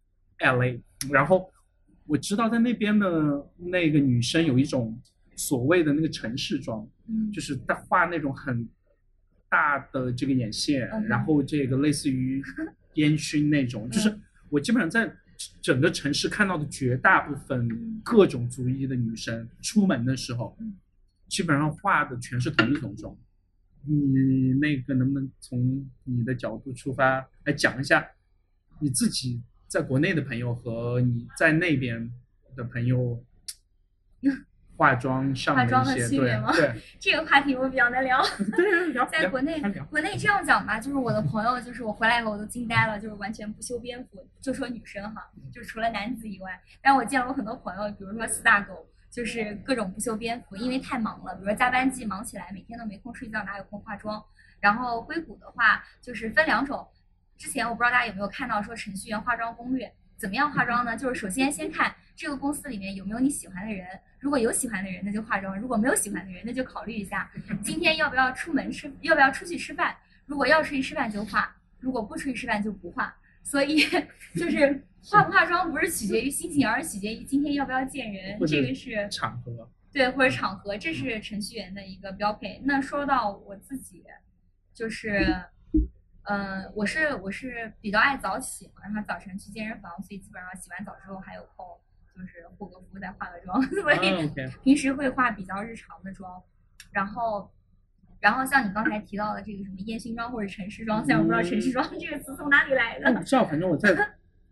LA， 然后我知道在那边的那个女生有一种所谓的那个城市妆，就是她画那种很大的这个眼线，然后这个类似于烟熏那种，就是我基本上在整个城市看到的绝大部分各种族裔的女生出门的时候，基本上画的全是同一种妆。你那个能不能从你的角度出发来讲一下你自己在国内的朋友和你在那边的朋友化妆上的一些区别吗？ 对， 这个话题我比较难聊。 对，聊。 在国内这样讲吧，就是我的朋友，就是我回来以后我都惊呆了，就是完全不修边幅，就说女生哈，就除了男子以外，但我见了我很多朋友，比如说4大狗。就是各种不修边幅，因为太忙了，比如说加班季忙起来，每天都没空睡觉，哪有空化妆？然后硅谷的话，就是分2种。之前我不知道大家有没有看到说程序员化妆攻略，怎么样化妆呢？就是首先看这个公司里面有没有你喜欢的人，如果有喜欢的人，那就化妆；如果没有喜欢的人，那就考虑一下今天要不要出去吃饭。如果要出去吃饭就化，如果不出去吃饭就不化。所以就是化不化妆不是取决于心情，而是取决于今天要不要见人，这个是场合， 对，或者场合，这是程序员的一个标配。那说到我自己，就是我是比较爱早起嘛，然后早晨去健身房，所以基本上洗完澡之后还有空，就是护个肤再化个妆，所以平时会化比较日常的妆。然后像你刚才提到的这个什么烟熏妆或者城市妆，虽然我不知道城市妆这个词从哪里来的。 我不知道，反正我在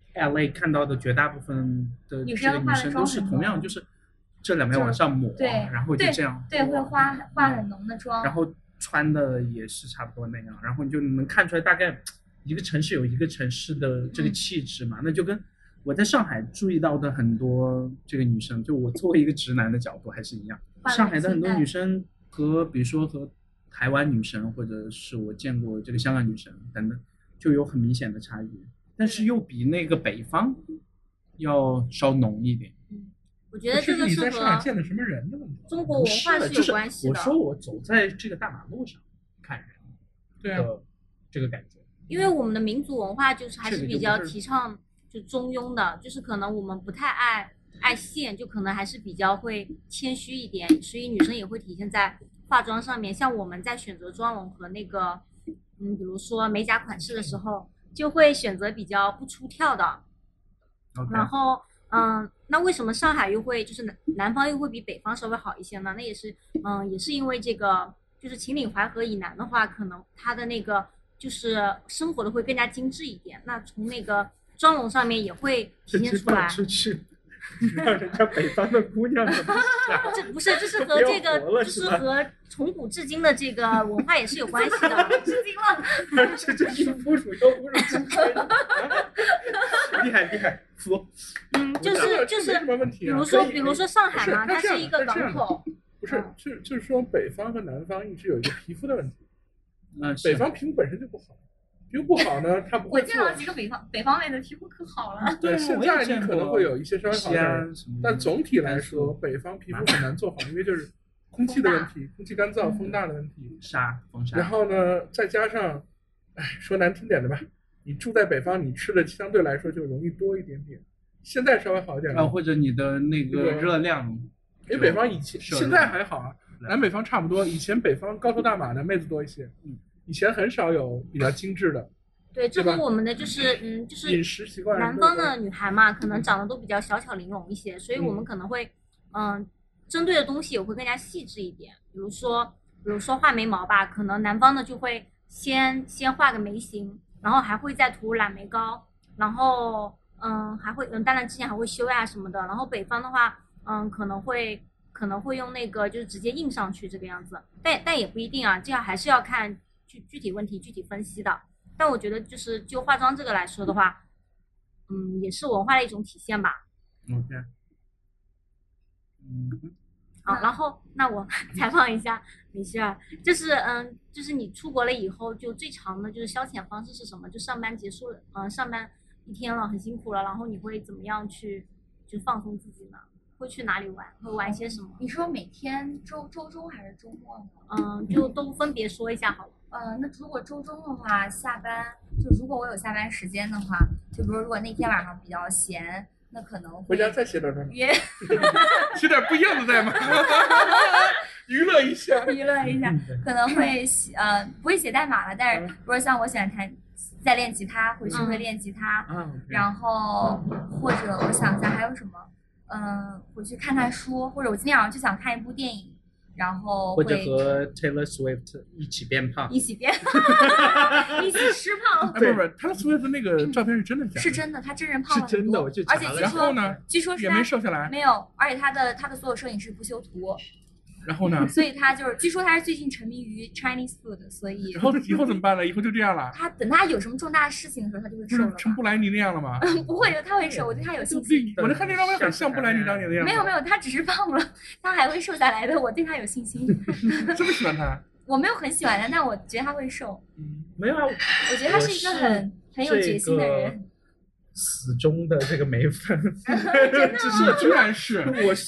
LA 看到的绝大部分的女生都是同样，就是这两边往上抹， 对， 然后就这样， 对，会化很浓的妆， 然后穿的也是差不多那样，然后你就能看出来大概一个城市有一个城市的这个气质嘛，那就跟我在上海注意到的很多这个女生，就我作为一个直男的角度还是一样，上海的很多女生和比如说和台湾女生，或者是我见过这个香港女生等等，就有很明显的差异，但是又比那个北方要稍浓一点。 我觉得这个是和你在上海见的什么人的问题， 中国文化是有关系的。 我说我走在这个大马路上看人， 对啊， 这个感觉。 因为我们的民族文化就是还是比较提倡就中庸的，就是可能我们不太爱现，就可能还是比较会谦虚一点，所以女生也会体现在化妆上面。像我们在选择妆容和那个比如说美甲款式的时候，就会选择比较不出挑的。然后那为什么上海又会就是南方又会比北方稍微好一些呢？那也是因为这个就是秦岭淮河以南的话，可能它的那个就是生活的会更加精致一点。那从那个妆容上面也会体现出来。 让人家北方的姑娘怎么想？ 这不是，这是和这个，就是和从古至今的这个文化也是有关系的。 至今了， 这是附属又不是今天，厉害，服。 就是比如说上海嘛，它是一个港口。 不是，就是说北方和南方一直有一个皮肤的问题。北方皮肤本身就不好。皮肤不好呢，它不会。 我见到几个北方妹的皮肤可好了。 对，现在你可能会有一些稍微好点，但总体来说，北方皮肤很难做好，因为就是空气的问题，空气干燥、风大的问题， 风沙。 然后呢，再加上，说难听点的吧，你住在北方，你吃的相对来说就容易多一点点。现在稍微好一点或者你的那个热量， 因为北方以前现在还好啊，南北方差不多。以前北方高头大马的妹子多一些，以前很少有比较精致的。 对，这和我们的就是饮食习惯。 南方的女孩嘛，可能长得都比较小巧玲珑一些，所以我们可能会针对的东西也会更加细致一点。比如说画眉毛吧，可能南方的就会先画个眉形，然后还会再涂染眉膏，然后还会当然之前还会修呀什么的。然后北方的话可能会用那个就是直接印上去这个样子，但也不一定啊，这样还是要看具体问题具体分析的。但我觉得就化妆这个来说的话，也是文化的一种体现吧。 OK。 好，然后那我采访一下米歇尔，就是你出国了以后，就最长的就是消遣方式是什么？就上班结束了，上班一天了，很辛苦了，然后你会怎么样去就放松自己呢？会去哪里玩？会玩些什么？ 你说每天周中还是周末呢？就都分别说一下好了。 那如果周中的话，下班就如果我有下班时间的话，就比如如果那天晚上比较闲，那可能回家再写点约写点不一样的代码，娱乐一下， 可能会不会写代码了，但是比如说像我喜欢在练吉他，回去会练吉他，然后或者我想一下还有什么，回去看看书，或者我今天晚上就想看一部电影。然后或者和 Taylor Swift 一起变胖， 一起吃胖。 不是 Taylor Swift 那个照片是真的假的？ 是真的，他真人胖了很多， 而且然后呢？ 据说是也没瘦下来， 没有，而且他的所有摄影师不修图。 然后呢？ 所以他据说他是最近沉迷于 Chinese food， 所以然后以后怎么办呢？以后就这样了。 等他有什么重大的事情的时候，他就会瘦了。 成布莱尼那样了吗？ 不会的，他会瘦，我对他有信心。 我看那张照片很像布莱尼当年的样子。 没有，他只是胖了，他还会瘦下来的，我对他有信心。 这么喜欢他？ 我没有很喜欢他，但我觉得他会瘦。 没有啊， 我觉得他是一个很有决心的人。 死忠的这个美粉， 居然是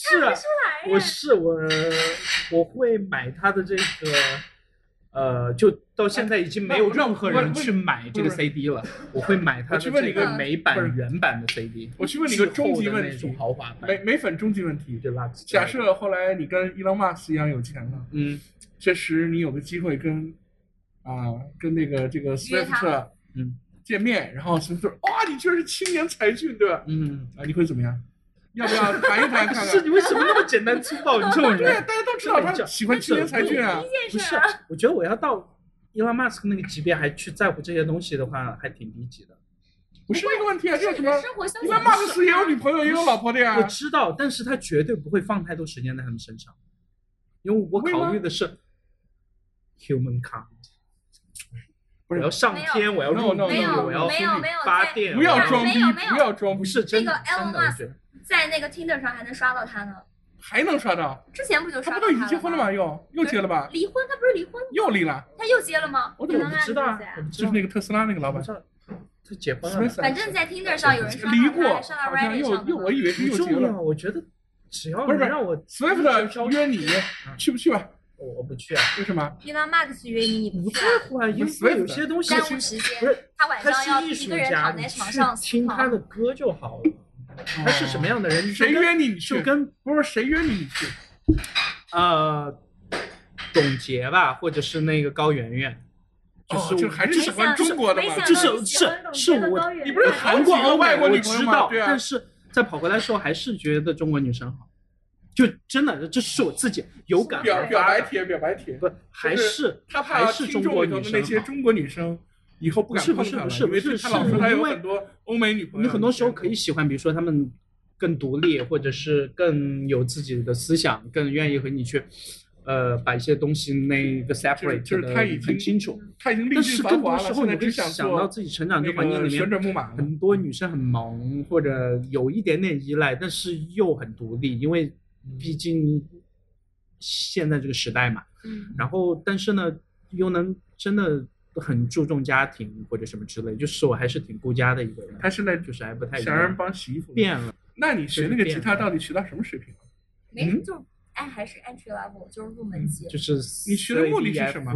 我会买他的这个，就到现在已经没有任何人去买这个 CD 了。我会买他的这个美版原版的 CD。 我去问你个终极问题， 豪华版美粉终极问题，假设后来你跟 Elon Musk 一样有钱了，这时你有个机会跟那个这个 Swift 见面，然后 Swift 说哇，你居然是青年才俊，对吧？你会怎么样？要不要谈一谈看看？ 是你为什么那么简单粗暴？你这种人， 对，大家都知道他喜欢青年才俊啊。 不是，我觉得我要到 Elon Musk 那个级别还去在乎这些东西的话，还挺低级的。 不是那个问题啊，就是什么？Elon Musk 也有女朋友，也有老婆的呀。 我知道，但是他绝对不会放太多时间在他们身上，因为我考虑的是 human count。我要上天，我要入地，我要发电， 不要装逼， 不要装逼， 不是真的。那个 Elon Musk 在那个 Tinder 上还能刷到他呢， 还能刷到？ 之前不就刷到他不都已经结婚了吗？又结了吧？ 离婚，他不是离婚了？ 又离了？ 他又结了吗？ 我怎么不知道啊？ 就是那个特斯拉那个老板， 他结婚了。 反正在 Tinder 上有人刷离过， 刷到 Reddit 上又我以为是又结了。 我觉得只要不是让我 Swift 约你，去不去吧？ 我不去啊， 为什么 ？Elon Musk 约你不在乎啊，因为有些东西耽误时间。 不是， 他晚上要一个人躺在床上听他的歌就好了。他是什么样的人？ 谁约你去？ 就跟不是谁约你去？ 董洁吧，或者是那个高圆圆。 就还是喜欢中国的嘛？ 是我， 你不是韩国和外国女朋友吗？ 但是再跑回来说，还是觉得中国女生好。就真的，这是我自己有感而发。表白帖， 不还是他怕中国女生那些中国女生以后不敢碰他了，因为他老说他有很多欧美女朋友。 你很多时候可以喜欢，比如说他们更独立，或者是更有自己的思想，更愿意和你去，把一些东西那个 separate 就是他已经很清楚， 他已经历尽繁华了。 但是更多时候你会想到自己成长这环境里面， 旋转木马很多女生很萌，或者有一点点依赖，但是又很独立，因为毕竟现在这个时代嘛，然后但是呢，又能真的很注重家庭或者什么之类，就是我还是挺顾家的一个人。 他现在就是还不太想让人帮洗衣服， 变了。 那你学那个吉他到底学到什么水平？ 就还是 entry level，就是入门级。 就是你学的目的是什么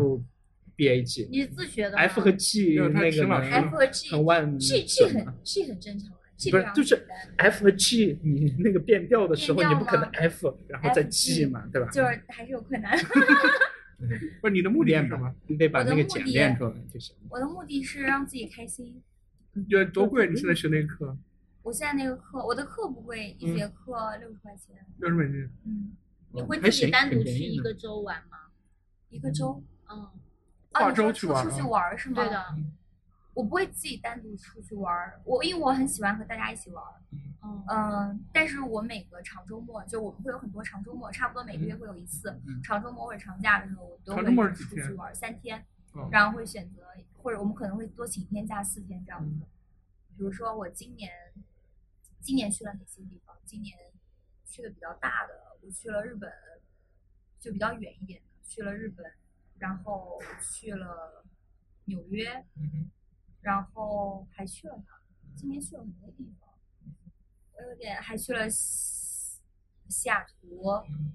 ？BAG。 你是自学的 ？F 和 G 那个 F 和 G 很正常。 不是，就是 F 和 G， 你那个变调的时候，你不可能 F 然后再 G 嘛，对吧？ 就是还是有困难。 不是你的目的是什么？ 你得把那个茧练出来就行。 我的目的是让自己开心。 有多贵？你现在学那个课？ 我现在那个课，我的课不贵，一节课60块钱。 60美金。 你会自己单独去一个州玩吗？ 一个州？ 跨州去玩？出去玩是吗？ 对的。 我不会自己单独出去玩，因为我很喜欢和大家一起玩。但是我每个长周末，就我们会有很多长周末，差不多每个月会有一次长周末或者长假的时候，我都会出去玩3天，然后会选择，或者我们可能会多请1天假4天这样子。比如说我今年去了哪些地方？今年去的比较大的，我去了日本，就比较远一点的，去了日本，然后去了纽约。然后还去了哪？今年去了很多地方。 有点，还去了西雅图，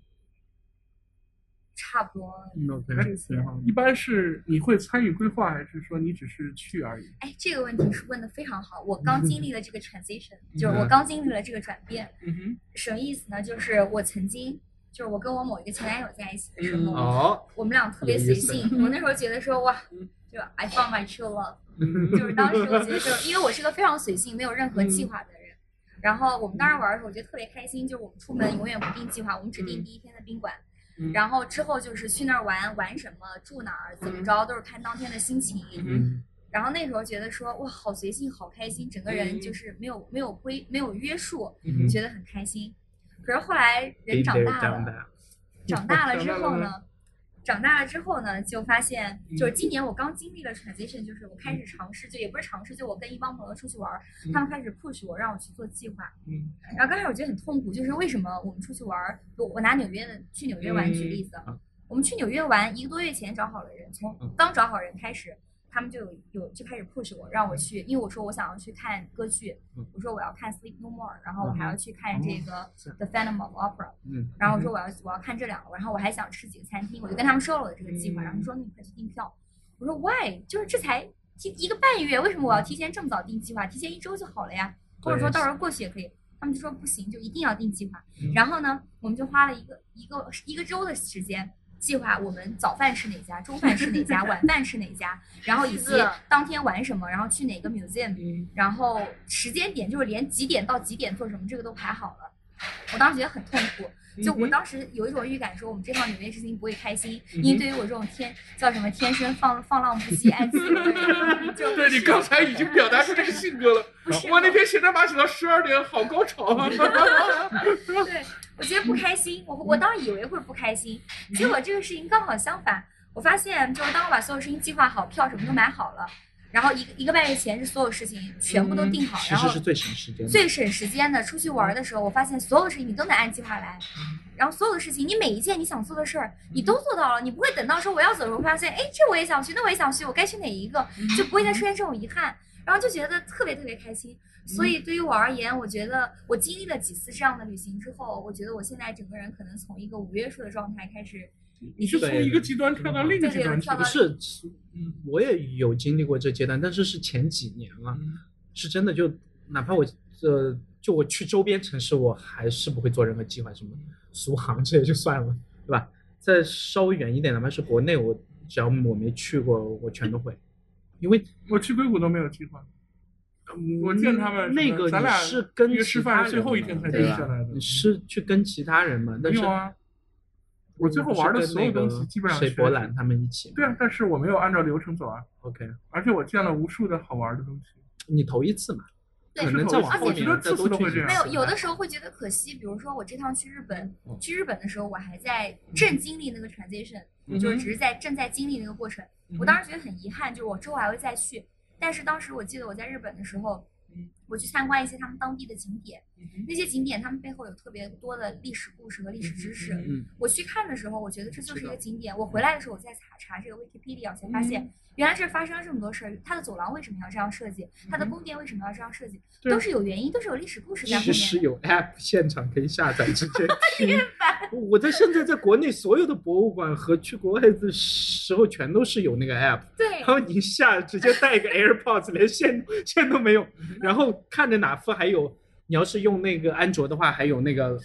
差不多这些。 一般是你会参与规划，还是说你只是去而已？ 哎，这个问题是问的非常好。我刚经历了这个 transition，就是我刚经历了这个转变。什么意思呢？就是我曾经，就是我跟我某一个前男友在一起的时候，我们俩特别随性。我那时候觉得说，哇，就 I found my true love，就是当时我觉得，就是因为我是个非常随性、没有任何计划的人。然后我们当时玩的时候，我觉得特别开心，就是我们出门永远不定计划，我们只定第一天的宾馆。然后之后就是去那儿玩什么，住哪儿，怎么着都是看当天的心情。然后那时候觉得说，哇，好随性，好开心，整个人就是没有约束，觉得很开心。可是后来人长大了之后呢？长大了之后呢，就发现，就是今年我刚经历了 transition， 就是我开始尝试，就也不是尝试，就我跟一帮朋友出去玩，他们开始 push 我，让我去做计划。然后刚开始我觉得很痛苦，就是为什么我们出去玩，我拿去纽约玩举例子，我们去纽约玩1个多月前找好了人，从刚找好人开始，他们就开始 push 我，让我去，因为我说我想要去看歌剧，我说我要看 Sleep No More， 然后我还要去看这个 The Phantom of Opera，然后我说我要看这2个，然后我还想吃几个餐厅，我就跟他们说了我的这个计划，然后他们说你快去订票，我说 why， 就是这才1个半月，为什么我要提前这么早订计划？提前1周就好了呀，或者说到时候过去也可以。他们就说不行，就一定要订计划。然后呢，我们就花了一个周的时间。计划我们早饭吃哪家，中饭吃哪家，晚饭吃哪家，然后以及当天玩什么，然后去哪个 museum，然后时间点就是连几点到几点做什么，这个都排好了。我当时觉得很痛苦，就我当时有一种预感说我们这趟纽约事情不会开心，因为对于我这种天生放浪不羁爱自由的人，就对你刚才已经表达出这个性格了。我那天写代码写到12点，好高潮啊！ 对，我觉得不开心，我当时以为会不开心，结果这个事情刚好相反。我发现就是当我把所有事情计划好，票什么都买好了。然后一个半月前是所有事情全部都定好，然后其实是最省时间的。 最省时间的，出去玩的时候，我发现所有的事情你都能按计划来，然后所有的事情你每一件你想做的事儿你都做到了，你不会等到说我要走的时候发现，哎，这我也想去，那我也想去，我该去哪一个，就不会再出现这种遗憾，然后就觉得特别特别开心。所以对于我而言，我觉得我经历了几次这样的旅行之后，我觉得我现在整个人可能从一个无约束的状态开始。 你是从一个极端跳到另一个极端去？ 不是，我也有经历过这阶段，但是是前几年了，是真的就哪怕我就我去周边城市，我还是不会做任何计划，什么苏杭这也就算了，对吧？再稍微远一点，哪怕是国内，我只要我没去过，我全都会，因为我去硅谷都没有计划。我见他们那个咱俩是跟吃饭最后一天才定下来的， 你是去跟其他人嘛？但是没有啊。我最后玩的所有东西基本上水博览他们一起。 对啊，但是我没有按照流程走啊。 OK， 而且我见了无数的好玩的东西。 你头一次嘛？ 对， 可能再往后面次次都会这样。 没有，有的时候会觉得可惜。比如说我这趟去日本，的时候，我还在正经历那个 transition，就是只是正在经历那个过程。我当时觉得很遗憾，就是我之后还会再去。但是当时我记得我在日本的时候。我去参观一些他们当地的景点，那些景点他们背后有特别多的历史故事和历史知识。我去看的时候，我觉得这就是一个景点。我回来的时候，我在查这个 Wikipedia， 才发现原来这发生了这么多事儿。它的走廊为什么要这样设计？它的宫殿为什么要这样设计？都是有原因，都是有历史故事在后面。 其实有 App 现场可以下载直接听。我现在在国内所有的博物馆和去国外的时候，全都是有那个 App。 对。 然后你直接带一个 AirPods， 连线都没有。然后看着哪副还有，你要是用那个安卓的话，还有那个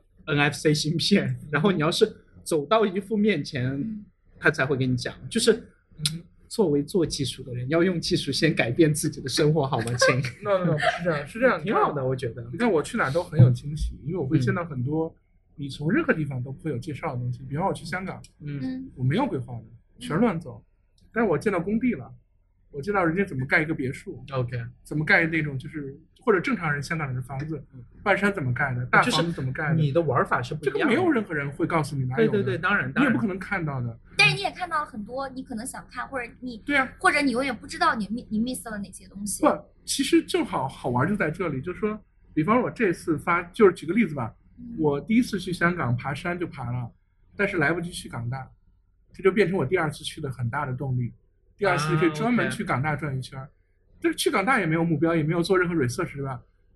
NFC 芯片。然后你要是走到一副面前，他才会跟你讲，就是作为做技术的人，要用技术先改变自己的生活，好吗，亲 ？No， 是这样， 挺好的，我觉得。 你看我去哪都很有惊喜，因为我会见到很多你从任何地方都不会有介绍的东西。比方我去香港，我没有规划的，全乱走，但是我见到工地了。我知道人家怎么盖一个别墅 ，OK， 怎么盖那种就是或者正常人香港人的房子，半山怎么盖的，大房子怎么盖的， 你的玩法是不一样的。 这个没有任何人会告诉你哪有的。 对，当然， 你也不可能看到的。 但是你也看到了很多你可能想看，或者你对啊， 或者你永远不知道你 miss 了哪些东西。 不，其实正好玩就在这里，就是说，比方我这次就是举个例子吧，我第一次去香港爬山就爬了，但是来不及去港大，这就变成我第2次去的很大的动力。第2次可以专门去港大转一圈，就是去港大也没有目标，也没有做任何 research， 对吧？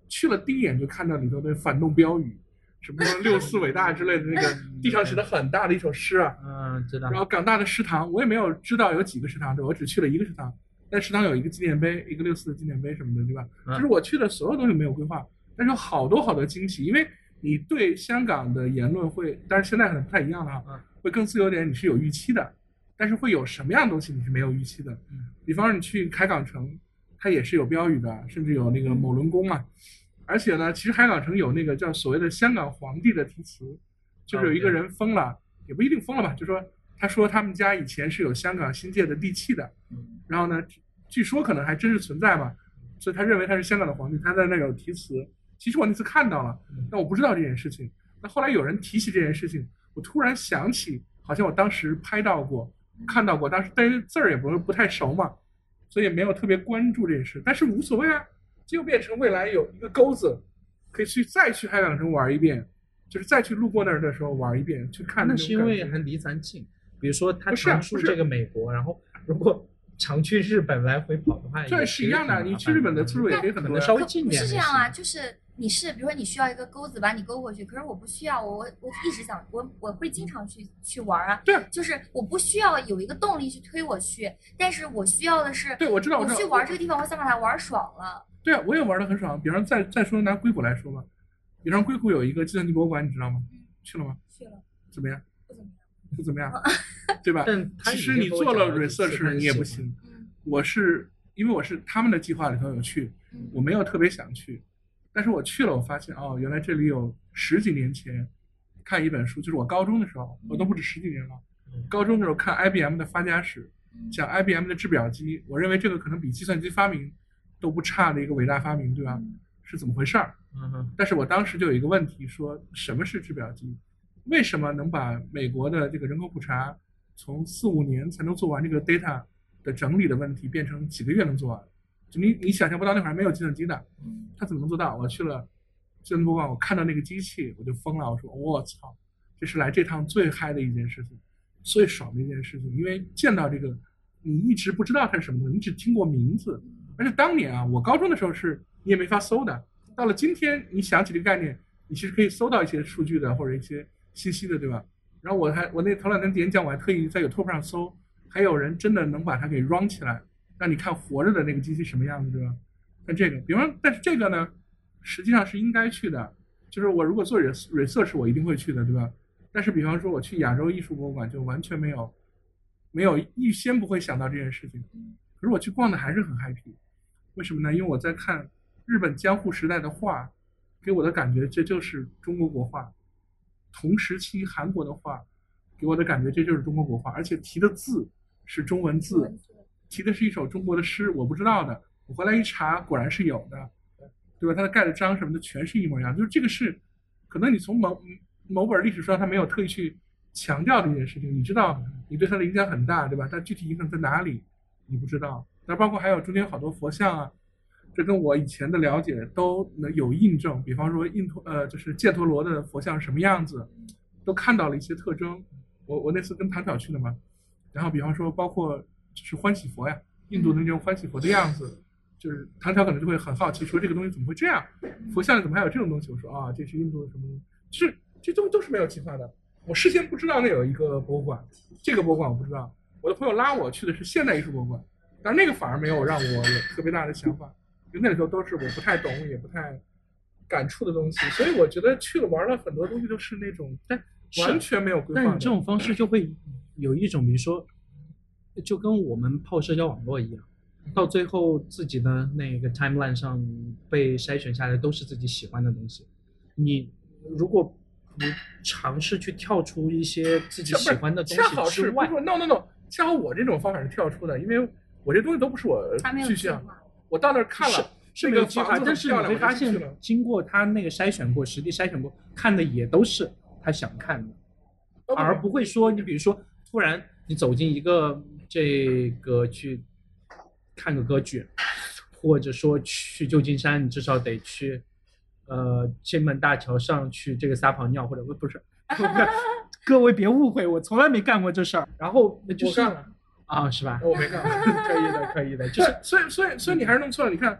去了第一眼就看到里头的反动标语，什么6·4伟大之类的，那个地上写的很大的一首诗啊， 知道。 然后港大的食堂，我也没有知道有几个食堂，对，我只去了一个食堂，但食堂有一个纪念碑，一个6·4的纪念碑什么的，对吧？就是我去的所有东西没有规划，但是有好多惊喜，因为你对香港的言论会，但是现在可能不太一样了哈，会更自由点，你是有预期的，但是会有什么样的东西你是没有预期的？比方说你去海港城，它也是有标语的，甚至有那个某伦宫嘛。而且呢，其实海港城有那个叫所谓的香港皇帝的题词，就是有一个人疯了，也不一定疯了吧，就说他说他们家以前是有香港新界的地契的，然后呢，据说可能还真是存在吧，所以他认为他是香港的皇帝，他在那有题词。其实我那次看到了，但我不知道这件事情。那后来有人提起这件事情，我突然想起，好像我当时拍到过、看到过，当时但是字儿也不太熟嘛，所以也没有特别关注这件事。但是无所谓啊，就变成未来有一个钩子，可以再去海港城玩一遍，就是再去路过那儿的时候玩一遍，去看。 那是因为还离咱近，比如说他常去这个美国，然后如果常去日本来回跑的话， 对，是一样的。你去日本的次数也可以很多， 稍微近一点。 不是这样啊，就是你是比如说你需要一个钩子把你勾过去，可是我不需要，我一直想我会经常去玩啊。 对， 就是我不需要有一个动力去推我去，但是我需要的是， 对，我知道， 我去玩这个地方，我想把它玩爽了。 对啊，我也玩得很爽。比方再说拿硅谷来说吧，比方硅谷有一个计算机博物馆，你知道吗？去了吗？ 去了。 怎么样？ 不怎么样。 对吧？其实你做了 research 你也不行。因为我是他们的计划里头有去，我没有特别想去，但是我去了，我发现原来这里有10几年前看一本书，就是我高中的时候，我都不止10几年了。高中的时候看 IBM 的发家史，讲 IBM 的制表机，我认为这个可能比计算机发明都不差的一个伟大发明，对吧？是怎么回事儿？但是我当时就有一个问题，说什么是制表机？为什么能把美国的这个人口普查从4、5年才能做完这个 data 的整理的问题，变成几个月能做完？就你想象不到，那会儿没有计算机的，他怎么能做到？我去了计算机博物馆，我看到那个机器我就疯了，我说我操，这是来这趟最嗨的一件事情，最爽的一件事情，因为见到这个你一直不知道它是什么东西，你只听过名字，而且当年啊，我高中的时候是你也没法搜的，到了今天你想起这个概念，你其实可以搜到一些数据的或者一些信息的，对吧？然后我那头2天演讲我还特意在YouTube上搜，还有人真的能把它给 run 起来，让你看活着的那个机器什么样子，对吧？像这个，比方，但是这个呢，实际上是应该去的，就是我如果做 research 我一定会去的，对吧？但是比方说我去亚洲艺术博物馆就完全没有预先不会想到这件事情，可是我去逛的还是很 happy， 为什么呢？因为我在看日本江户时代的画，给我的感觉这就是中国国画，同时期韩国的画给我的感觉这就是中国国画，而且提的字是中文字，提的是一首中国的诗，我不知道的，我回来一查果然是有的，对吧？它的盖的章什么的全是一模一样，就是这个是可能你从某本历史书上他没有特意去强调这件事情，你知道你对它的影响很大，对吧？但具体影响在哪里你不知道。那包括还有中间好多佛像啊，这跟我以前的了解都能有印证，比方说就是犍陀罗的佛像什么样子，都看到了一些特征。我那次跟唐挑去的嘛，然后比方说包括就是欢喜佛呀，印度的那种欢喜佛的样子，就是唐挑可能就会很好奇，说这个东西怎么会这样？佛像里怎么还有这种东西？我说啊，这是印度的什么东西？就是这都是没有计划的。我事先不知道那有一个博物馆，这个博物馆我不知道。我的朋友拉我去的是现代艺术博物馆，但是那个反而没有让我有特别大的想法，因为那里头都是我不太懂也不太感触的东西，所以我觉得去了玩了很多东西都是那种完全没有规划的。 但这种方式就会有一种，比如说，就跟我们泡社交网络一样，到最后自己的那个 timeline 上被筛选下来都是自己喜欢的东西。你如果不尝试去跳出一些自己喜欢的东西之外， no， 恰好我这种方法是跳出的，因为我这东西都不是我去向，我到那儿看了是没有计划，但是你会发现经过他那个筛选过，实地筛选过，看的也都是他想看的，而不会说你比如说突然你走进一个这个去看个歌剧，或者说去旧金山，你至少得去金门大桥上去这个撒泡尿，或者不是各位别误会，我从来没干过这事儿。然后那就是我干了啊，是吧？ 我没干， 可以的，就是所以你还是弄错了。你看，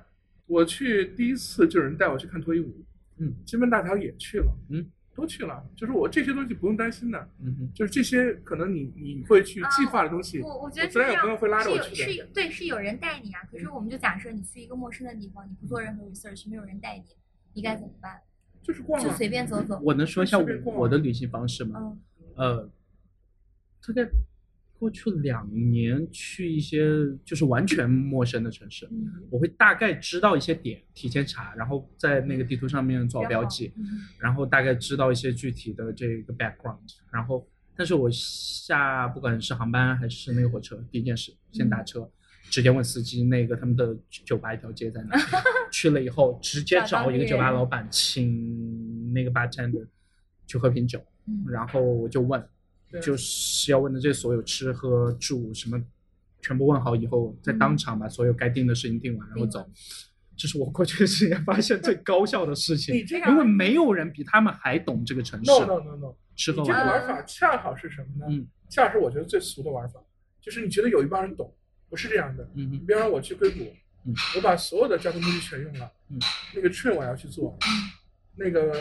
我去第一次就有人带我去看脱衣舞，金门大桥也去了，都去了，就是我这些东西不用担心的，就是这些可能你会去计划的东西， 我觉得自然有朋友会拉着我去的，对，是有人带你啊。可是我们就假设你去一个陌生的地方，你不做任何 research， 没有人带你，你该怎么办？ 就是逛， 就随便走走。 我能说一下我的旅行方式吗？大概过去2年去一些就是完全陌生的城市，我会大概知道一些点，提前查，然后在那个地图上面做好标记，然后大概知道一些具体的这个 background， 然后但是我下不管是航班还是那个火车，第一件事先打车，直接问司机那个他们的酒吧一条街在哪去了以后直接找一个酒吧老板请那个 bartender 去喝瓶酒，然后我就问，就是要问的这所有吃喝住什么全部问好以后，在当场把所有该定的事情定完然后走。这是我过去的10年发现最高效的事情，因为没有人比他们还懂这个城市。 No， 吃喝玩。这个玩法恰好是什么呢？恰好是我觉得最俗的玩法，就是你觉得有一帮人懂，不是这样的。比方说我去硅谷，我把所有的交通工具全用了，那个 train 我要去做，那个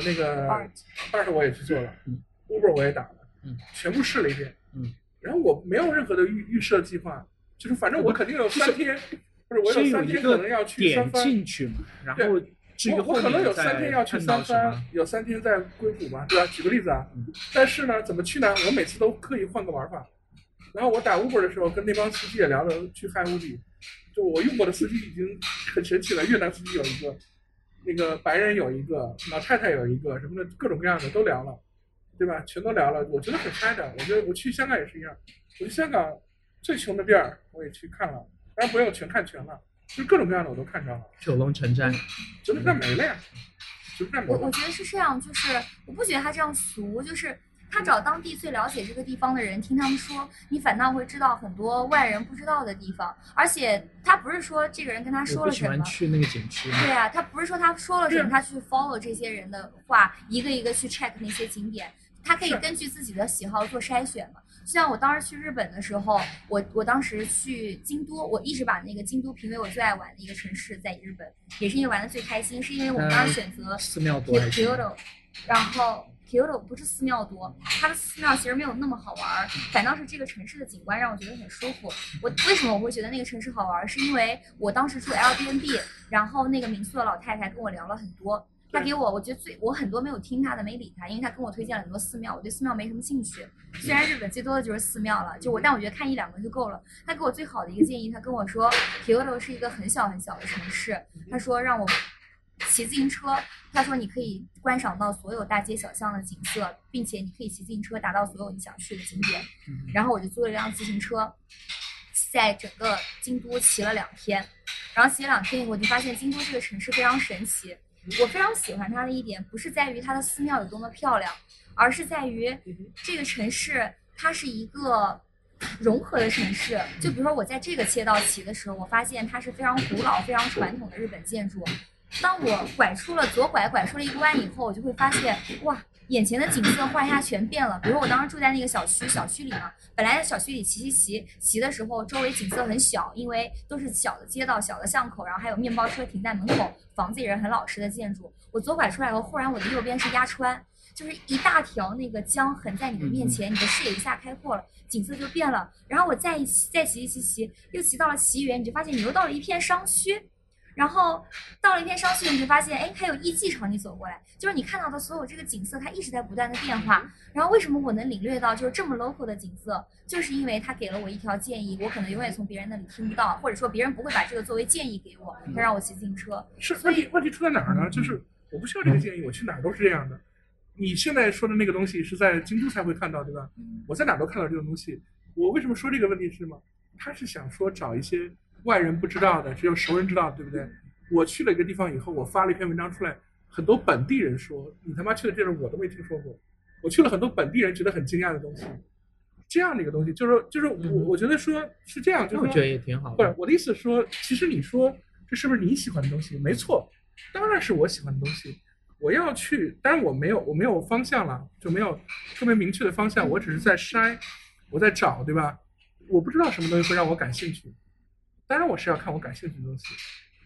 BART 我也去做了，Uber 我也打了，全部试了一遍，然后我没有任何的预设计划，就是反正我肯定有3天，不是我有3天可能要去三藩进去嘛，然后至于我可能有3天要去三藩，有3天在硅谷嘛，对吧？举个例子啊，但是呢，怎么去呢？我每次都刻意换个玩法。然后我打 Uber 的时候，跟那帮司机也聊了去嗨乌比，就我用过的司机已经很神奇了，越南司机有一个，那个白人有一个，老太太有一个，什么的各种各样的都聊了，对吧？全都聊了，我觉得很嗨的。我觉得我去香港也是一样，我去香港最穷的店儿我也去看了，当然不用全看全了，就是各种各样的我都看着了。 九龙城寨， 九龙站没了呀，九龙站没了。 我觉得是这样，就是我不觉得他这样俗，就是他找当地最了解这个地方的人，听他们说，你反倒会知道很多外人不知道的地方。而且他不是说这个人跟他说了什么， 我不喜欢去那个景区。 对啊，他不是说他说了什么，他去 follow 这些人的话，一个一个去 check 那些景点，他可以根据自己的喜好做筛选嘛。就像我当时去日本的时候，我当时去京都，我一直把那个京都评为我最爱玩的一个城市，在日本，也是因为玩的最开心，是因为我们当时选择寺庙多还是 Kyoto， 然后。Kyoto 不是寺庙多，它的寺庙其实没有那么好玩，反倒是这个城市的景观让我觉得很舒服。为什么我会觉得那个城市好玩？是因为我当时住 Airbnb， 然后那个民宿的老太太跟我聊了很多，她给我觉得我很多没有听她的，没理她，因为她跟我推荐了很多寺庙，我对寺庙没什么兴趣。虽然日本最多的就是寺庙了，但我觉得看1-2个就够了。她给我最好的一个建议，她跟我说 Kyoto 是一个很小很小的城市，她说让我骑自行车，他说你可以观赏到所有大街小巷的景色，并且你可以骑自行车达到所有你想去的景点。然后我就租了一辆自行车，在整个京都骑了2天，然后骑了2天，我就发现京都这个城市非常神奇。我非常喜欢它的一点，不是在于它的寺庙有多么漂亮，而是在于这个城市它是一个融合的城市。就比如说我在这个街道骑的时候，我发现它是非常古老、非常传统的日本建筑。当我左拐出了一个弯以后，我就会发现，哇，眼前的景色忽然一下全变了。比如我当时住在那个小区里嘛，本来在小区里骑的时候，周围景色很小，因为都是小的街道、小的巷口，然后还有面包车停在门口，房子也是很老实的建筑。我左拐出来后，忽然我的右边是鸭川，就是一大条那个江横在你的面前，你的视野一下开阔了，景色就变了。然后我再骑，又骑到了奇缘，你就发现你又到了一片商区。然后到了一片商区，你就发现，哎，还有艺伎朝你走过来，就是你看到的所有这个景色，它一直在不断的变化。然后为什么我能领略到就是这么 local 的景色，就是因为他给了我一条建议，我可能永远从别人那里听不到，或者说别人不会把这个作为建议给我，他让我骑自行车。 是问题出在哪儿呢？就是我不需要这个建议，我去哪儿都是这样的。你现在说的那个东西是在京都才会看到，对吧？我在哪儿都看到这个东西。我为什么说这个问题是吗？他是想说找一些外人不知道的，只有熟人知道，对不对？我去了一个地方以后，我发了一篇文章出来，很多本地人说你他妈去的这种我都没听说过。我去了很多本地人觉得很惊讶的东西，这样的一个东西，就是我觉得说是这样，就是我觉得也挺好的。 不是我的意思说，其实你说这是不是你喜欢的东西？没错，当然是我喜欢的东西。我要去，当然我没有方向了，就没有特别明确的方向，我只是在筛，我在找，对吧？我不知道什么东西会让我感兴趣。当然我是要看我感兴趣的东西，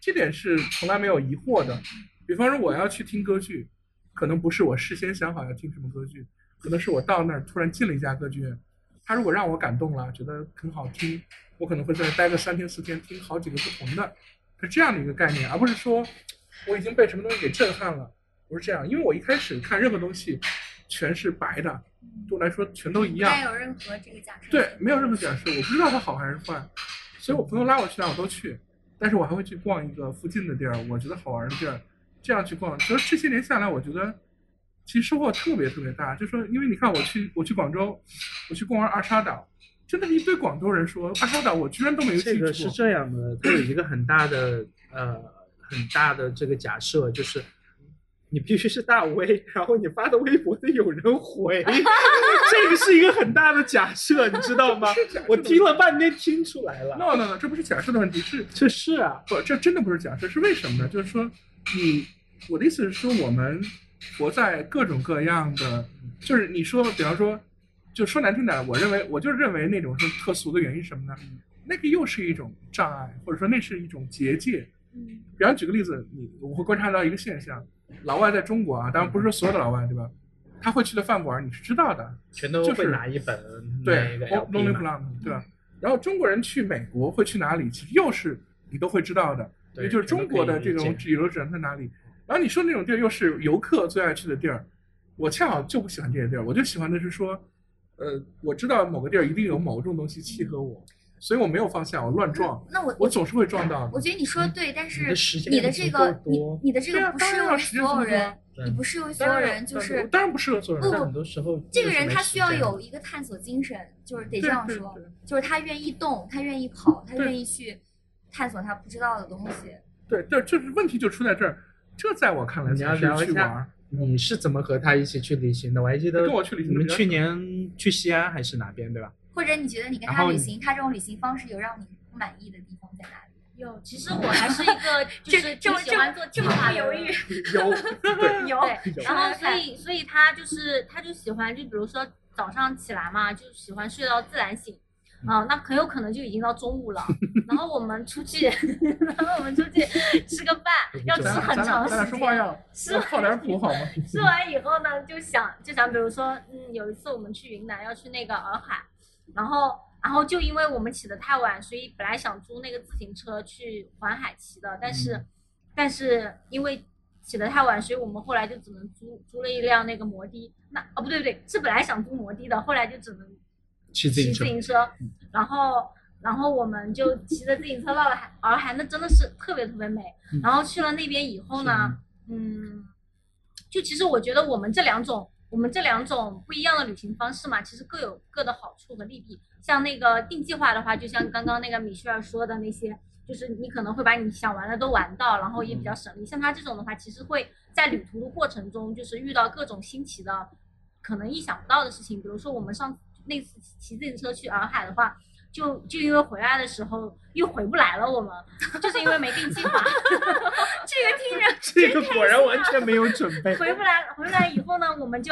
这点是从来没有疑惑的。比方说我要去听歌剧，可能不是我事先想好要听什么歌剧，可能是我到那儿突然进了一家歌剧院，他如果让我感动了，觉得很好听，我可能会在那待个3天4天，听好几个不同的，是这样的一个概念，而不是说我已经被什么东西给震撼了。不是这样，因为我一开始看任何东西全是白的，对我来说全都一样， 没有任何这个假设。 对，没有任何假设，我不知道它好还是坏，所以我朋友拉我去哪我都去，但是我还会去逛一个附近的地儿，我觉得好玩的地儿，这样去逛。就是这些年下来，我觉得其实收获特别特别大。就说因为你看我去广州，我去逛完二沙岛，真的是一堆广州人说二沙岛我居然都没有记住。 这个是这样的，它有一个很大的这个假设，就是你必须是大 V， 然后你发的微博得有人回，这个是一个很大的假设，你知道吗？我听了半天听出来了。 No， 这不是假设的问题， 这是啊， 不，这真的不是假设，是为什么呢？就是说我的意思是说，我们活在各种各样的，就是你说，比方说，就说难听点，我就认为那种是特俗的原因是什么呢？那个又是一种障碍，或者说那是一种结界。比方举个例子，我会观察到一个现象，老外在中国啊，当然不是说所有的老外，对吧？他会去的饭馆你是知道的， 全都会拿一本对 Lonely Planet， 对吧？然后中国人去美国会去哪里，其实又是你都会知道的，也就是中国的这种旅游者在哪里。然后你说那种地儿又是游客最爱去的地儿，我恰好就不喜欢这些地儿，我就喜欢的是说，我知道某个地儿一定有某种东西契合我。所以我没有放下，我乱撞。 那我总是会撞到的。 我觉得你说的对，但是你的这个你的这个不适用于所有人，你不适用于所有人，就是当然不适合所有人。 很多时候这个人他需要有一个探索精神，就是得这样说，就是他愿意动，他愿意跑，他愿意去探索他不知道的东西。 对，就是问题就出在这儿。这在我看来才是去玩。 你是怎么和他一起去旅行的？我还记得跟我去旅行， 你们去年去西安还是哪边，对吧？ 或者你觉得你跟他旅行，他这种旅行方式有让你不满意的地方在哪里？ 有，其实我还是一个就是挺喜欢做计划的犹豫， 有，然后所以他就喜欢，就比如说早上起来嘛，就喜欢睡到自然醒。那很有可能就已经到中午了，然后我们出去吃个饭，要吃很长时间。 说话要靠点谱好吗？ 吃完以后呢，就想，比如说，有一次我们去云南要去那个洱海，然后就因为我们起得太晚，所以本来想租那个自行车去环海骑的，但是因为起得太晚，所以我们后来就只能租了一辆那个摩的。不对，是本来想租摩的的，后来就只能骑自行车，然后我们就骑着自行车到了洱海，那真的是特别特别美。然后去了那边以后呢，就其实我觉得我们这两种不一样的旅行方式嘛，其实各有各的好处和利弊。像那个定计划的话，就像刚刚那个米歇尔说的那些，就是你可能会把你想玩的都玩到，然后也比较省力。像他这种的话，其实会在旅途的过程中，就是遇到各种新奇的、可能意想不到的事情。比如说我们上那次骑自行车去洱海的话，就因为回来的时候又回不来了，我们就是因为没定计划。 这个听着， 这个果然完全没有准备。 回来以后呢，我们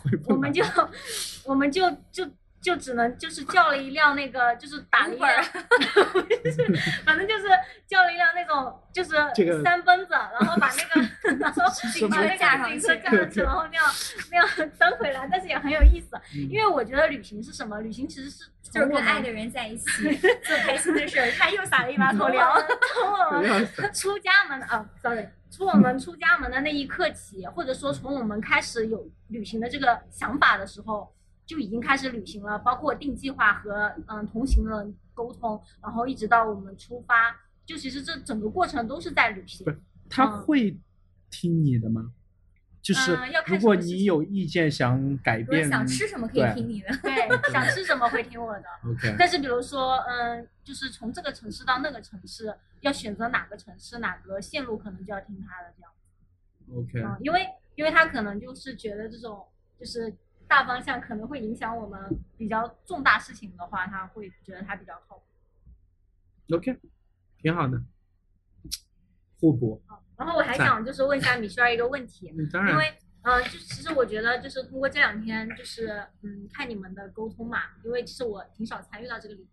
就只能就是叫了一辆那个，就是打了一辆，反正就是叫了一辆那种就是三蹦子，然后把那个自行车架上去，然后那样蹬回来，但是也很有意思。因为我觉得旅行是什么？旅行其实是就是跟爱的人在一起做开心的事儿。他又撒了一把口粮。 从我们出家门从我们出家门的那一刻起，或者说从我们开始有旅行的这个想法的时候，就已经开始旅行了，包括定计划和同行的沟通，然后一直到我们出发，就其实这整个过程都是在旅行。 他会听你的吗？就是如果你有意见想改变， 想吃什么可以听你的， 对，想吃什么会听我的。 OK。 但是比如说，就是从这个城市到那个城市，要选择哪个城市哪个线路，可能就要听他的这样子。 OK。 因为他可能就是觉得这种就是大方向可能会影响我们比较重大事情的话，他会觉得他比较靠谱。 OK， 挺好的，互补。 然后我还想就是问一下米歇尔一个问题， 当然， 因为就其实我觉得就是通过这2天就是看你们的沟通嘛，因为其实我挺少参与到这个里面的，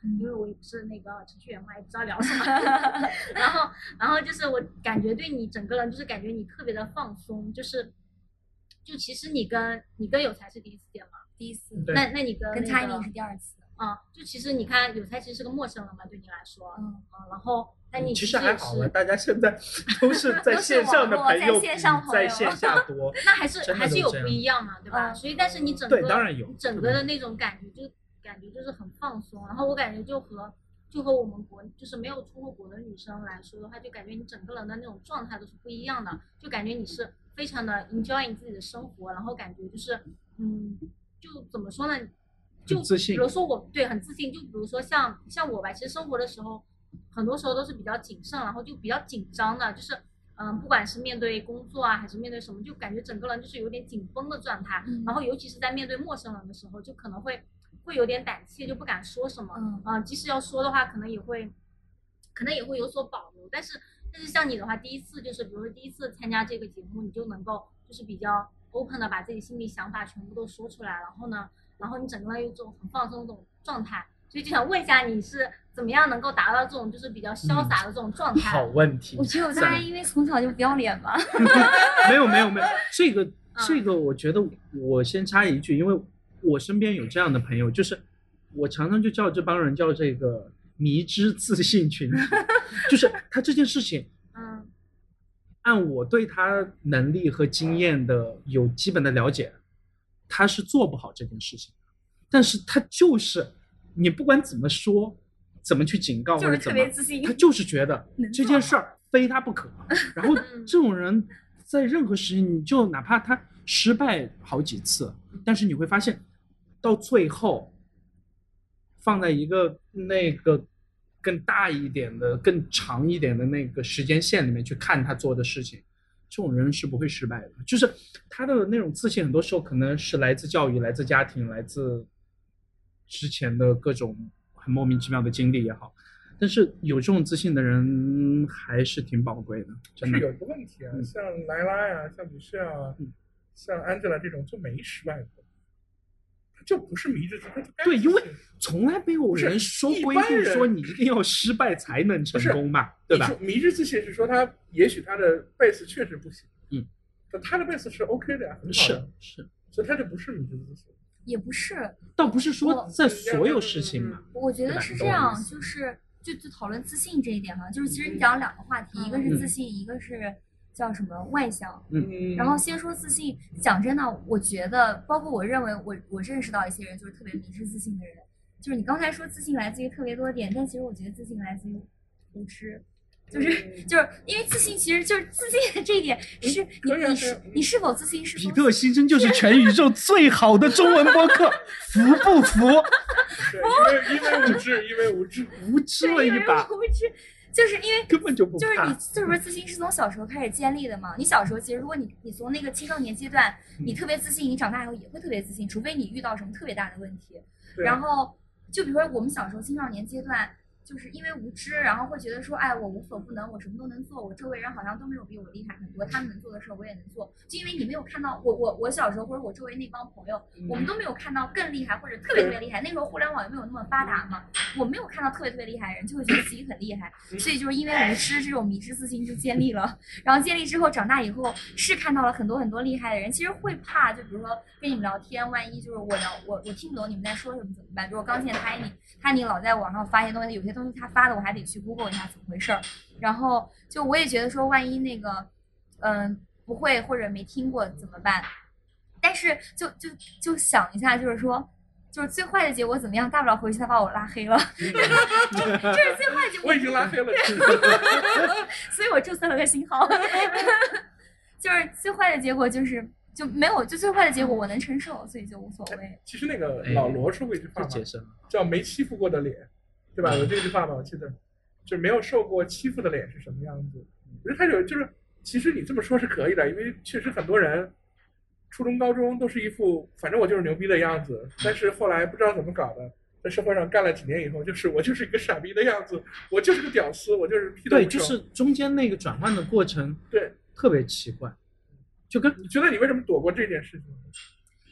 因为我也不是那个程序员嘛，也不知道聊什么。然后就是我感觉对你整个人就是感觉你特别的放松，就其实你跟有才是第一次见吗？ 第一次。 那你跟 Timing 是第二次。 就其实你看有才其实是个陌生人嘛，对你来说，然后那你其实还好了，大家现在都是在线上的朋友，在线下多， 那还是有不一样嘛，对吧？所以但是你整个对当然有整个的那种感觉就是很放松，然后我感觉就和我们就是没有出过国的女生来说的话，就感觉你整个人的那种状态都是不一样的，就感觉你是非常的 enjoy 你自己的生活，然后感觉就是就怎么说呢？就比如说我对很自信，就比如说像我吧，其实生活的时候，很多时候都是比较谨慎，然后就比较紧张的，就是不管是面对工作啊，还是面对什么，就感觉整个人就是有点紧绷的状态。然后尤其是在面对陌生人的时候，就可能会有点胆怯，就不敢说什么。即使要说的话，可能也会有所保留。但是像你的话，第一次就是比如说第一次参加这个节目，你就能够就是比较 open 的把自己心里想法全部都说出来，然后你整个人有一种很放松的这种状态，所以就想问一下你是怎么样能够达到这种就是比较潇洒的这种状态？ 好问题。 我觉得我大概因为从小就不要脸吧。 没有，这个我觉得我先插一句，因为我身边有这样的朋友，就是我常常就叫这帮人叫这个迷之自信群体，就是他这件事情，按我对他能力和经验的有基本的了解，他是做不好这件事情的，但是他就是你不管怎么说，怎么去警告或者怎么，他就是觉得这件事儿非他不可。然后这种人在任何时期，你就哪怕他失败好几次，但是你会发现到最后放在一个那个更大一点的更长一点的那个时间线里面去看他做的事情，这种人是不会失败的。就是他的那种自信很多时候可能是来自教育，来自家庭，来自之前的各种很莫名其妙的经历也好，但是有这种自信的人还是挺宝贵的，真的。 是有一个问题啊，像莱拉呀，像米歇尔，像 Angela 这种就没失败过，他就不是迷之自信。 对，因为从来没有人说规定说你一定要失败才能成功嘛，对吧？ 迷之自信是说他也许他的 base 确实不行，但他的 base 是 OK 的呀，很好的， 是， 所以他就不是迷之自信。 也不是， 倒不是说在所有事情嘛。 我觉得是这样，就讨论自信这一点哈，就是其实你讲两个话题，一个是自信，一个是叫什么外向。然后先说自信，讲真的，我觉得包括我认为我认识到一些人就是特别迷之自信的人，就是你刚才说自信来自于特别多点，但其实我觉得自信来自于无知。就是因为自信其实就是自信的这一点是你是否自信是比特新生就是全宇宙最好的中文播客，服不服？ 因为无知了一把， 就是因为根本就不就是你就是说自信是从小时候开始建立的嘛。你小时候其实如果你从那个青少年阶段你特别自信，你长大以后也会特别自信，除非你遇到什么特别大的问题。然后就比如说我们小时候青少年阶段。就是因为无知，然后会觉得说，哎，我无所不能，我什么都能做，我周围人好像都没有比我厉害很多，他们能做的事我也能做。就因为你没有看到我小时候或者我周围那帮朋友，我们都没有看到更厉害或者特别特别厉害。那时候互联网也没有那么发达嘛，我没有看到特别特别厉害的人，就会觉得自己很厉害。所以就是因为无知，这种迷之自信就建立了。然后建立之后，长大以后是看到了很多很多厉害的人，其实会怕，就比如说跟你们聊天，万一就是我听不懂你们在说什么怎么办？比如我刚见他你老在网上发一些东西，有些东西他发的我还得去 Google 一下怎么回事儿。然后就我也觉得说，万一那个不会或者没听过怎么办？但是就想一下，就是说，就是最坏的结果怎么样？大不了回去他把我拉黑了，这是最坏的结果。 我已经拉黑了， 所以我注册了个新号。就是最坏的结果就没有，就最坏的结果我能承受，所以就无所谓。 其实那个老罗说过一句话嘛，叫没欺负过的脸，对吧？有这句话吗？我记得，就是没有受过欺负的脸是什么样子。我觉得他就是其实你这么说是可以的，因为确实很多人初中高中都是一副反正我就是牛逼的样子，但是后来不知道怎么搞的，在社会上干了几年以后，我就是一个傻逼的样子，我就是个屌丝，我就是屁都不成。 对，就是中间那个转换的过程， 对， 特别奇怪。就跟你觉得你为什么躲过这件事情？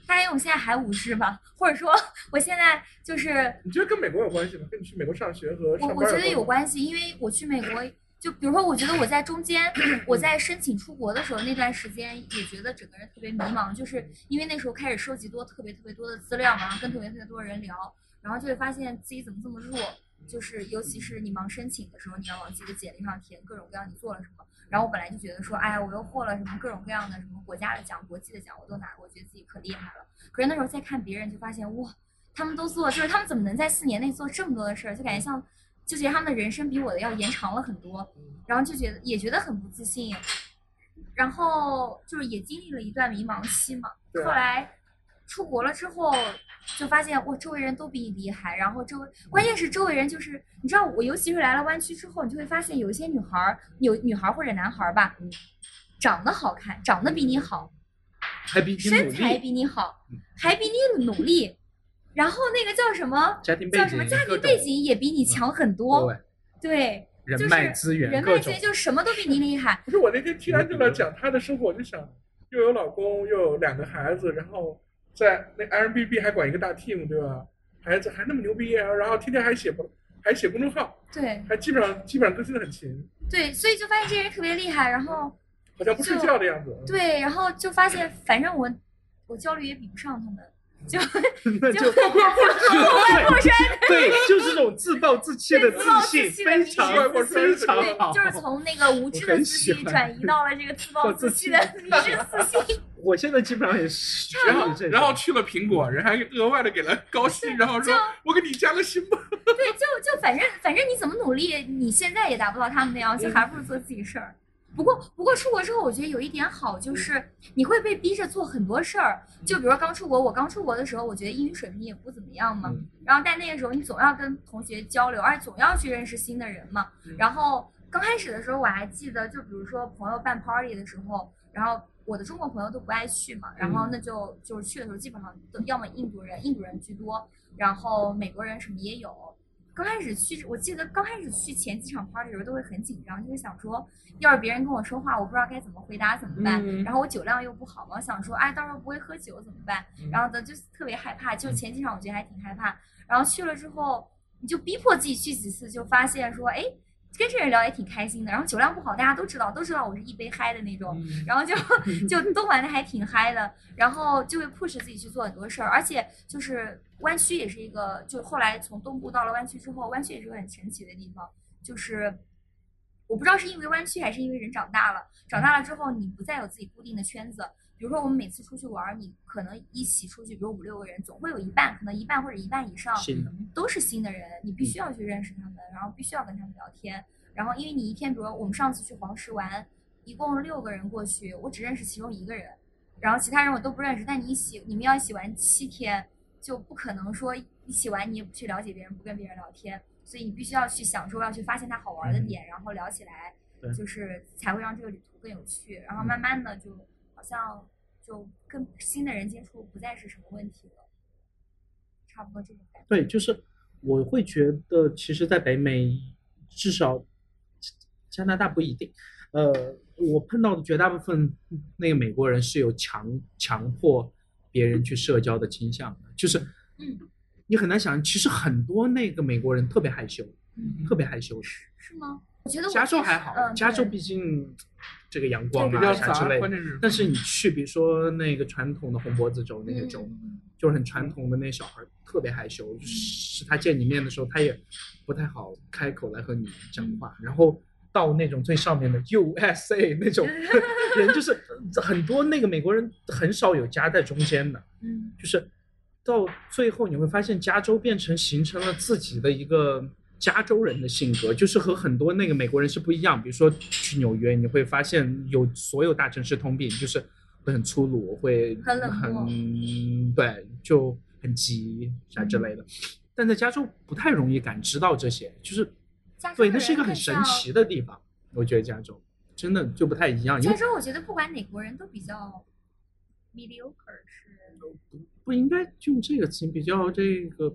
大概因为我现在还50吧，或者说我现在就是。 你觉得跟美国有关系吗？跟你去美国上学和上班我觉得有关系，因为我去美国。就比如说，我觉得我在中间，我在申请出国的时候那段时间，也觉得整个人特别迷茫，就是因为那时候开始收集特别多的资料嘛，然后跟特别多人聊，然后就会发现自己怎么这么弱，就是尤其是你忙申请的时候，你要往自己的简历上填各种各样你做了什么。然后我本来就觉得说，哎呀，我又获了什么各种各样的什么国家的奖、国际的奖，我都拿过，我觉得自己可厉害了。可是那时候再看别人，就发现哇，他们都做，就是他们怎么能在4年内做这么多的事儿，就感觉像。就觉得他们的人生比我的要延长了很多，然后就也觉得很不自信，然后就是也经历了一段迷茫期嘛。后来出国了之后，就发现哇，周围人都比你厉害，然后关键是周围人就是你知道，我尤其是来了湾区之后，你就会发现有一些女孩或者男孩吧，长得好看，长得比你好， 还比身材比你好，还比你努力。然后那个叫什么家庭背景也比你强很多，对， 人脉资源就什么都比你厉害。 不是我那天听Angela讲她的生活，我就想又有老公又有2个孩子，然后在那 Airbnb 还管一个大 team， 对吧？孩子还那么牛逼啊，然后天天还写公众号， 对， 还基本上更新的很勤。 对，所以就发现这些人特别厉害，然后好像不睡觉的样子。 对，然后就发现反正我焦虑也比不上他们。就对，就是这种自暴自弃的自信，非常好， 就是从那个无知的自信转移到了这个自暴自弃的迷之自信。 我现在基本上也是， 然后去了苹果，人还额外的给了高薪，然后说我给你加个薪吧。 对，就反正你怎么努力，你现在也达不到他们那样，就还不如做自己事儿。不过出国之后，我觉得有一点好，就是你会被逼着做很多事儿。就比如说我刚出国的时候，我觉得英语水平也不怎么样嘛。然后但那个时候你总要跟同学交流，而且总要去认识新的人嘛。然后刚开始的时候我还记得，就比如说朋友办 party 的时候，然后我的中国朋友都不爱去嘛，然后那就是去的时候基本上都要么印度人居多，然后美国人什么也有。刚开始去，我记得刚开始去前几场 party 的时候都会很紧张，就是想说，要是别人跟我说话，我不知道该怎么回答怎么办？然后我酒量又不好嘛，我想说，哎，到时候不会喝酒怎么办？然后就特别害怕，就前几场我觉得还挺害怕。然后去了之后，你就逼迫自己去几次，就发现说，哎，跟这人聊也挺开心的。然后酒量不好，大家都知道我是一杯嗨的那种，然后就都玩的还挺嗨的，然后就会 push 自己去做很多事儿，而且就是湾区也是一个，就后来从东部到了湾区之后，湾区也是个很神奇的地方，就是我不知道是因为湾区还是因为人长大了之后，你不再有自己固定的圈子。比如说我们每次出去玩，你可能一起出去，比如5-6个人，总会有可能一半或者一半以上都是新的人，你必须要去认识他们，然后必须要跟他们聊天。然后因为你一天，比如我们上次去黄石玩，一共6个人过去，我只认识其中1个人，然后其他人我都不认识。但你们要一起玩7天，就不可能说一起玩你也不去了解别人，不跟别人聊天，所以你必须要去想说要去发现他好玩的点，然后聊起来，就是才会让这个旅途更有趣。然后慢慢的就好像就跟新的人接触不再是什么问题了，差不多这种感觉。 对，就是我会觉得，其实，在北美，至少加拿大不一定。我碰到的绝大部分那个美国人是有强迫别人去社交的倾向的，就是你很难想，其实很多那个美国人特别害羞，特别害羞。 是吗？我觉得加州还好，加州毕竟这个阳光啊啥之类的，但是你去比如说那个传统的红脖子州那些州，就是很传统的那小孩特别害羞，就是他见你面的时候他也不太好开口来和你讲话，然后到那种最上面的 USA 那种人，就是很多那个美国人很少有夹在中间的，就是到最后你会发现加州形成了自己的一个加州人的性格，就是和很多那个美国人是不一样。比如说去纽约，你会发现所有大城市通病，就是会很粗鲁，会很冷漠， 对，就很急啥之类的。但在加州不太容易感知到这些，就是对，那是一个很神奇的地方。我觉得加州真的就不太一样。 加州我觉得不管哪国人都比较 mediocre， 是不应该用这个词，比较这个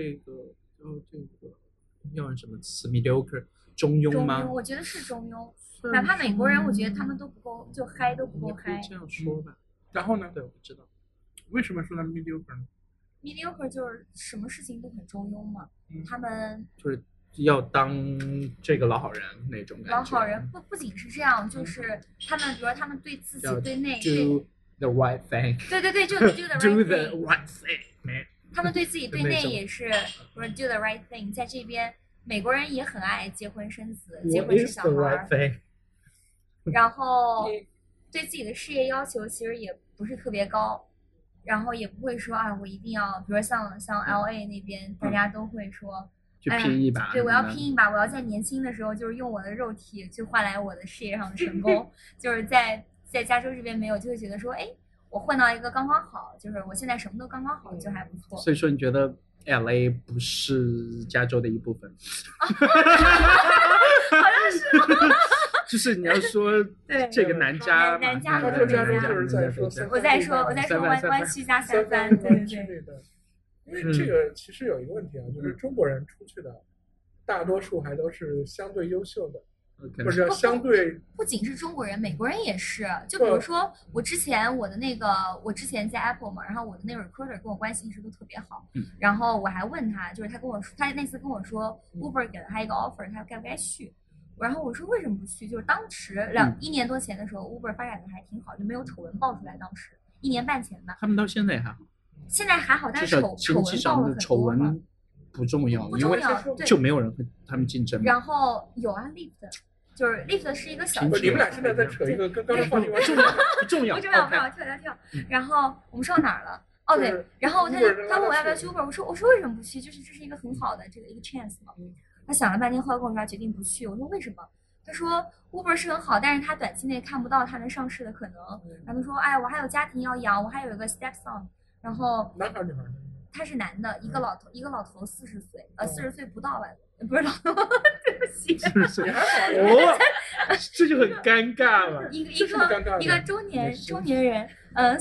要什么词 mediocre 中庸吗？ 我觉得是中庸，哪怕美国人，我觉得他们都不够，就嗨都不够嗨。 这样说吧。 然后呢？ 对，我不知道。 为什么说他们 mediocre 呢？ mediocre 就是什么事情都很中庸嘛，他们就是要当这个老好人那种感觉。 老好人不仅是这样，就是他们，比如说他们对自己对内 do the right thing， 对，就 do the do the right right thing。 他们对自己对内也是，不是 do the right thing。在这边，美国人也很爱结婚生子，结婚生小孩，然后对自己的事业要求其实也不是特别高。然后也不会说啊，我一定要，比如像 LA 那边，大家都会说， 去拼一把。 对，我要拼一把，我要在年轻的时候就是用我的肉体去换来我的事业上的成功。就是在加州这边没有，就会觉得说，哎，我混到一个刚刚好，就是我现在什么都刚刚好，就还不错。 所以说，你觉得 LA 不是加州的一部分？ 好像是。 就是你要说这个南加嘛， 南加的就是在说， 我在说湾区加三藩，对。 因为这个其实有一个问题啊，就是中国人出去的大多数还都是相对优秀的，或者相对不仅是中国人，美国人也是。就比如说我之前在 Apple 嘛，然后我的那个 recruiter 跟我关系一直都特别好，然后我还问他，就是他跟我说，他那次跟我说 Uber 给了他一个 offer， 他该不该去？然后我说为什么不去？就是当时1年多前的时候 ，Uber 发展的还挺好，就没有丑闻爆出来。当时1年半前吧。 他们到现在还好。 现在还好，但是丑闻爆了很多。 丑闻不重要，因为就没有人和他们竞争。 然后有啊 ，Lyft， 就是 Lyft 是一个小。 你们俩现在在扯一个跟刚才话题完全不重要， 跳。然后我们说到哪儿了？哦对，然后他问我要不要去 Uber， 我说为什么不去？就是这是一个很好的这个一个 chance 嘛。他想了半天，后来跟我说决定不去。我说为什么？他说 Uber 是很好，但是他短期内看不到他能上市的可能。然后他说，哎，我还有家庭要养，我还有一个 stepson。然后男孩女孩？ 他是男的，一个老头40岁，40岁不到吧？不是老头，对不起 ，40岁还好哦，这就很尴尬了。 一个中年人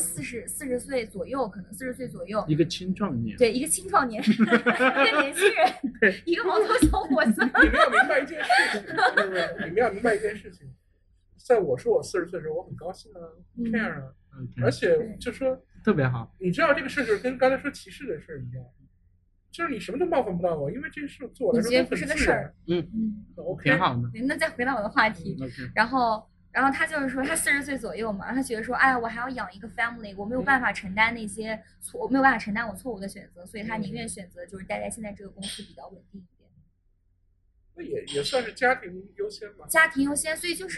，40岁左右，可能40岁左右， 一个青壮年， 对，一个青壮年，一个年轻人，一个毛头小伙子。 你们要明白一件事情，在我说我40岁的时候，我很高兴啊 ，care 啊，而且就说特别好。 你知道这个事就是跟刚才说歧视的事一样，就是你什么都冒犯不到我，因为这个事对我来说觉得不是个事儿。 挺好的。 那再回到我的话题，然后他就是说他40岁左右嘛，然后他觉得说，哎呀，我还要养一个 family， 我没有办法承担那些没有办法承担我错误的选择，所以他宁愿选择就是待在现在这个公司比较稳定一点。 那也算是家庭优先吧。 家庭优先，所以就是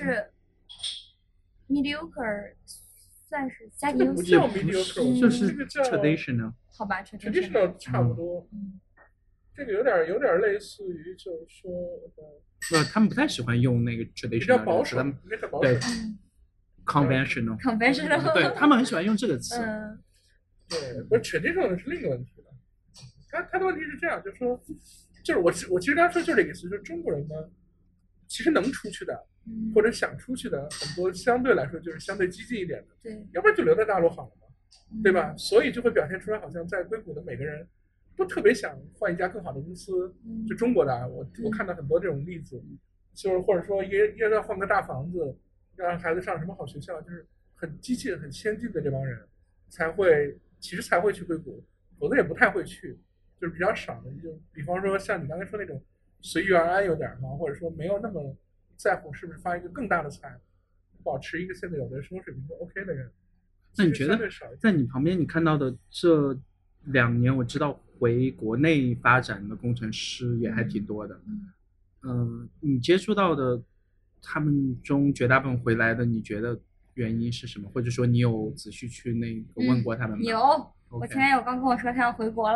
mediocre。算是家庭优先， 不叫 mediocre， 就是 traditional。 好吧 ，traditional 差不多。这个有点类似于，就是说， 他们不太喜欢用那个 traditional， 比较保守， 对 ，conventional， 对他们很喜欢用这个词。 对，不是 traditional 是另一个问题了。他的问题是这样，就是说，就是我其实刚才说就这个意思，就是中国人呢，其实能出去的。或者想出去的很多，相对来说就是相对激进一点的， 对， 要不然就留在大陆好了嘛，对吧？所以就会表现出来，好像在硅谷的每个人都特别想换一家更好的公司，就中国的，我看到很多这种例子，就是或者说也要换个大房子，让孩子上什么好学校，就是很激进、很先进的这帮人才会去硅谷，否则也不太会去，就是比较少的，就比方说像你刚才说那种随遇而安有点嘛，或者说没有那么在乎是不是发一个更大的财，保持一个现在有的生活水平就 OK 的人。 那你觉得在你旁边你看到的这2年，我知道回国内发展的工程师也还挺多的。你接触到的他们中绝大部分回来的，你觉得原因是什么？或者说你有仔细去那个问过他们吗？ 有。我前男友刚跟我说他要回国了。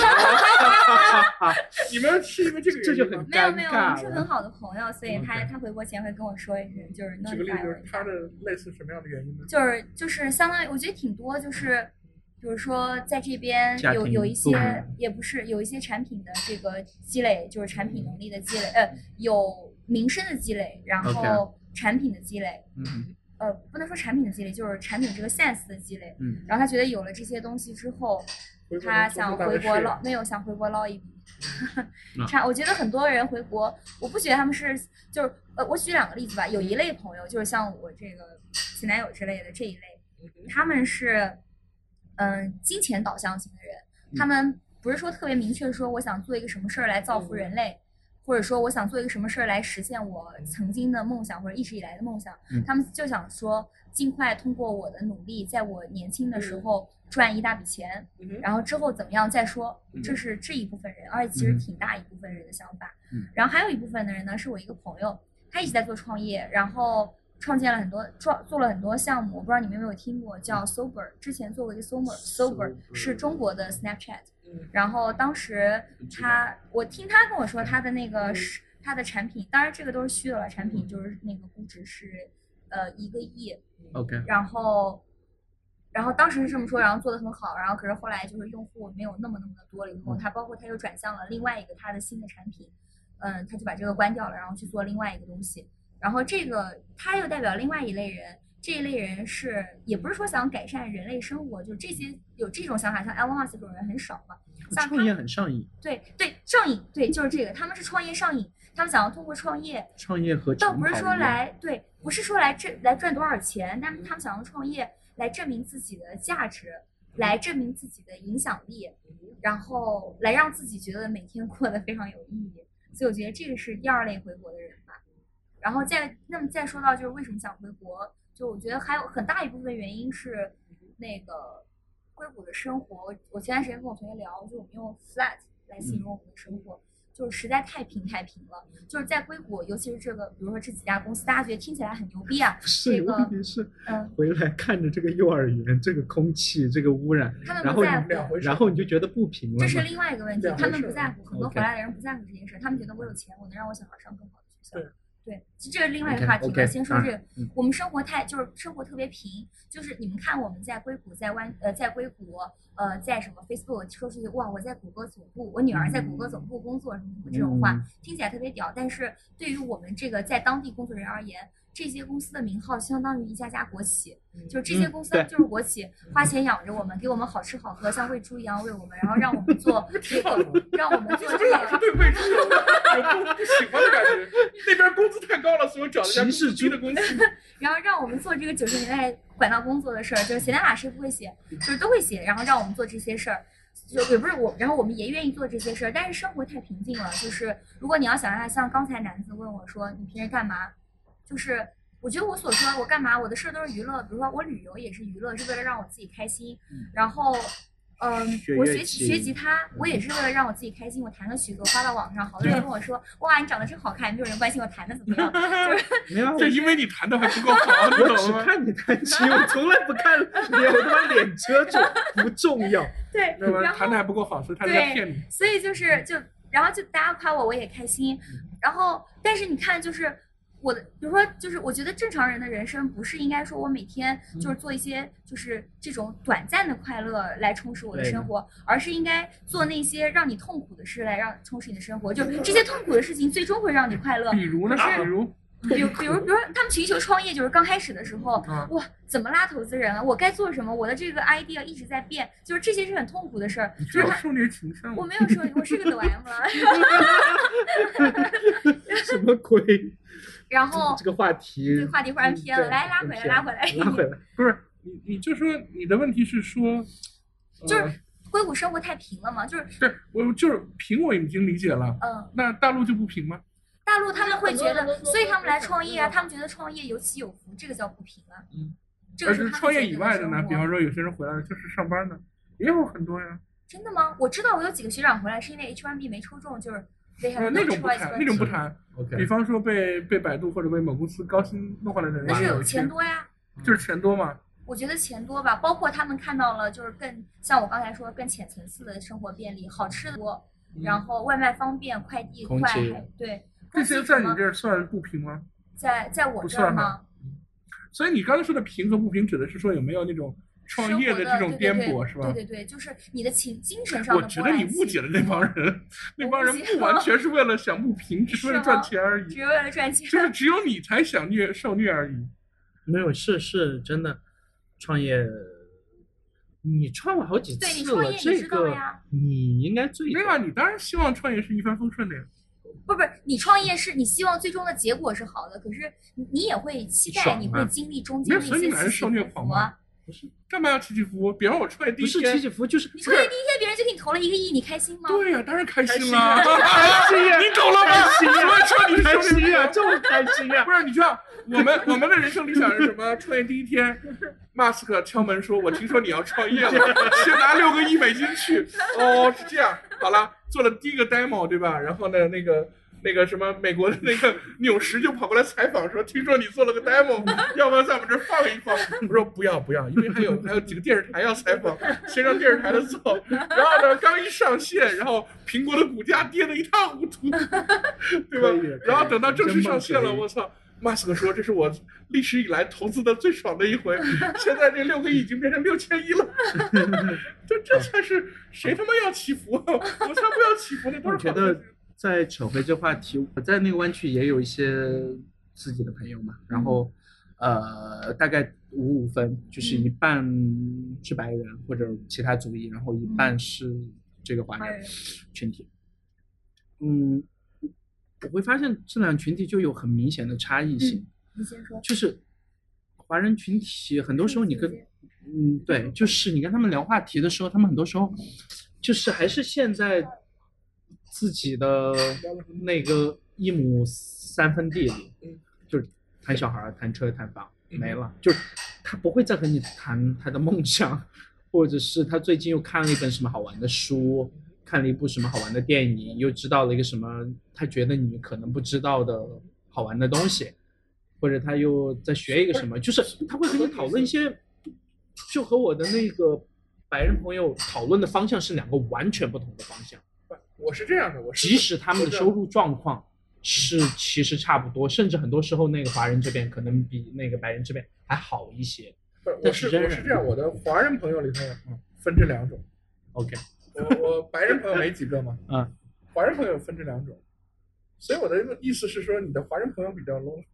你们是因为这个原因吗？ 这就很尴尬。 没有，我们是很好的朋友，所以他回国前会跟我说一声，就是举个例子，他的类似什么样的原因呢？ 就是相当于我觉得挺多，就是比如说在这边有一些也不是有一些产品的这个积累，就是产品能力的积累，有名声的积累，然后产品的积累。不能说产品的积累，就是产品这个 sense 的积累。然后他觉得有了这些东西之后，他想回国想回国捞一笔。我觉得很多人回国，我不觉得他们是就是我举2个例子吧。有一类朋友就是像我这个前男友之类的这一类，他们是金钱导向型的人，他们不是说特别明确说我想做一个什么事儿来造福人类，或者说我想做一个什么事儿来实现我曾经的梦想或者一直以来的梦想，他们就想说尽快通过我的努力，在我年轻的时候赚一大笔钱，然后之后怎么样再说，这是这一部分人，而且其实挺大一部分人的想法。然后还有一部分的人呢，是我一个朋友，他一直在做创业，然后创建了很多做了很多项目，我不知道你们有没有听过，叫 Sober， 之前做过一个 Sober 是中国的 Snapchat， 然后当时我听他跟我说他的那个他的产品，当然这个都是虚的了，产品就是那个估值是1个亿 ，OK， 然后当时是这么说，然后做得很好，然后可是后来就是用户没有那么的多了以后，他又转向了另外一个他的新的产品，他就把这个关掉了，然后去做另外一个东西。然后这个他又代表另外一类人，这一类人是也不是说想改善人类生活，就这些有这种想法，像 Elon Musk 这种人很少嘛。 创业很上瘾。 对，上瘾，对，就是这个，他们是创业上瘾，他们想要通过创业和倒不是说不是说来赚多少钱，但是他们想要创业来证明自己的价值，来证明自己的影响力，然后来让自己觉得每天过得非常有意义。所以我觉得这个是第二类回国的人吧。然后再说到就是为什么想回国，就我觉得还有很大一部分原因是那个硅谷的生活。我前段时间跟我同学聊，就我们用 flat 来形容我们的生活，就是实在太平了。就是在硅谷，尤其是这个，比如说这几家公司，大家觉得听起来很牛逼啊。 是，这个、问题是，回来看着这个幼儿园，这个空气，这个污染， 他们不在乎， 然后你就觉得不平了。 这是另外一个问题，他们不在乎，很多回来的人不在乎这件事，他们觉得我有钱，我能让我小孩上更好的学校。对，这是另外一个话题了。先说这个，我们生活特别平，就是你们看我们在硅谷，在硅谷，在什么 Facebook 说是哇，我在谷歌总部，我女儿在谷歌总部工作什么这种话，听起来特别屌。但是对于我们这个在当地工作人而言，这些公司的名号相当于一家国企，就是这些公司就是国企，花钱养着我们，给我们好吃好喝，像喂猪一样喂我们，然后让我们做这个，让我们做这个。 老是对喂猪有不喜欢的感觉，那边工资太高了，所以我找了一家低的公司。 然后让我们做这个90年代管道工作的事儿，就是写代码谁不会写，就是都会写，然后让我们做这些事儿。就也不是我，然后我们也愿意做这些事儿，但是生活太平静了。就是如果你要想像刚才男子问我说你平时干嘛，就是我觉得我所说我干嘛，我的事儿都是娱乐。比如说我旅游也是娱乐，是为了让我自己开心。然后我学吉他，我也是为了让我自己开心。我弹个曲子，我发到网上，好多人跟我说哇你长得真好看，没有人关心我弹的怎么样。就是没有， 就因为你弹的还不够好， 我只看你弹琴，我从来不看脸，我都把脸遮住，不重要。 对， 然后弹的还不够好，所以他在骗你。 所以然后就大家夸我也开心。然后但是你看就是我的，比如说就是我觉得正常人的人生不是应该说我每天就是做一些就是这种短暂的快乐来充实我的生活，而是应该做那些让你痛苦的事来充实你的生活。就这些痛苦的事情最终会让你快乐。 比如呢？ 比如他们寻求创业，就是刚开始的时候，哇，怎么拉投资人啊？我该做什么？我的这个 idea 一直在变，就是这些是很痛苦的事儿。就是受虐倾向？ 我没有受虐，我是个抖 M 了。 什么鬼？ 然后这个话题忽然偏了，来拉回来。 不是你就说你的问题是说， 就是硅谷生活太平了嘛？就是对，我就是平，我已经理解了。那大陆就不平吗？ 大陆他们会觉得，所以他们来创业啊，他们觉得创业有起有伏，这个叫不平啊。这个是创业以外的呢，比方说有些人回来就是上班呢，也有很多呀。 真的吗？我知道我有几个学长回来是因为 H1B 没抽中，就是那种不谈。比方说被百度或者被某公司高薪弄回来的人， 那是有钱多呀。 就是钱多嘛。 我觉得钱多吧，包括他们看到了就是更像我刚才说更浅层次的生活便利，好吃的多，然后外卖方便，快递快，对。 这些在你这儿算不平吗？ 在我这儿吗？ 所以你刚才说的平和不平，指的是说有没有那种创业的这种颠簸，是吧？ 对，就是你的精神上的。 我觉得你误解了那帮人，那帮人不完全是为了想不平，只是为了赚钱而已。 只是为了赚钱， 就是只有你才想受虐而已。 没有，是真的，创业。你创了好几次了，这个你应该最没有啊？你当然希望创业是一帆风顺的呀。 不是，你创业是你希望最终的结果是好的，可是你也会期待你会经历中间的一些起起伏伏啊。 不是， 干嘛要起起伏？比方我创业第一天， 不是起起伏，就是你创业第一天，别人就给你投了1个亿，你开心吗？ 对呀，当然开心了， 开心呀！你懂了吗？ 开心呀，这么开心呀！ 不是，你知道我们的人生理想是什么？创业第一天，马斯克敲门说：“我听说你要创业了，先拿6个亿美金去。”哦，是这样。好了，做了第一个 demo， 对吧？然后呢，那个什么美国的那个纽时就跑过来采访说，听说你做了个 demo， 要不要在我们这儿放一放？我说不要，因为还有几个电视台要采访，先让电视台的走。然后呢，刚一上线，然后苹果的股价跌得一塌糊涂，对吧？然后等到正式上线了，我操！马斯克说：“这是我历史以来投资的最爽的一回，现在这6个亿已经变成6000亿了，这才是谁他妈要起伏啊？我才不要起伏呢！”都是好的。 再扯回这话题，我在那个湾区也有一些自己的朋友嘛，然后大概5-5分，就是一半是白人或者其他族裔，然后一半是这个华人群体。我会发现这两个群体就有很明显的差异性。 你先说。 就是华人群体很多时候你跟对，就是你跟他们聊话题的时候，他们很多时候就是还是陷在自己的那个1亩3分地里，就是谈小孩、谈车、谈房没了，就是他不会再和你谈他的梦想，或者是他最近又看了一本什么好玩的书，看了一部什么好玩的电影，又知道了一个什么他觉得你可能不知道的好玩的东西，或者他又在学一个什么，就是他会和你讨论一些，就和我的那个白人朋友讨论的方向是2个完全不同的方向。 我是这样的， 即使他们的收入状况是其实差不多，甚至很多时候那个华人这边可能比那个白人这边还好一些。 我是这样，我的华人朋友里头分这2种。 OK， 我白人朋友没几个嘛，华人朋友分这2种，所以我的意思是说，你的华人朋友比较 low，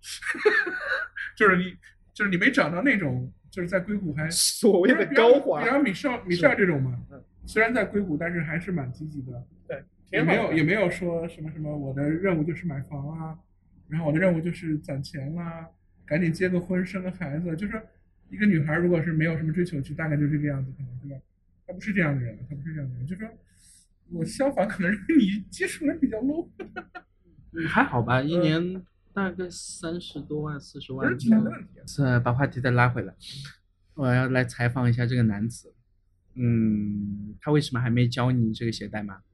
就是你没找到那种就是在硅谷还所谓的高华， 比方米少这种嘛，虽然在硅谷，但是还是蛮积极的。 对。 也没有说什么我的任务就是买房啊，然后我的任务就是攒钱啦，赶紧结个婚生个孩子，就是一个女孩如果是没有什么追求，就大概就这个样子，可能对吧？她不是这样的人，就说我相反可能是你接触人比较 low。 还好吧，一年大概30多万40万。 不是钱的问题。 把话题再拉回来，我要来采访一下这个男子。他为什么还没教你这个写代码？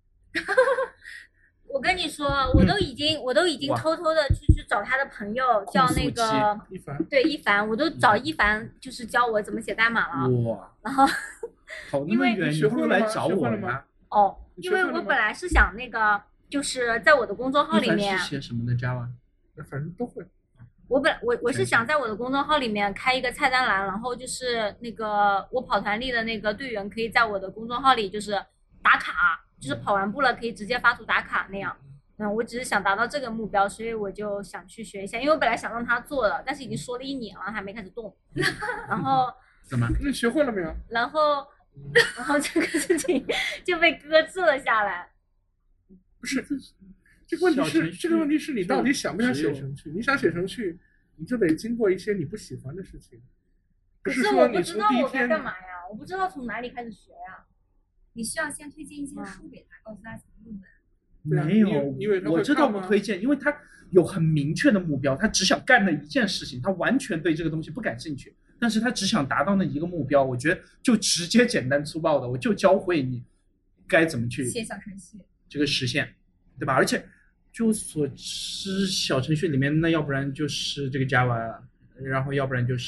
我跟你说，我都已经偷偷的去找他的朋友，叫那个一凡，我都找一凡就是教我怎么写代码了。 哇！ 然后跑那么远，你不如来找我吗？ 哦，因为我本来是想那个，就是在我的公众号里面。 一凡是写什么的 Java？ 反正都会。 我是想在我的公众号里面开一个菜单栏，然后就是那个我跑团里的那个队员可以在我的公众号里就是打卡。就是跑完步了可以直接发图打卡那样，我只是想达到这个目标，所以我就想去学一下，因为我本来想让他做的，但是已经说了1年了，还没开始动。然后怎么？ 你学会了没有？ 然后这个事情就被搁置了下来。 不是，这个问题是你到底想不想写程序？你想写程序，你就得经过一些你不喜欢的事情。 可是我不知道我该干嘛呀，我不知道从哪里开始学呀。 你需要先推荐一些书给他，告诉他怎么入门。没有，我这倒不推荐，因为他有很明确的目标，他只想干那一件事情，他完全对这个东西不感兴趣，但是他只想达到那一个目标。我觉得就直接简单粗暴的，我就教会你该怎么去写小程序， 这个实现，对吧？而且据我所知，小程序里面那要不然就是这个 Java， 然后要不然就是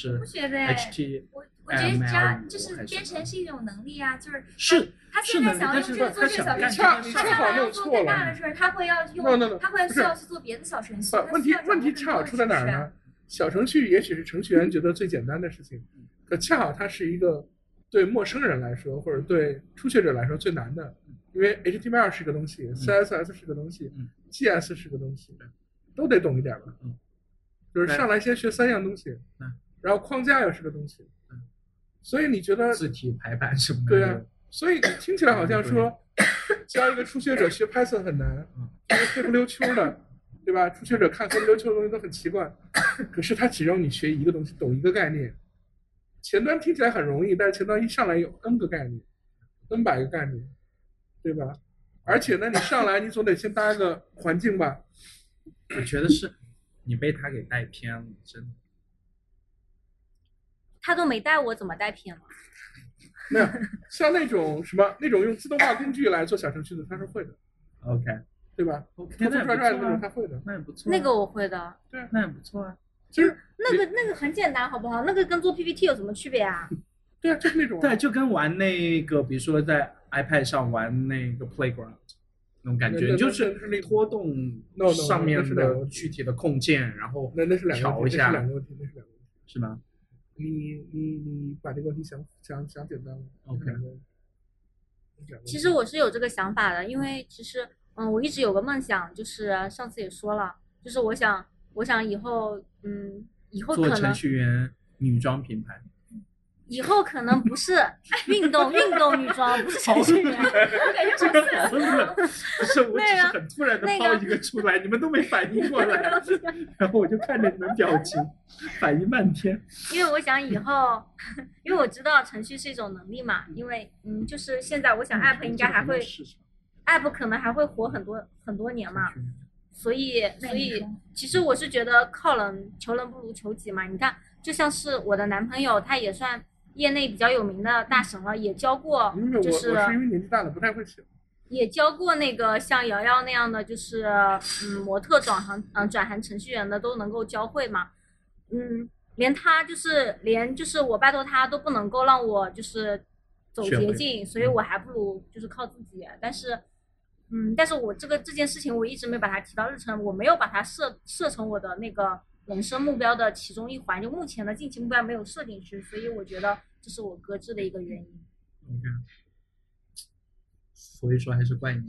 HT。 我觉得就是编程是一种能力啊，就是他现在想要用这个做这个小程序，他将来要做更大的事儿，他会要用，他会需要去做别的小程序。 问题恰好出在哪儿呢？小程序也许是程序员觉得最简单的事情，可恰好它是一个对陌生人来说或者对初学者来说最难的，因为 HTML 是个东西，CSS 是个东西，GS 是个东西，都得懂一点吧。就是上来先学3样东西，然后框架又是个东西。所以你觉得字体排版什么的？ 对啊，所以听起来好像说教一个初学者学 Python 很难，因为黑不溜秋的，对吧？初学者看黑不溜秋的东西都很奇怪，可是他只让你学一个东西，懂一个概念， 前端听起来很容易，但是前端一上来有 N 个概念，N 百个概念，对吧？而且呢，你上来你总得先搭一个环境吧。 我觉得是你被他给带偏了，真的。 他都没带我，怎么带偏了？ 没有，像那种什么那种用自动化工具来做小程序的，他是会的。 OK， 对吧？ 那拽的那种他会的， 那也不错。 那个我会的。 对， 那也不错啊。 其实那个很简单，好不好？那个跟做 PPT 有什么区别啊？ 对啊，就是那种。 对，就跟玩那个，比如说在 iPad 上玩那个 Playground 那种感觉，就是拖动上面的具体的控件，然后那是调一下。 那是两个问题， 是吗？ 你把这个问题想简单了。 OK。 其实我是有这个想法的，因为其实我一直有个梦想，就是上次也说了，就是我想以后可能做程序员女装品牌。 以后可能不是运动女装，不是程序员。我感觉这个好冷，不是，我只是很突然的抛一个出来，你们都没反应过来，然后我就看着你们表情，反应半天。 因为我想以后，因为我知道程序是一种能力嘛，因为就是现在我想 App 应该还会，App 可能还会活很多年嘛，所以其实我是觉得求人不如求己嘛。你看，就像是我的男朋友，他也算业内比较有名的大神了，也教过，就是我是因为年纪大了不太会写， 也教过那个像瑶瑶那样的，就是模特转行程序员的都能够教会嘛。连他就是我拜托他都不能够让我就是走捷径，所以我还不如就是靠自己。但是我这件事情我一直没把它提到日程，我没有把它设成我的那个人生目标的其中一环，就目前的近期目标没有设进去，所以我觉得这是我搁置的一个原因。 OK， 所以说还是怪你。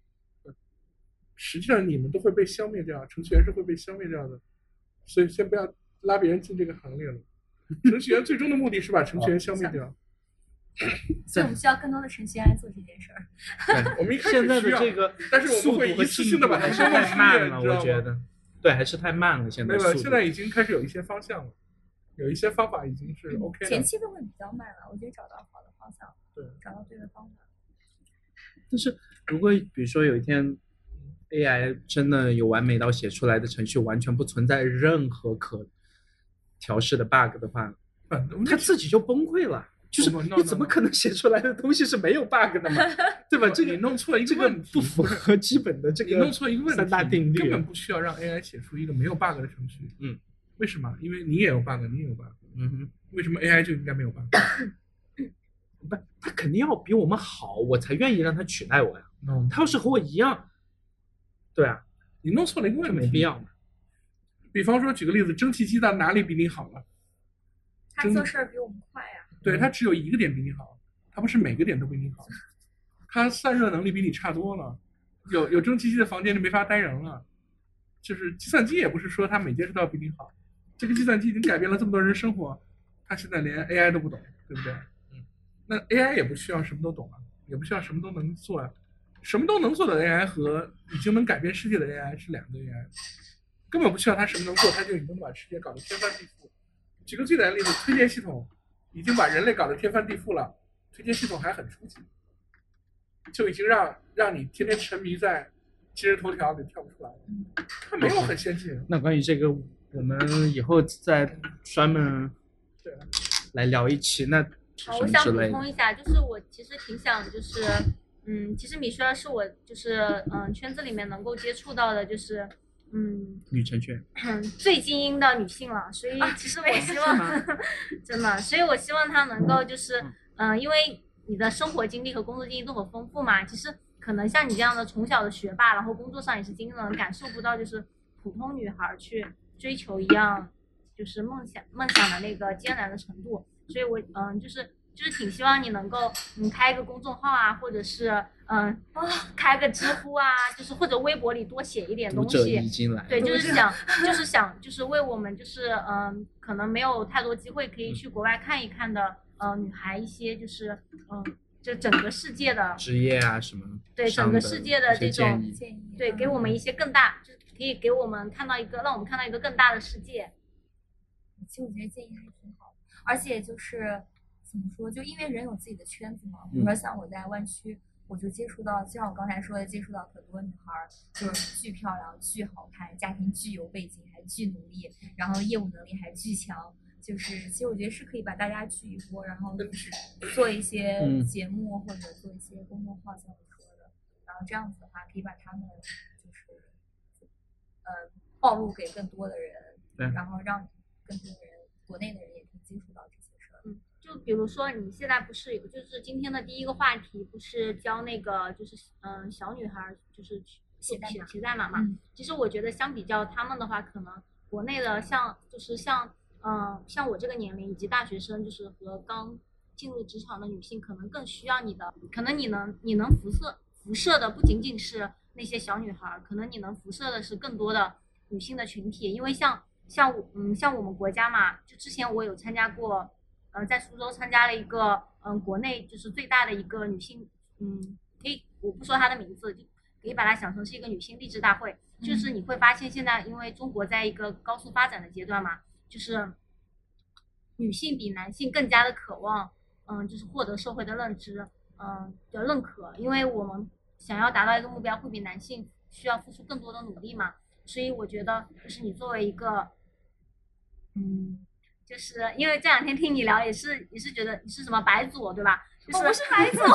实际上你们都会被消灭掉，程序员是会被消灭掉的，所以先不要拉别人进这个行列了。程序员最终的目的是把程序员消灭掉。 所以我们需要更多的程序员来做这件事儿。 我们一开始现在的这个但是我们会一次性的把它消灭太慢了，我觉得。对，还是太慢了。现在现在已经开始有一些方向了，有一些方法已经是 OK 的。 前期都会比较慢了，我觉得找到好的方向， 对， 找到对的方法。 但是如果比如说有一天 AI 真的有完美到写出来的程序完全不存在任何可调试的 bug 的话，它自己就崩溃了。就是你怎么可能写出来的东西是没有 bug 的嘛？对吧？这个你弄错一个问题， 不符合基本的这个你弄错一个问题三大定律， 根本不需要让 AI 写出一个没有 bug 的程序。为什么？因为你也有 bug， 你也有 bug。为什么 AI 就应该没有 bug？ 不，他肯定要比我们好，我才愿意让他取代我呀。他要是和我一样，对啊， 你弄错了一个问题， 没必要嘛。 比方说，举个例子，蒸汽机到哪里比你好了？ 他做事比我们快呀。 对，它只有一个点比你好，它不是每个点都比你好，它散热能力比你差多了。有蒸汽机的房间就没法待人了。就是计算机也不是说它每件事都要比你好，这个计算机已经改变了这么多人生活，它现在连 AI 都不懂，对不对？那 AI 也不需要什么都懂啊，也不需要什么都能做啊。什么都能做的 AI 和已经能改变世界的 AI 是两个 AI， 根本不需要它什么能做，它就已经能把世界搞得天翻地覆。举个最简单的例子，推荐系统已经把人类搞得天翻地覆了，推荐系统还很初级，就已经让你天天沉迷在今日头条里跳不出来了，它没有很先进。 那关于这个，我们以后再专门来聊一期。那好，我想补充一下，就是我其实挺想就是其实米雪是我就是圈子里面能够接触到的，就是女程序员最精英的女性了，所以其实我希望真的，所以我希望她能够就是因为你的生活经历和工作经历都很丰富嘛，其实可能像你这样的从小的学霸，然后工作上也是精英的人，感受不到就是普通女孩去追求一样就是梦想的那个艰难的程度，所以我就是挺希望你能够开一个公众号啊，或者是开个知乎啊，就是或者微博里多写一点东西。对，就是想就是为我们就是可能没有太多机会可以去国外看一看的女孩一些就是就整个世界的职业啊什么， 对整个世界的这种建议，对，给我们一些更大，就是可以给我们看到一个让我们看到一个更大的世界。 其实我觉得建议还挺好的。 而且就是怎么说，就因为人有自己的圈子嘛。比如说像我在湾区，我就接触到，就像我刚才说的，接触到很多女孩儿，就是巨漂亮、巨好看，家庭巨有背景，还巨努力，然后业务能力还巨强。就是其实我觉得是可以把大家聚一波，然后就是做一些节目或者做一些公众号，像我说的，然后这样子的话，可以把他们就是暴露给更多的人，然后让更多的人，国内的人也可以接触到这些事儿。 就比如说你现在不是有，就是今天的第一个话题不是教那个就是小女孩就是写代码嘛？其实我觉得相比较他们的话，可能国内的像我这个年龄以及大学生，就是和刚进入职场的女性，可能更需要你的，可能你能辐射的不仅仅是那些小女孩，可能你能辐射的是更多的女性的群体，因为像我们国家嘛，就之前我有参加过，在苏州参加了一个国内就是最大的一个女性，我不说她的名字，就可以把它想成是一个女性励志大会，就是你会发现现在因为中国在一个高速发展的阶段嘛。就是女性比男性更加的渴望，就是获得社会的认知，的认可，因为我们想要达到一个目标，会比男性需要付出更多的努力嘛。所以我觉得，就是你作为一个，就是因为这两天听你聊，也是觉得你是什么白左对吧？就是我是白左，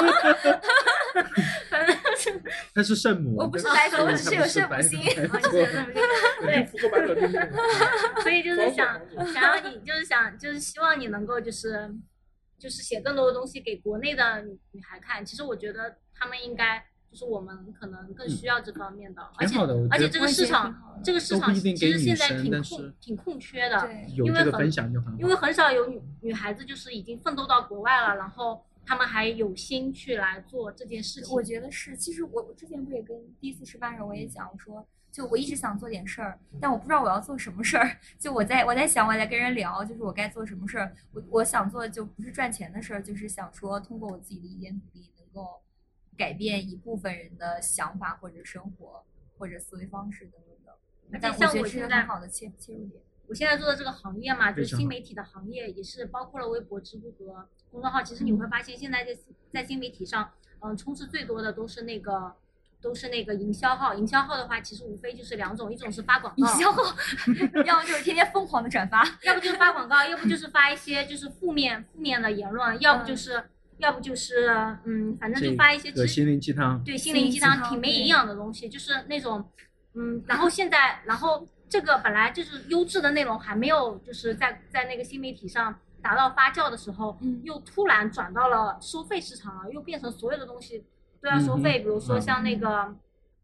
反正是他是圣母， 我不是白左，我只是有圣母心。 对，所以就是想要你，就是希望你能够就是写更多的东西给国内的女孩看。其实我觉得他们应该就是我们可能更需要这方面的，而且这个市场其实现在挺空缺的， 有这个分享就很好， 因为很少有女孩子就是已经奋斗到国外了，然后他们还有心去来做这件事情。 我觉得是，其实我之前不也跟第一次吃饭时候我也讲说，就我一直想做点事儿，但我不知道我要做什么事儿。就我在想，我在跟人聊，就是我该做什么事儿。我想做就不是赚钱的事儿，就是想说通过我自己的一点努力，能够改变一部分人的想法或者生活或者思维方式等等的。 而且像我现在很好的切入点。 我现在做的这个行业嘛，就是新媒体的行业，也是包括了微博、知乎和公众号。其实你会发现，现在在新媒体上，充斥最多的都是那个营销号。营销号的话，其实无非就是两种，一种是发广告， 营销号，要么就是天天疯狂的转发， 要不就是发广告，要不就是发一些就是负面的言论，要不就是反正就发一些心灵鸡汤， 对，心灵鸡汤挺没营养的东西，就是那种然后这个本来就是优质的内容还没有就是在那个新媒体上达到发酵的时候，又突然转到了收费市场了，又变成所有的东西都要收费，比如说像那个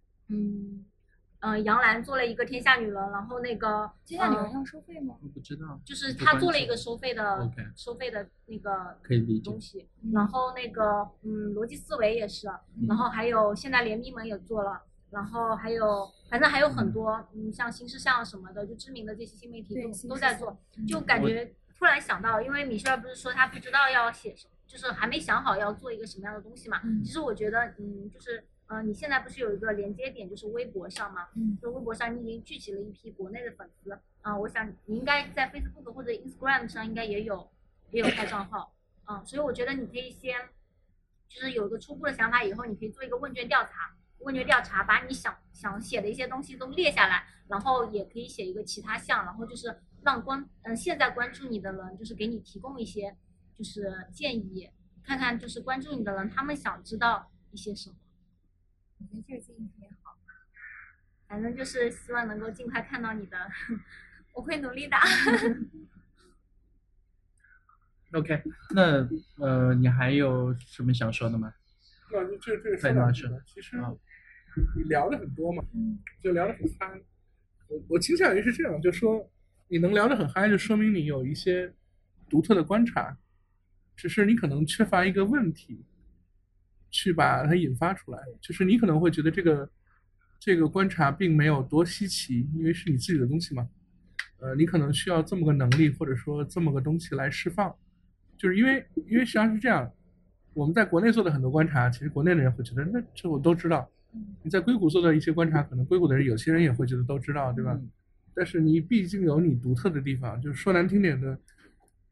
杨澜做了一个天下女人，然后那个天下女人要收费吗？ 我不知道， 就是她做了一个收费的那个东西，然后那个逻辑思维也是，然后还有现在联名门也做了，然后还有反正还有很多像新事项什么的，就知名的这些新媒体都在做，就感觉突然想到，因为米歇尔不是说他不知道要写什么，就是还没想好要做一个什么样的东西嘛。其实我觉得就是你现在不是有一个连接点，就是微博上嘛，就微博上你已经聚集了一批国内的粉丝我想你应该在 Facebook 或者 Instagram 上应该也有开账号所以我觉得你可以先就是有一个初步的想法，以后你可以做一个问卷调查，把你想写的一些东西都列下来，然后也可以写一个其他项，然后就是让现在关注你的人就是给你提供一些就是建议，看看就是关注你的人他们想知道一些什么。 我觉得这个建议特别好， 反正就是希望能够尽快看到你的， 我会努力的。 OK， 那你还有什么想说的吗？ 这个说两句吧。其实你聊的很多嘛，就聊得很嗨。我倾向于是这样，就说你能聊得很嗨，就说明你有一些独特的观察，只是你可能缺乏一个问题去把它引发出来。就是你可能会觉得这个观察并没有多稀奇，因为是你自己的东西嘛。你可能需要这么个能力，或者说这么个东西来释放。就是因为实际上是这样，我们在国内做的很多观察，其实国内的人会觉得那这我都知道。你在硅谷做的一些观察，可能硅谷的人有些人也会觉得都知道，对吧？但是你毕竟有你独特的地方，就是说难听点的，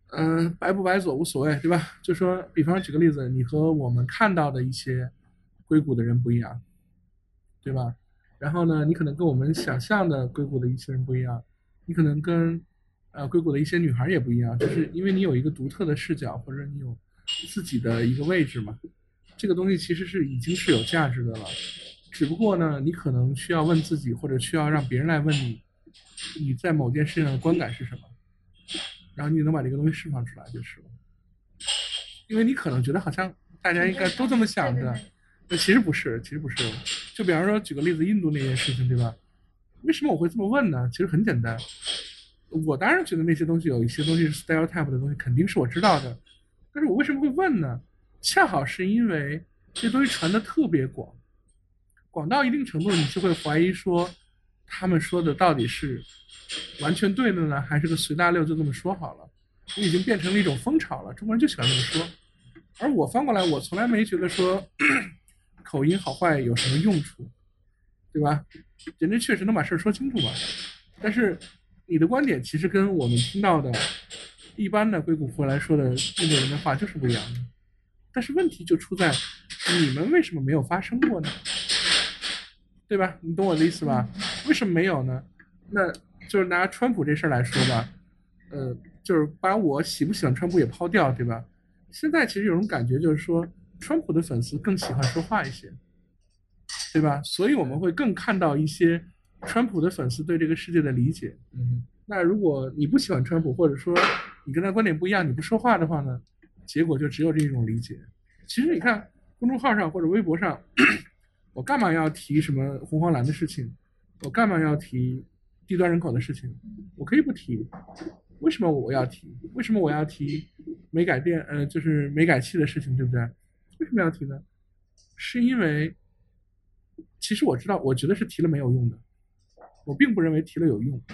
白不白左无所谓，对吧？就说，比方举个例子，你和我们看到的一些硅谷的人不一样，对吧？然后呢，你可能跟我们想象的硅谷的一些人不一样，你可能跟硅谷的一些女孩也不一样，就是因为你有一个独特的视角，或者你有自己的一个位置嘛。这个东西其实已经是有价值的了，只不过呢，你可能需要问自己，或者需要让别人来问你，你在某件事情上的观感是什么。然后你能把这个东西释放出来就是了，因为你可能觉得好像大家应该都这么想的，那其实不是，就比方说举个例子，印度那件事情，对吧？为什么我会这么问呢？其实很简单，我当然觉得那些东西有一些东西是 stereotype 的东西，肯定是我知道的，但是我为什么会问呢？恰好是因为这东西传得特别广，广到一定程度，你就会怀疑说，他们说的到底是完全对的呢，还是个随大溜就这么说好了？你已经变成了一种风潮了，中国人就喜欢这么说。而我翻过来，我从来没觉得说口音好坏有什么用处，对吧？人家确实能把事儿说清楚嘛。但是你的观点其实跟我们听到的一般的硅谷回来说的印度人的话就是不一样的。但是问题就出在你们为什么没有发生过呢？对吧？你懂我的意思吧？为什么没有呢？那就是拿川普这事儿来说吧，就是把我喜不喜欢川普也抛掉，对吧？现在其实有种感觉，就是说川普的粉丝更喜欢说话一些，对吧？所以我们会更看到一些川普的粉丝对这个世界的理解。那如果你不喜欢川普，或者说你跟他观点不一样，你不说话的话呢，结果就只有这种理解。其实你看公众号上或者微博上，我干嘛要提什么红黄蓝的事情？我干嘛要提低端人口的事情？我可以不提。为什么我要提？为什么我要提煤改电就是煤改气的事情，对不对？为什么要提呢？是因为其实我知道，我觉得是提了没有用的。我并不认为提了有用。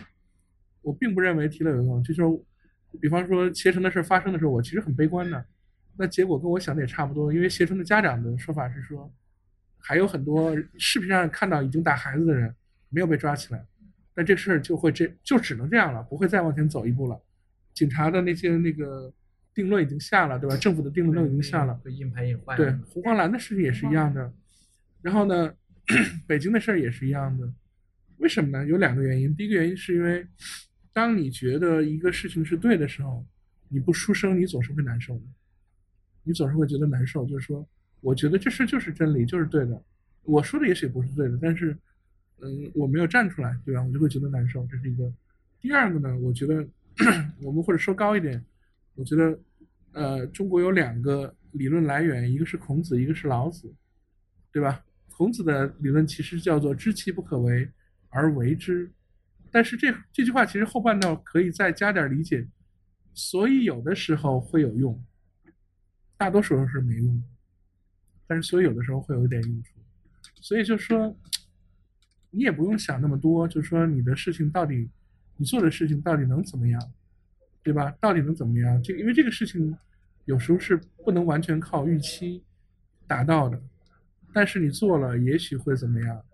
就是说比方说携程的事发生的时候，我其实很悲观的。那结果跟我想的也差不多，因为携程的家长的说法是说，还有很多视频上看到已经打孩子的人没有被抓起来，但这事儿就只能这样了，不会再往前走一步了。警察的那个定论已经下了，对吧？政府的定论都已经下了， 硬盘也坏了。 对，红黄蓝的事情也是一样的。然后呢，北京的事儿也是一样的。为什么呢？有两个原因。第一个原因是因为，当你觉得一个事情是对的时候，你不出声，你总是会难受的。你总是会觉得难受，就是说，我觉得这事就是真理，就是对的。我说的也许不是对的，但是，我没有站出来，对吧？我就会觉得难受，这是一个。第二个呢，我觉得我们或者说高一点，我觉得，中国有两个理论来源，一个是孔子，一个是老子，对吧？孔子的理论其实叫做知其不可为而为之，但是这句话其实后半段可以再加点理解，所以有的时候会有用。大多数时候是没用的，但是所以有的时候会有一点用处。所以就说你也不用想那么多，就是说你的事情到底，你做的事情到底能怎么样，对吧？到底能怎么样？因为这个事情有时候是不能完全靠预期达到的，但是你做了也许会怎么样，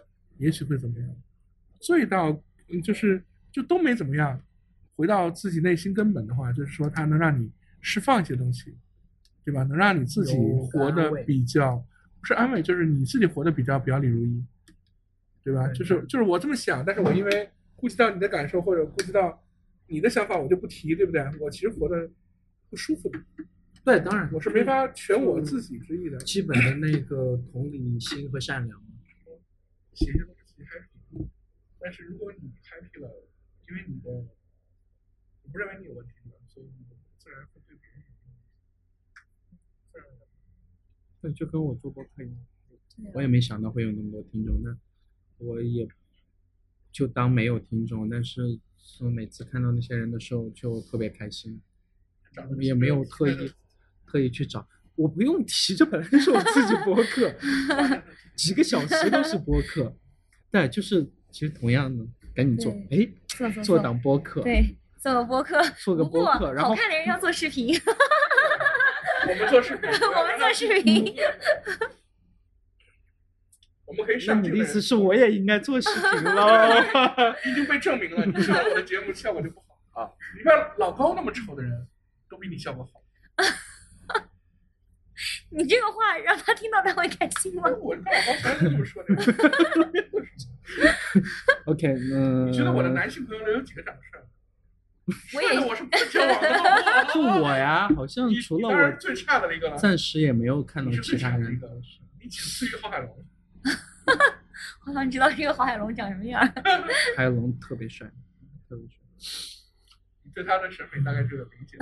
最到就都没怎么样。回到自己内心根本的话，就是说它能让你释放一些东西，对吧？能让你自己活得比较，不是安慰，就是你自己活得比较表里如一，对吧？就是我这么想，但是我因为顾及到你的感受或者顾及到你的想法，我就不提，对不对？我其实活得不舒服的。 对，当然我是没法全我自己之意的。 基本的那个同理心和善良， 写些东西 happy， 但是如果你 happy 了，因为你的，我不认为你有问题了，所以你自然会对别人有问题。 对，就跟我做播客一样，我也没想到会有那么多听众，那我也就当没有听众，但是我每次看到那些人的时候就特别开心，也没有特意去找，我不用提，这本来就是我自己播客，几个小时都是播客，对，就是其实同样的，赶紧做，做档播客， 对，做个播客， 然后好看的人要做视频。 我们做视频，我们可以上。 那你的意思是我也应该做视频喽？ 已经被证明了，你上我的节目效果就不好啊！你看老高那么丑的人， 都比你效果好。 你这个话让他听到他会开心吗？ 我刚才这么说的。 OK， 你觉得我的男性朋友里有几个长得帅？ 我也我是不交往的。 就我呀，好像除了我最差的一个， 暂时也没有看到其他人。 你仅次于郝海龙。 好想知道这个郝海龙长什么样。 郝海龙特别帅，特别帅。 你对他的审美大概就有理解。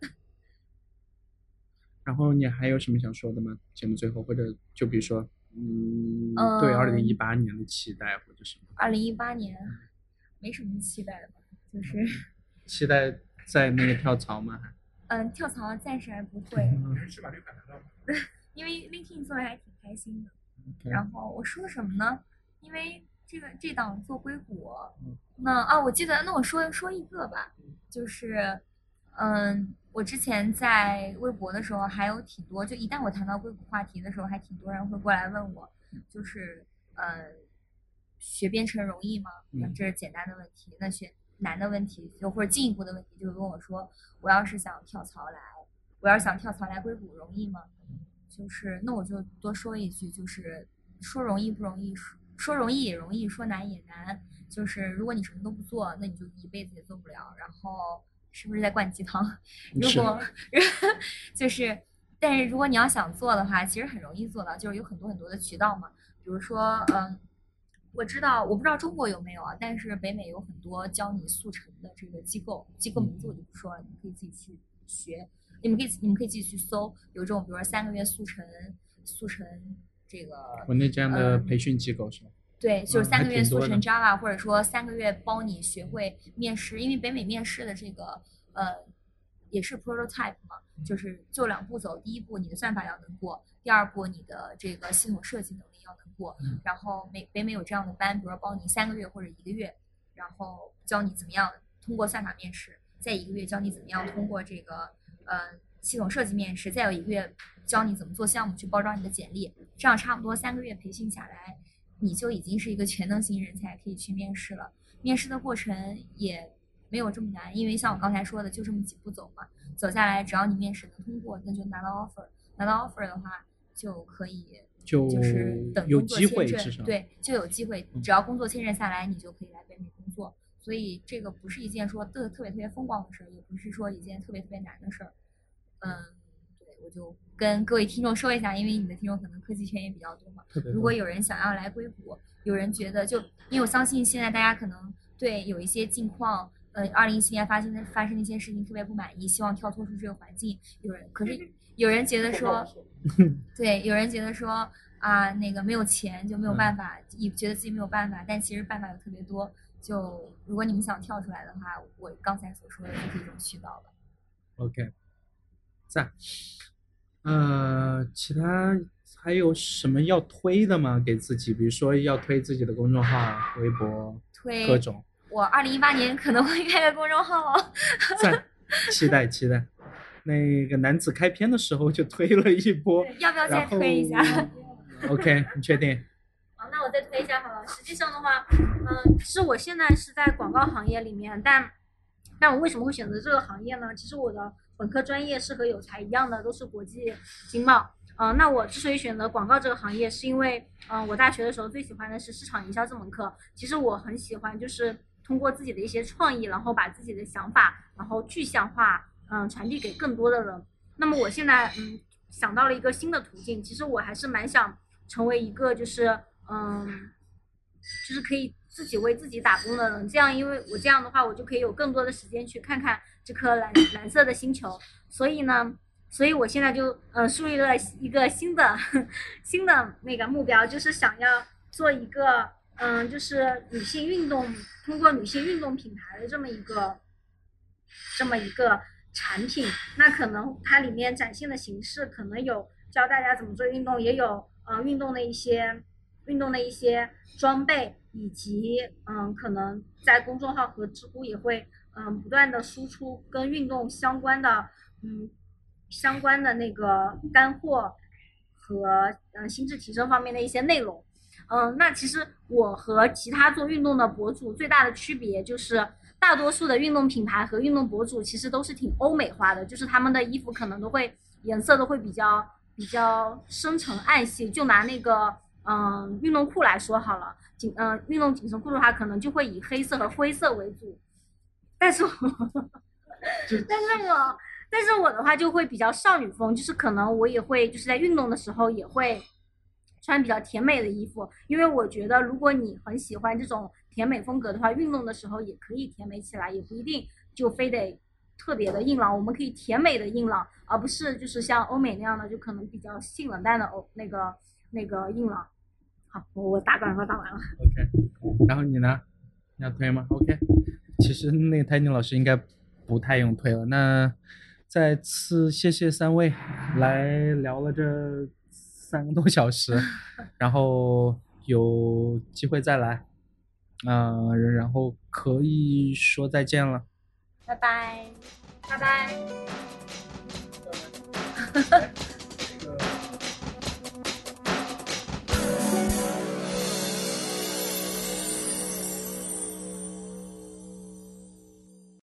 然后你还有什么想说的吗？节目最后，或者就比如说，对2018年的期待或者什么 ？2018年没什么期待的吧，就是期待在那个跳槽吗？ 跳槽暂时还不会。 去把绿卡拿到。 因为 LinkedIn 做的还挺开心的。然后我说什么呢？因为这档做硅谷，我记得，那我说一个吧，就是我之前在微博的时候还有挺多，就一旦我谈到硅谷话题的时候，还挺多人会过来问我，就是学编程容易吗？这是简单的问题。那学难的问题，就或者进一步的问题，就是跟我说，我要是想跳槽来硅谷容易吗？就是那我就多说一句，就是说容易不容易，说容易也容易，说难也难。就是如果你什么都不做，那你就一辈子也做不了。然后是不是在灌鸡汤？如果就是，但是如果你要想做的话，其实很容易做到，就是有很多很多的渠道嘛。比如说，我不知道中国有没有啊，但是北美有很多教你速成的这个机构名字我就不说了，你可以自己去学。你们可以自己去搜，有这种比如说3个月速成这个国内这样的培训机构是吧？ 对，就是3个月速成 Java，或者说3个月帮你学会面试，因为北美面试的这个也是 prototype 嘛，就2步走，第一步你的算法要能过，第二步你的这个系统设计能力要能过，然后北美有这样的班，比如说帮你3个月或者1个月，然后教你怎么样通过算法面试，再1个月教你怎么样通过这个系统设计面试，再有1个月教你怎么做项目去包装你的简历，这样差不多3个月培训下来，你就已经是一个全能型人才，可以去面试了。面试的过程也没有这么难，因为像我刚才说的，就这么几步走嘛，走下来只要你面试能通过，那就拿到 offer， 拿到 offer 的话就可以就是等工作签证，对，就有机会，只要工作签证下来，你就可以来北美工作。所以这个不是一件说特别风光的事儿，也不是说一件特别难的事儿。对，我就跟各位听众说一下，因为你的听众可能科技圈也比较多嘛。如果有人想要来硅谷，有人觉得因为我相信现在大家可能对有一些境况，2017年发生的一些事情特别不满意，希望跳脱出这个环境。有人觉得说，对，有人觉得说啊，那个没有钱就没有办法，觉得自己没有办法，但其实办法有特别多。就如果你们想跳出来的话，我刚才所说的就是一种渠道了。 OK。其他还有什么要推的吗？给自己，比如说要推自己的公众号、微博，推各种。 我2018年可能会开个公众号。 期待。那个男子开篇的时候就推了一波， 要不要再推一下 ？OK， 你确定？ 好，那我再推一下好了。实际上的话，其实我现在是在广告行业里面，但我为什么会选择这个行业呢？其实我的本科专业是和有才一样的，都是国际经贸。那我之所以选择广告这个行业，是因为我大学的时候最喜欢的是市场营销这门课。其实我很喜欢，就是通过自己的一些创意，然后把自己的想法，然后具象化，传递给更多的人。那么我现在想到了一个新的途径，其实我还是蛮想成为一个就是可以自己为自己打工的人，这样，因为我这样的话，我就可以有更多的时间去看看这颗蓝色的星球。所以我现在就树立了一个新的那个目标，就是想要做一个就是女性运动，通过女性运动品牌的这么一个产品。那可能它里面展现的形式可能有教大家怎么做运动，也有运动的一些装备，以及可能在公众号和知乎也会不断的输出跟运动相关的那个干货和心智提升方面的一些内容。那其实我和其他做运动的博主最大的区别就是大多数的运动品牌和运动博主其实都是挺欧美化的，就是他们的衣服可能都会颜色都会比较深沉暗系。就拿那个运动裤来说好了，运动紧身裤的话，可能就会以黑色和灰色为主。但是我的话就会比较少女风，就是可能我也会就是在运动的时候也会穿比较甜美的衣服，因为我觉得如果你很喜欢这种甜美风格的话，运动的时候也可以甜美起来，也不一定就非得特别的硬朗，我们可以甜美的硬朗，而不是就是像欧美那样的就可能比较性冷淡的那个硬朗。好，我打完了。 OK， 然后你呢？你要推吗 ？OK， 其实那个 Tiny 老师应该不太用推了。那再次谢谢3位来聊了这3个多小时，然后有机会再来，然后可以说再见了。 拜拜。 拜拜。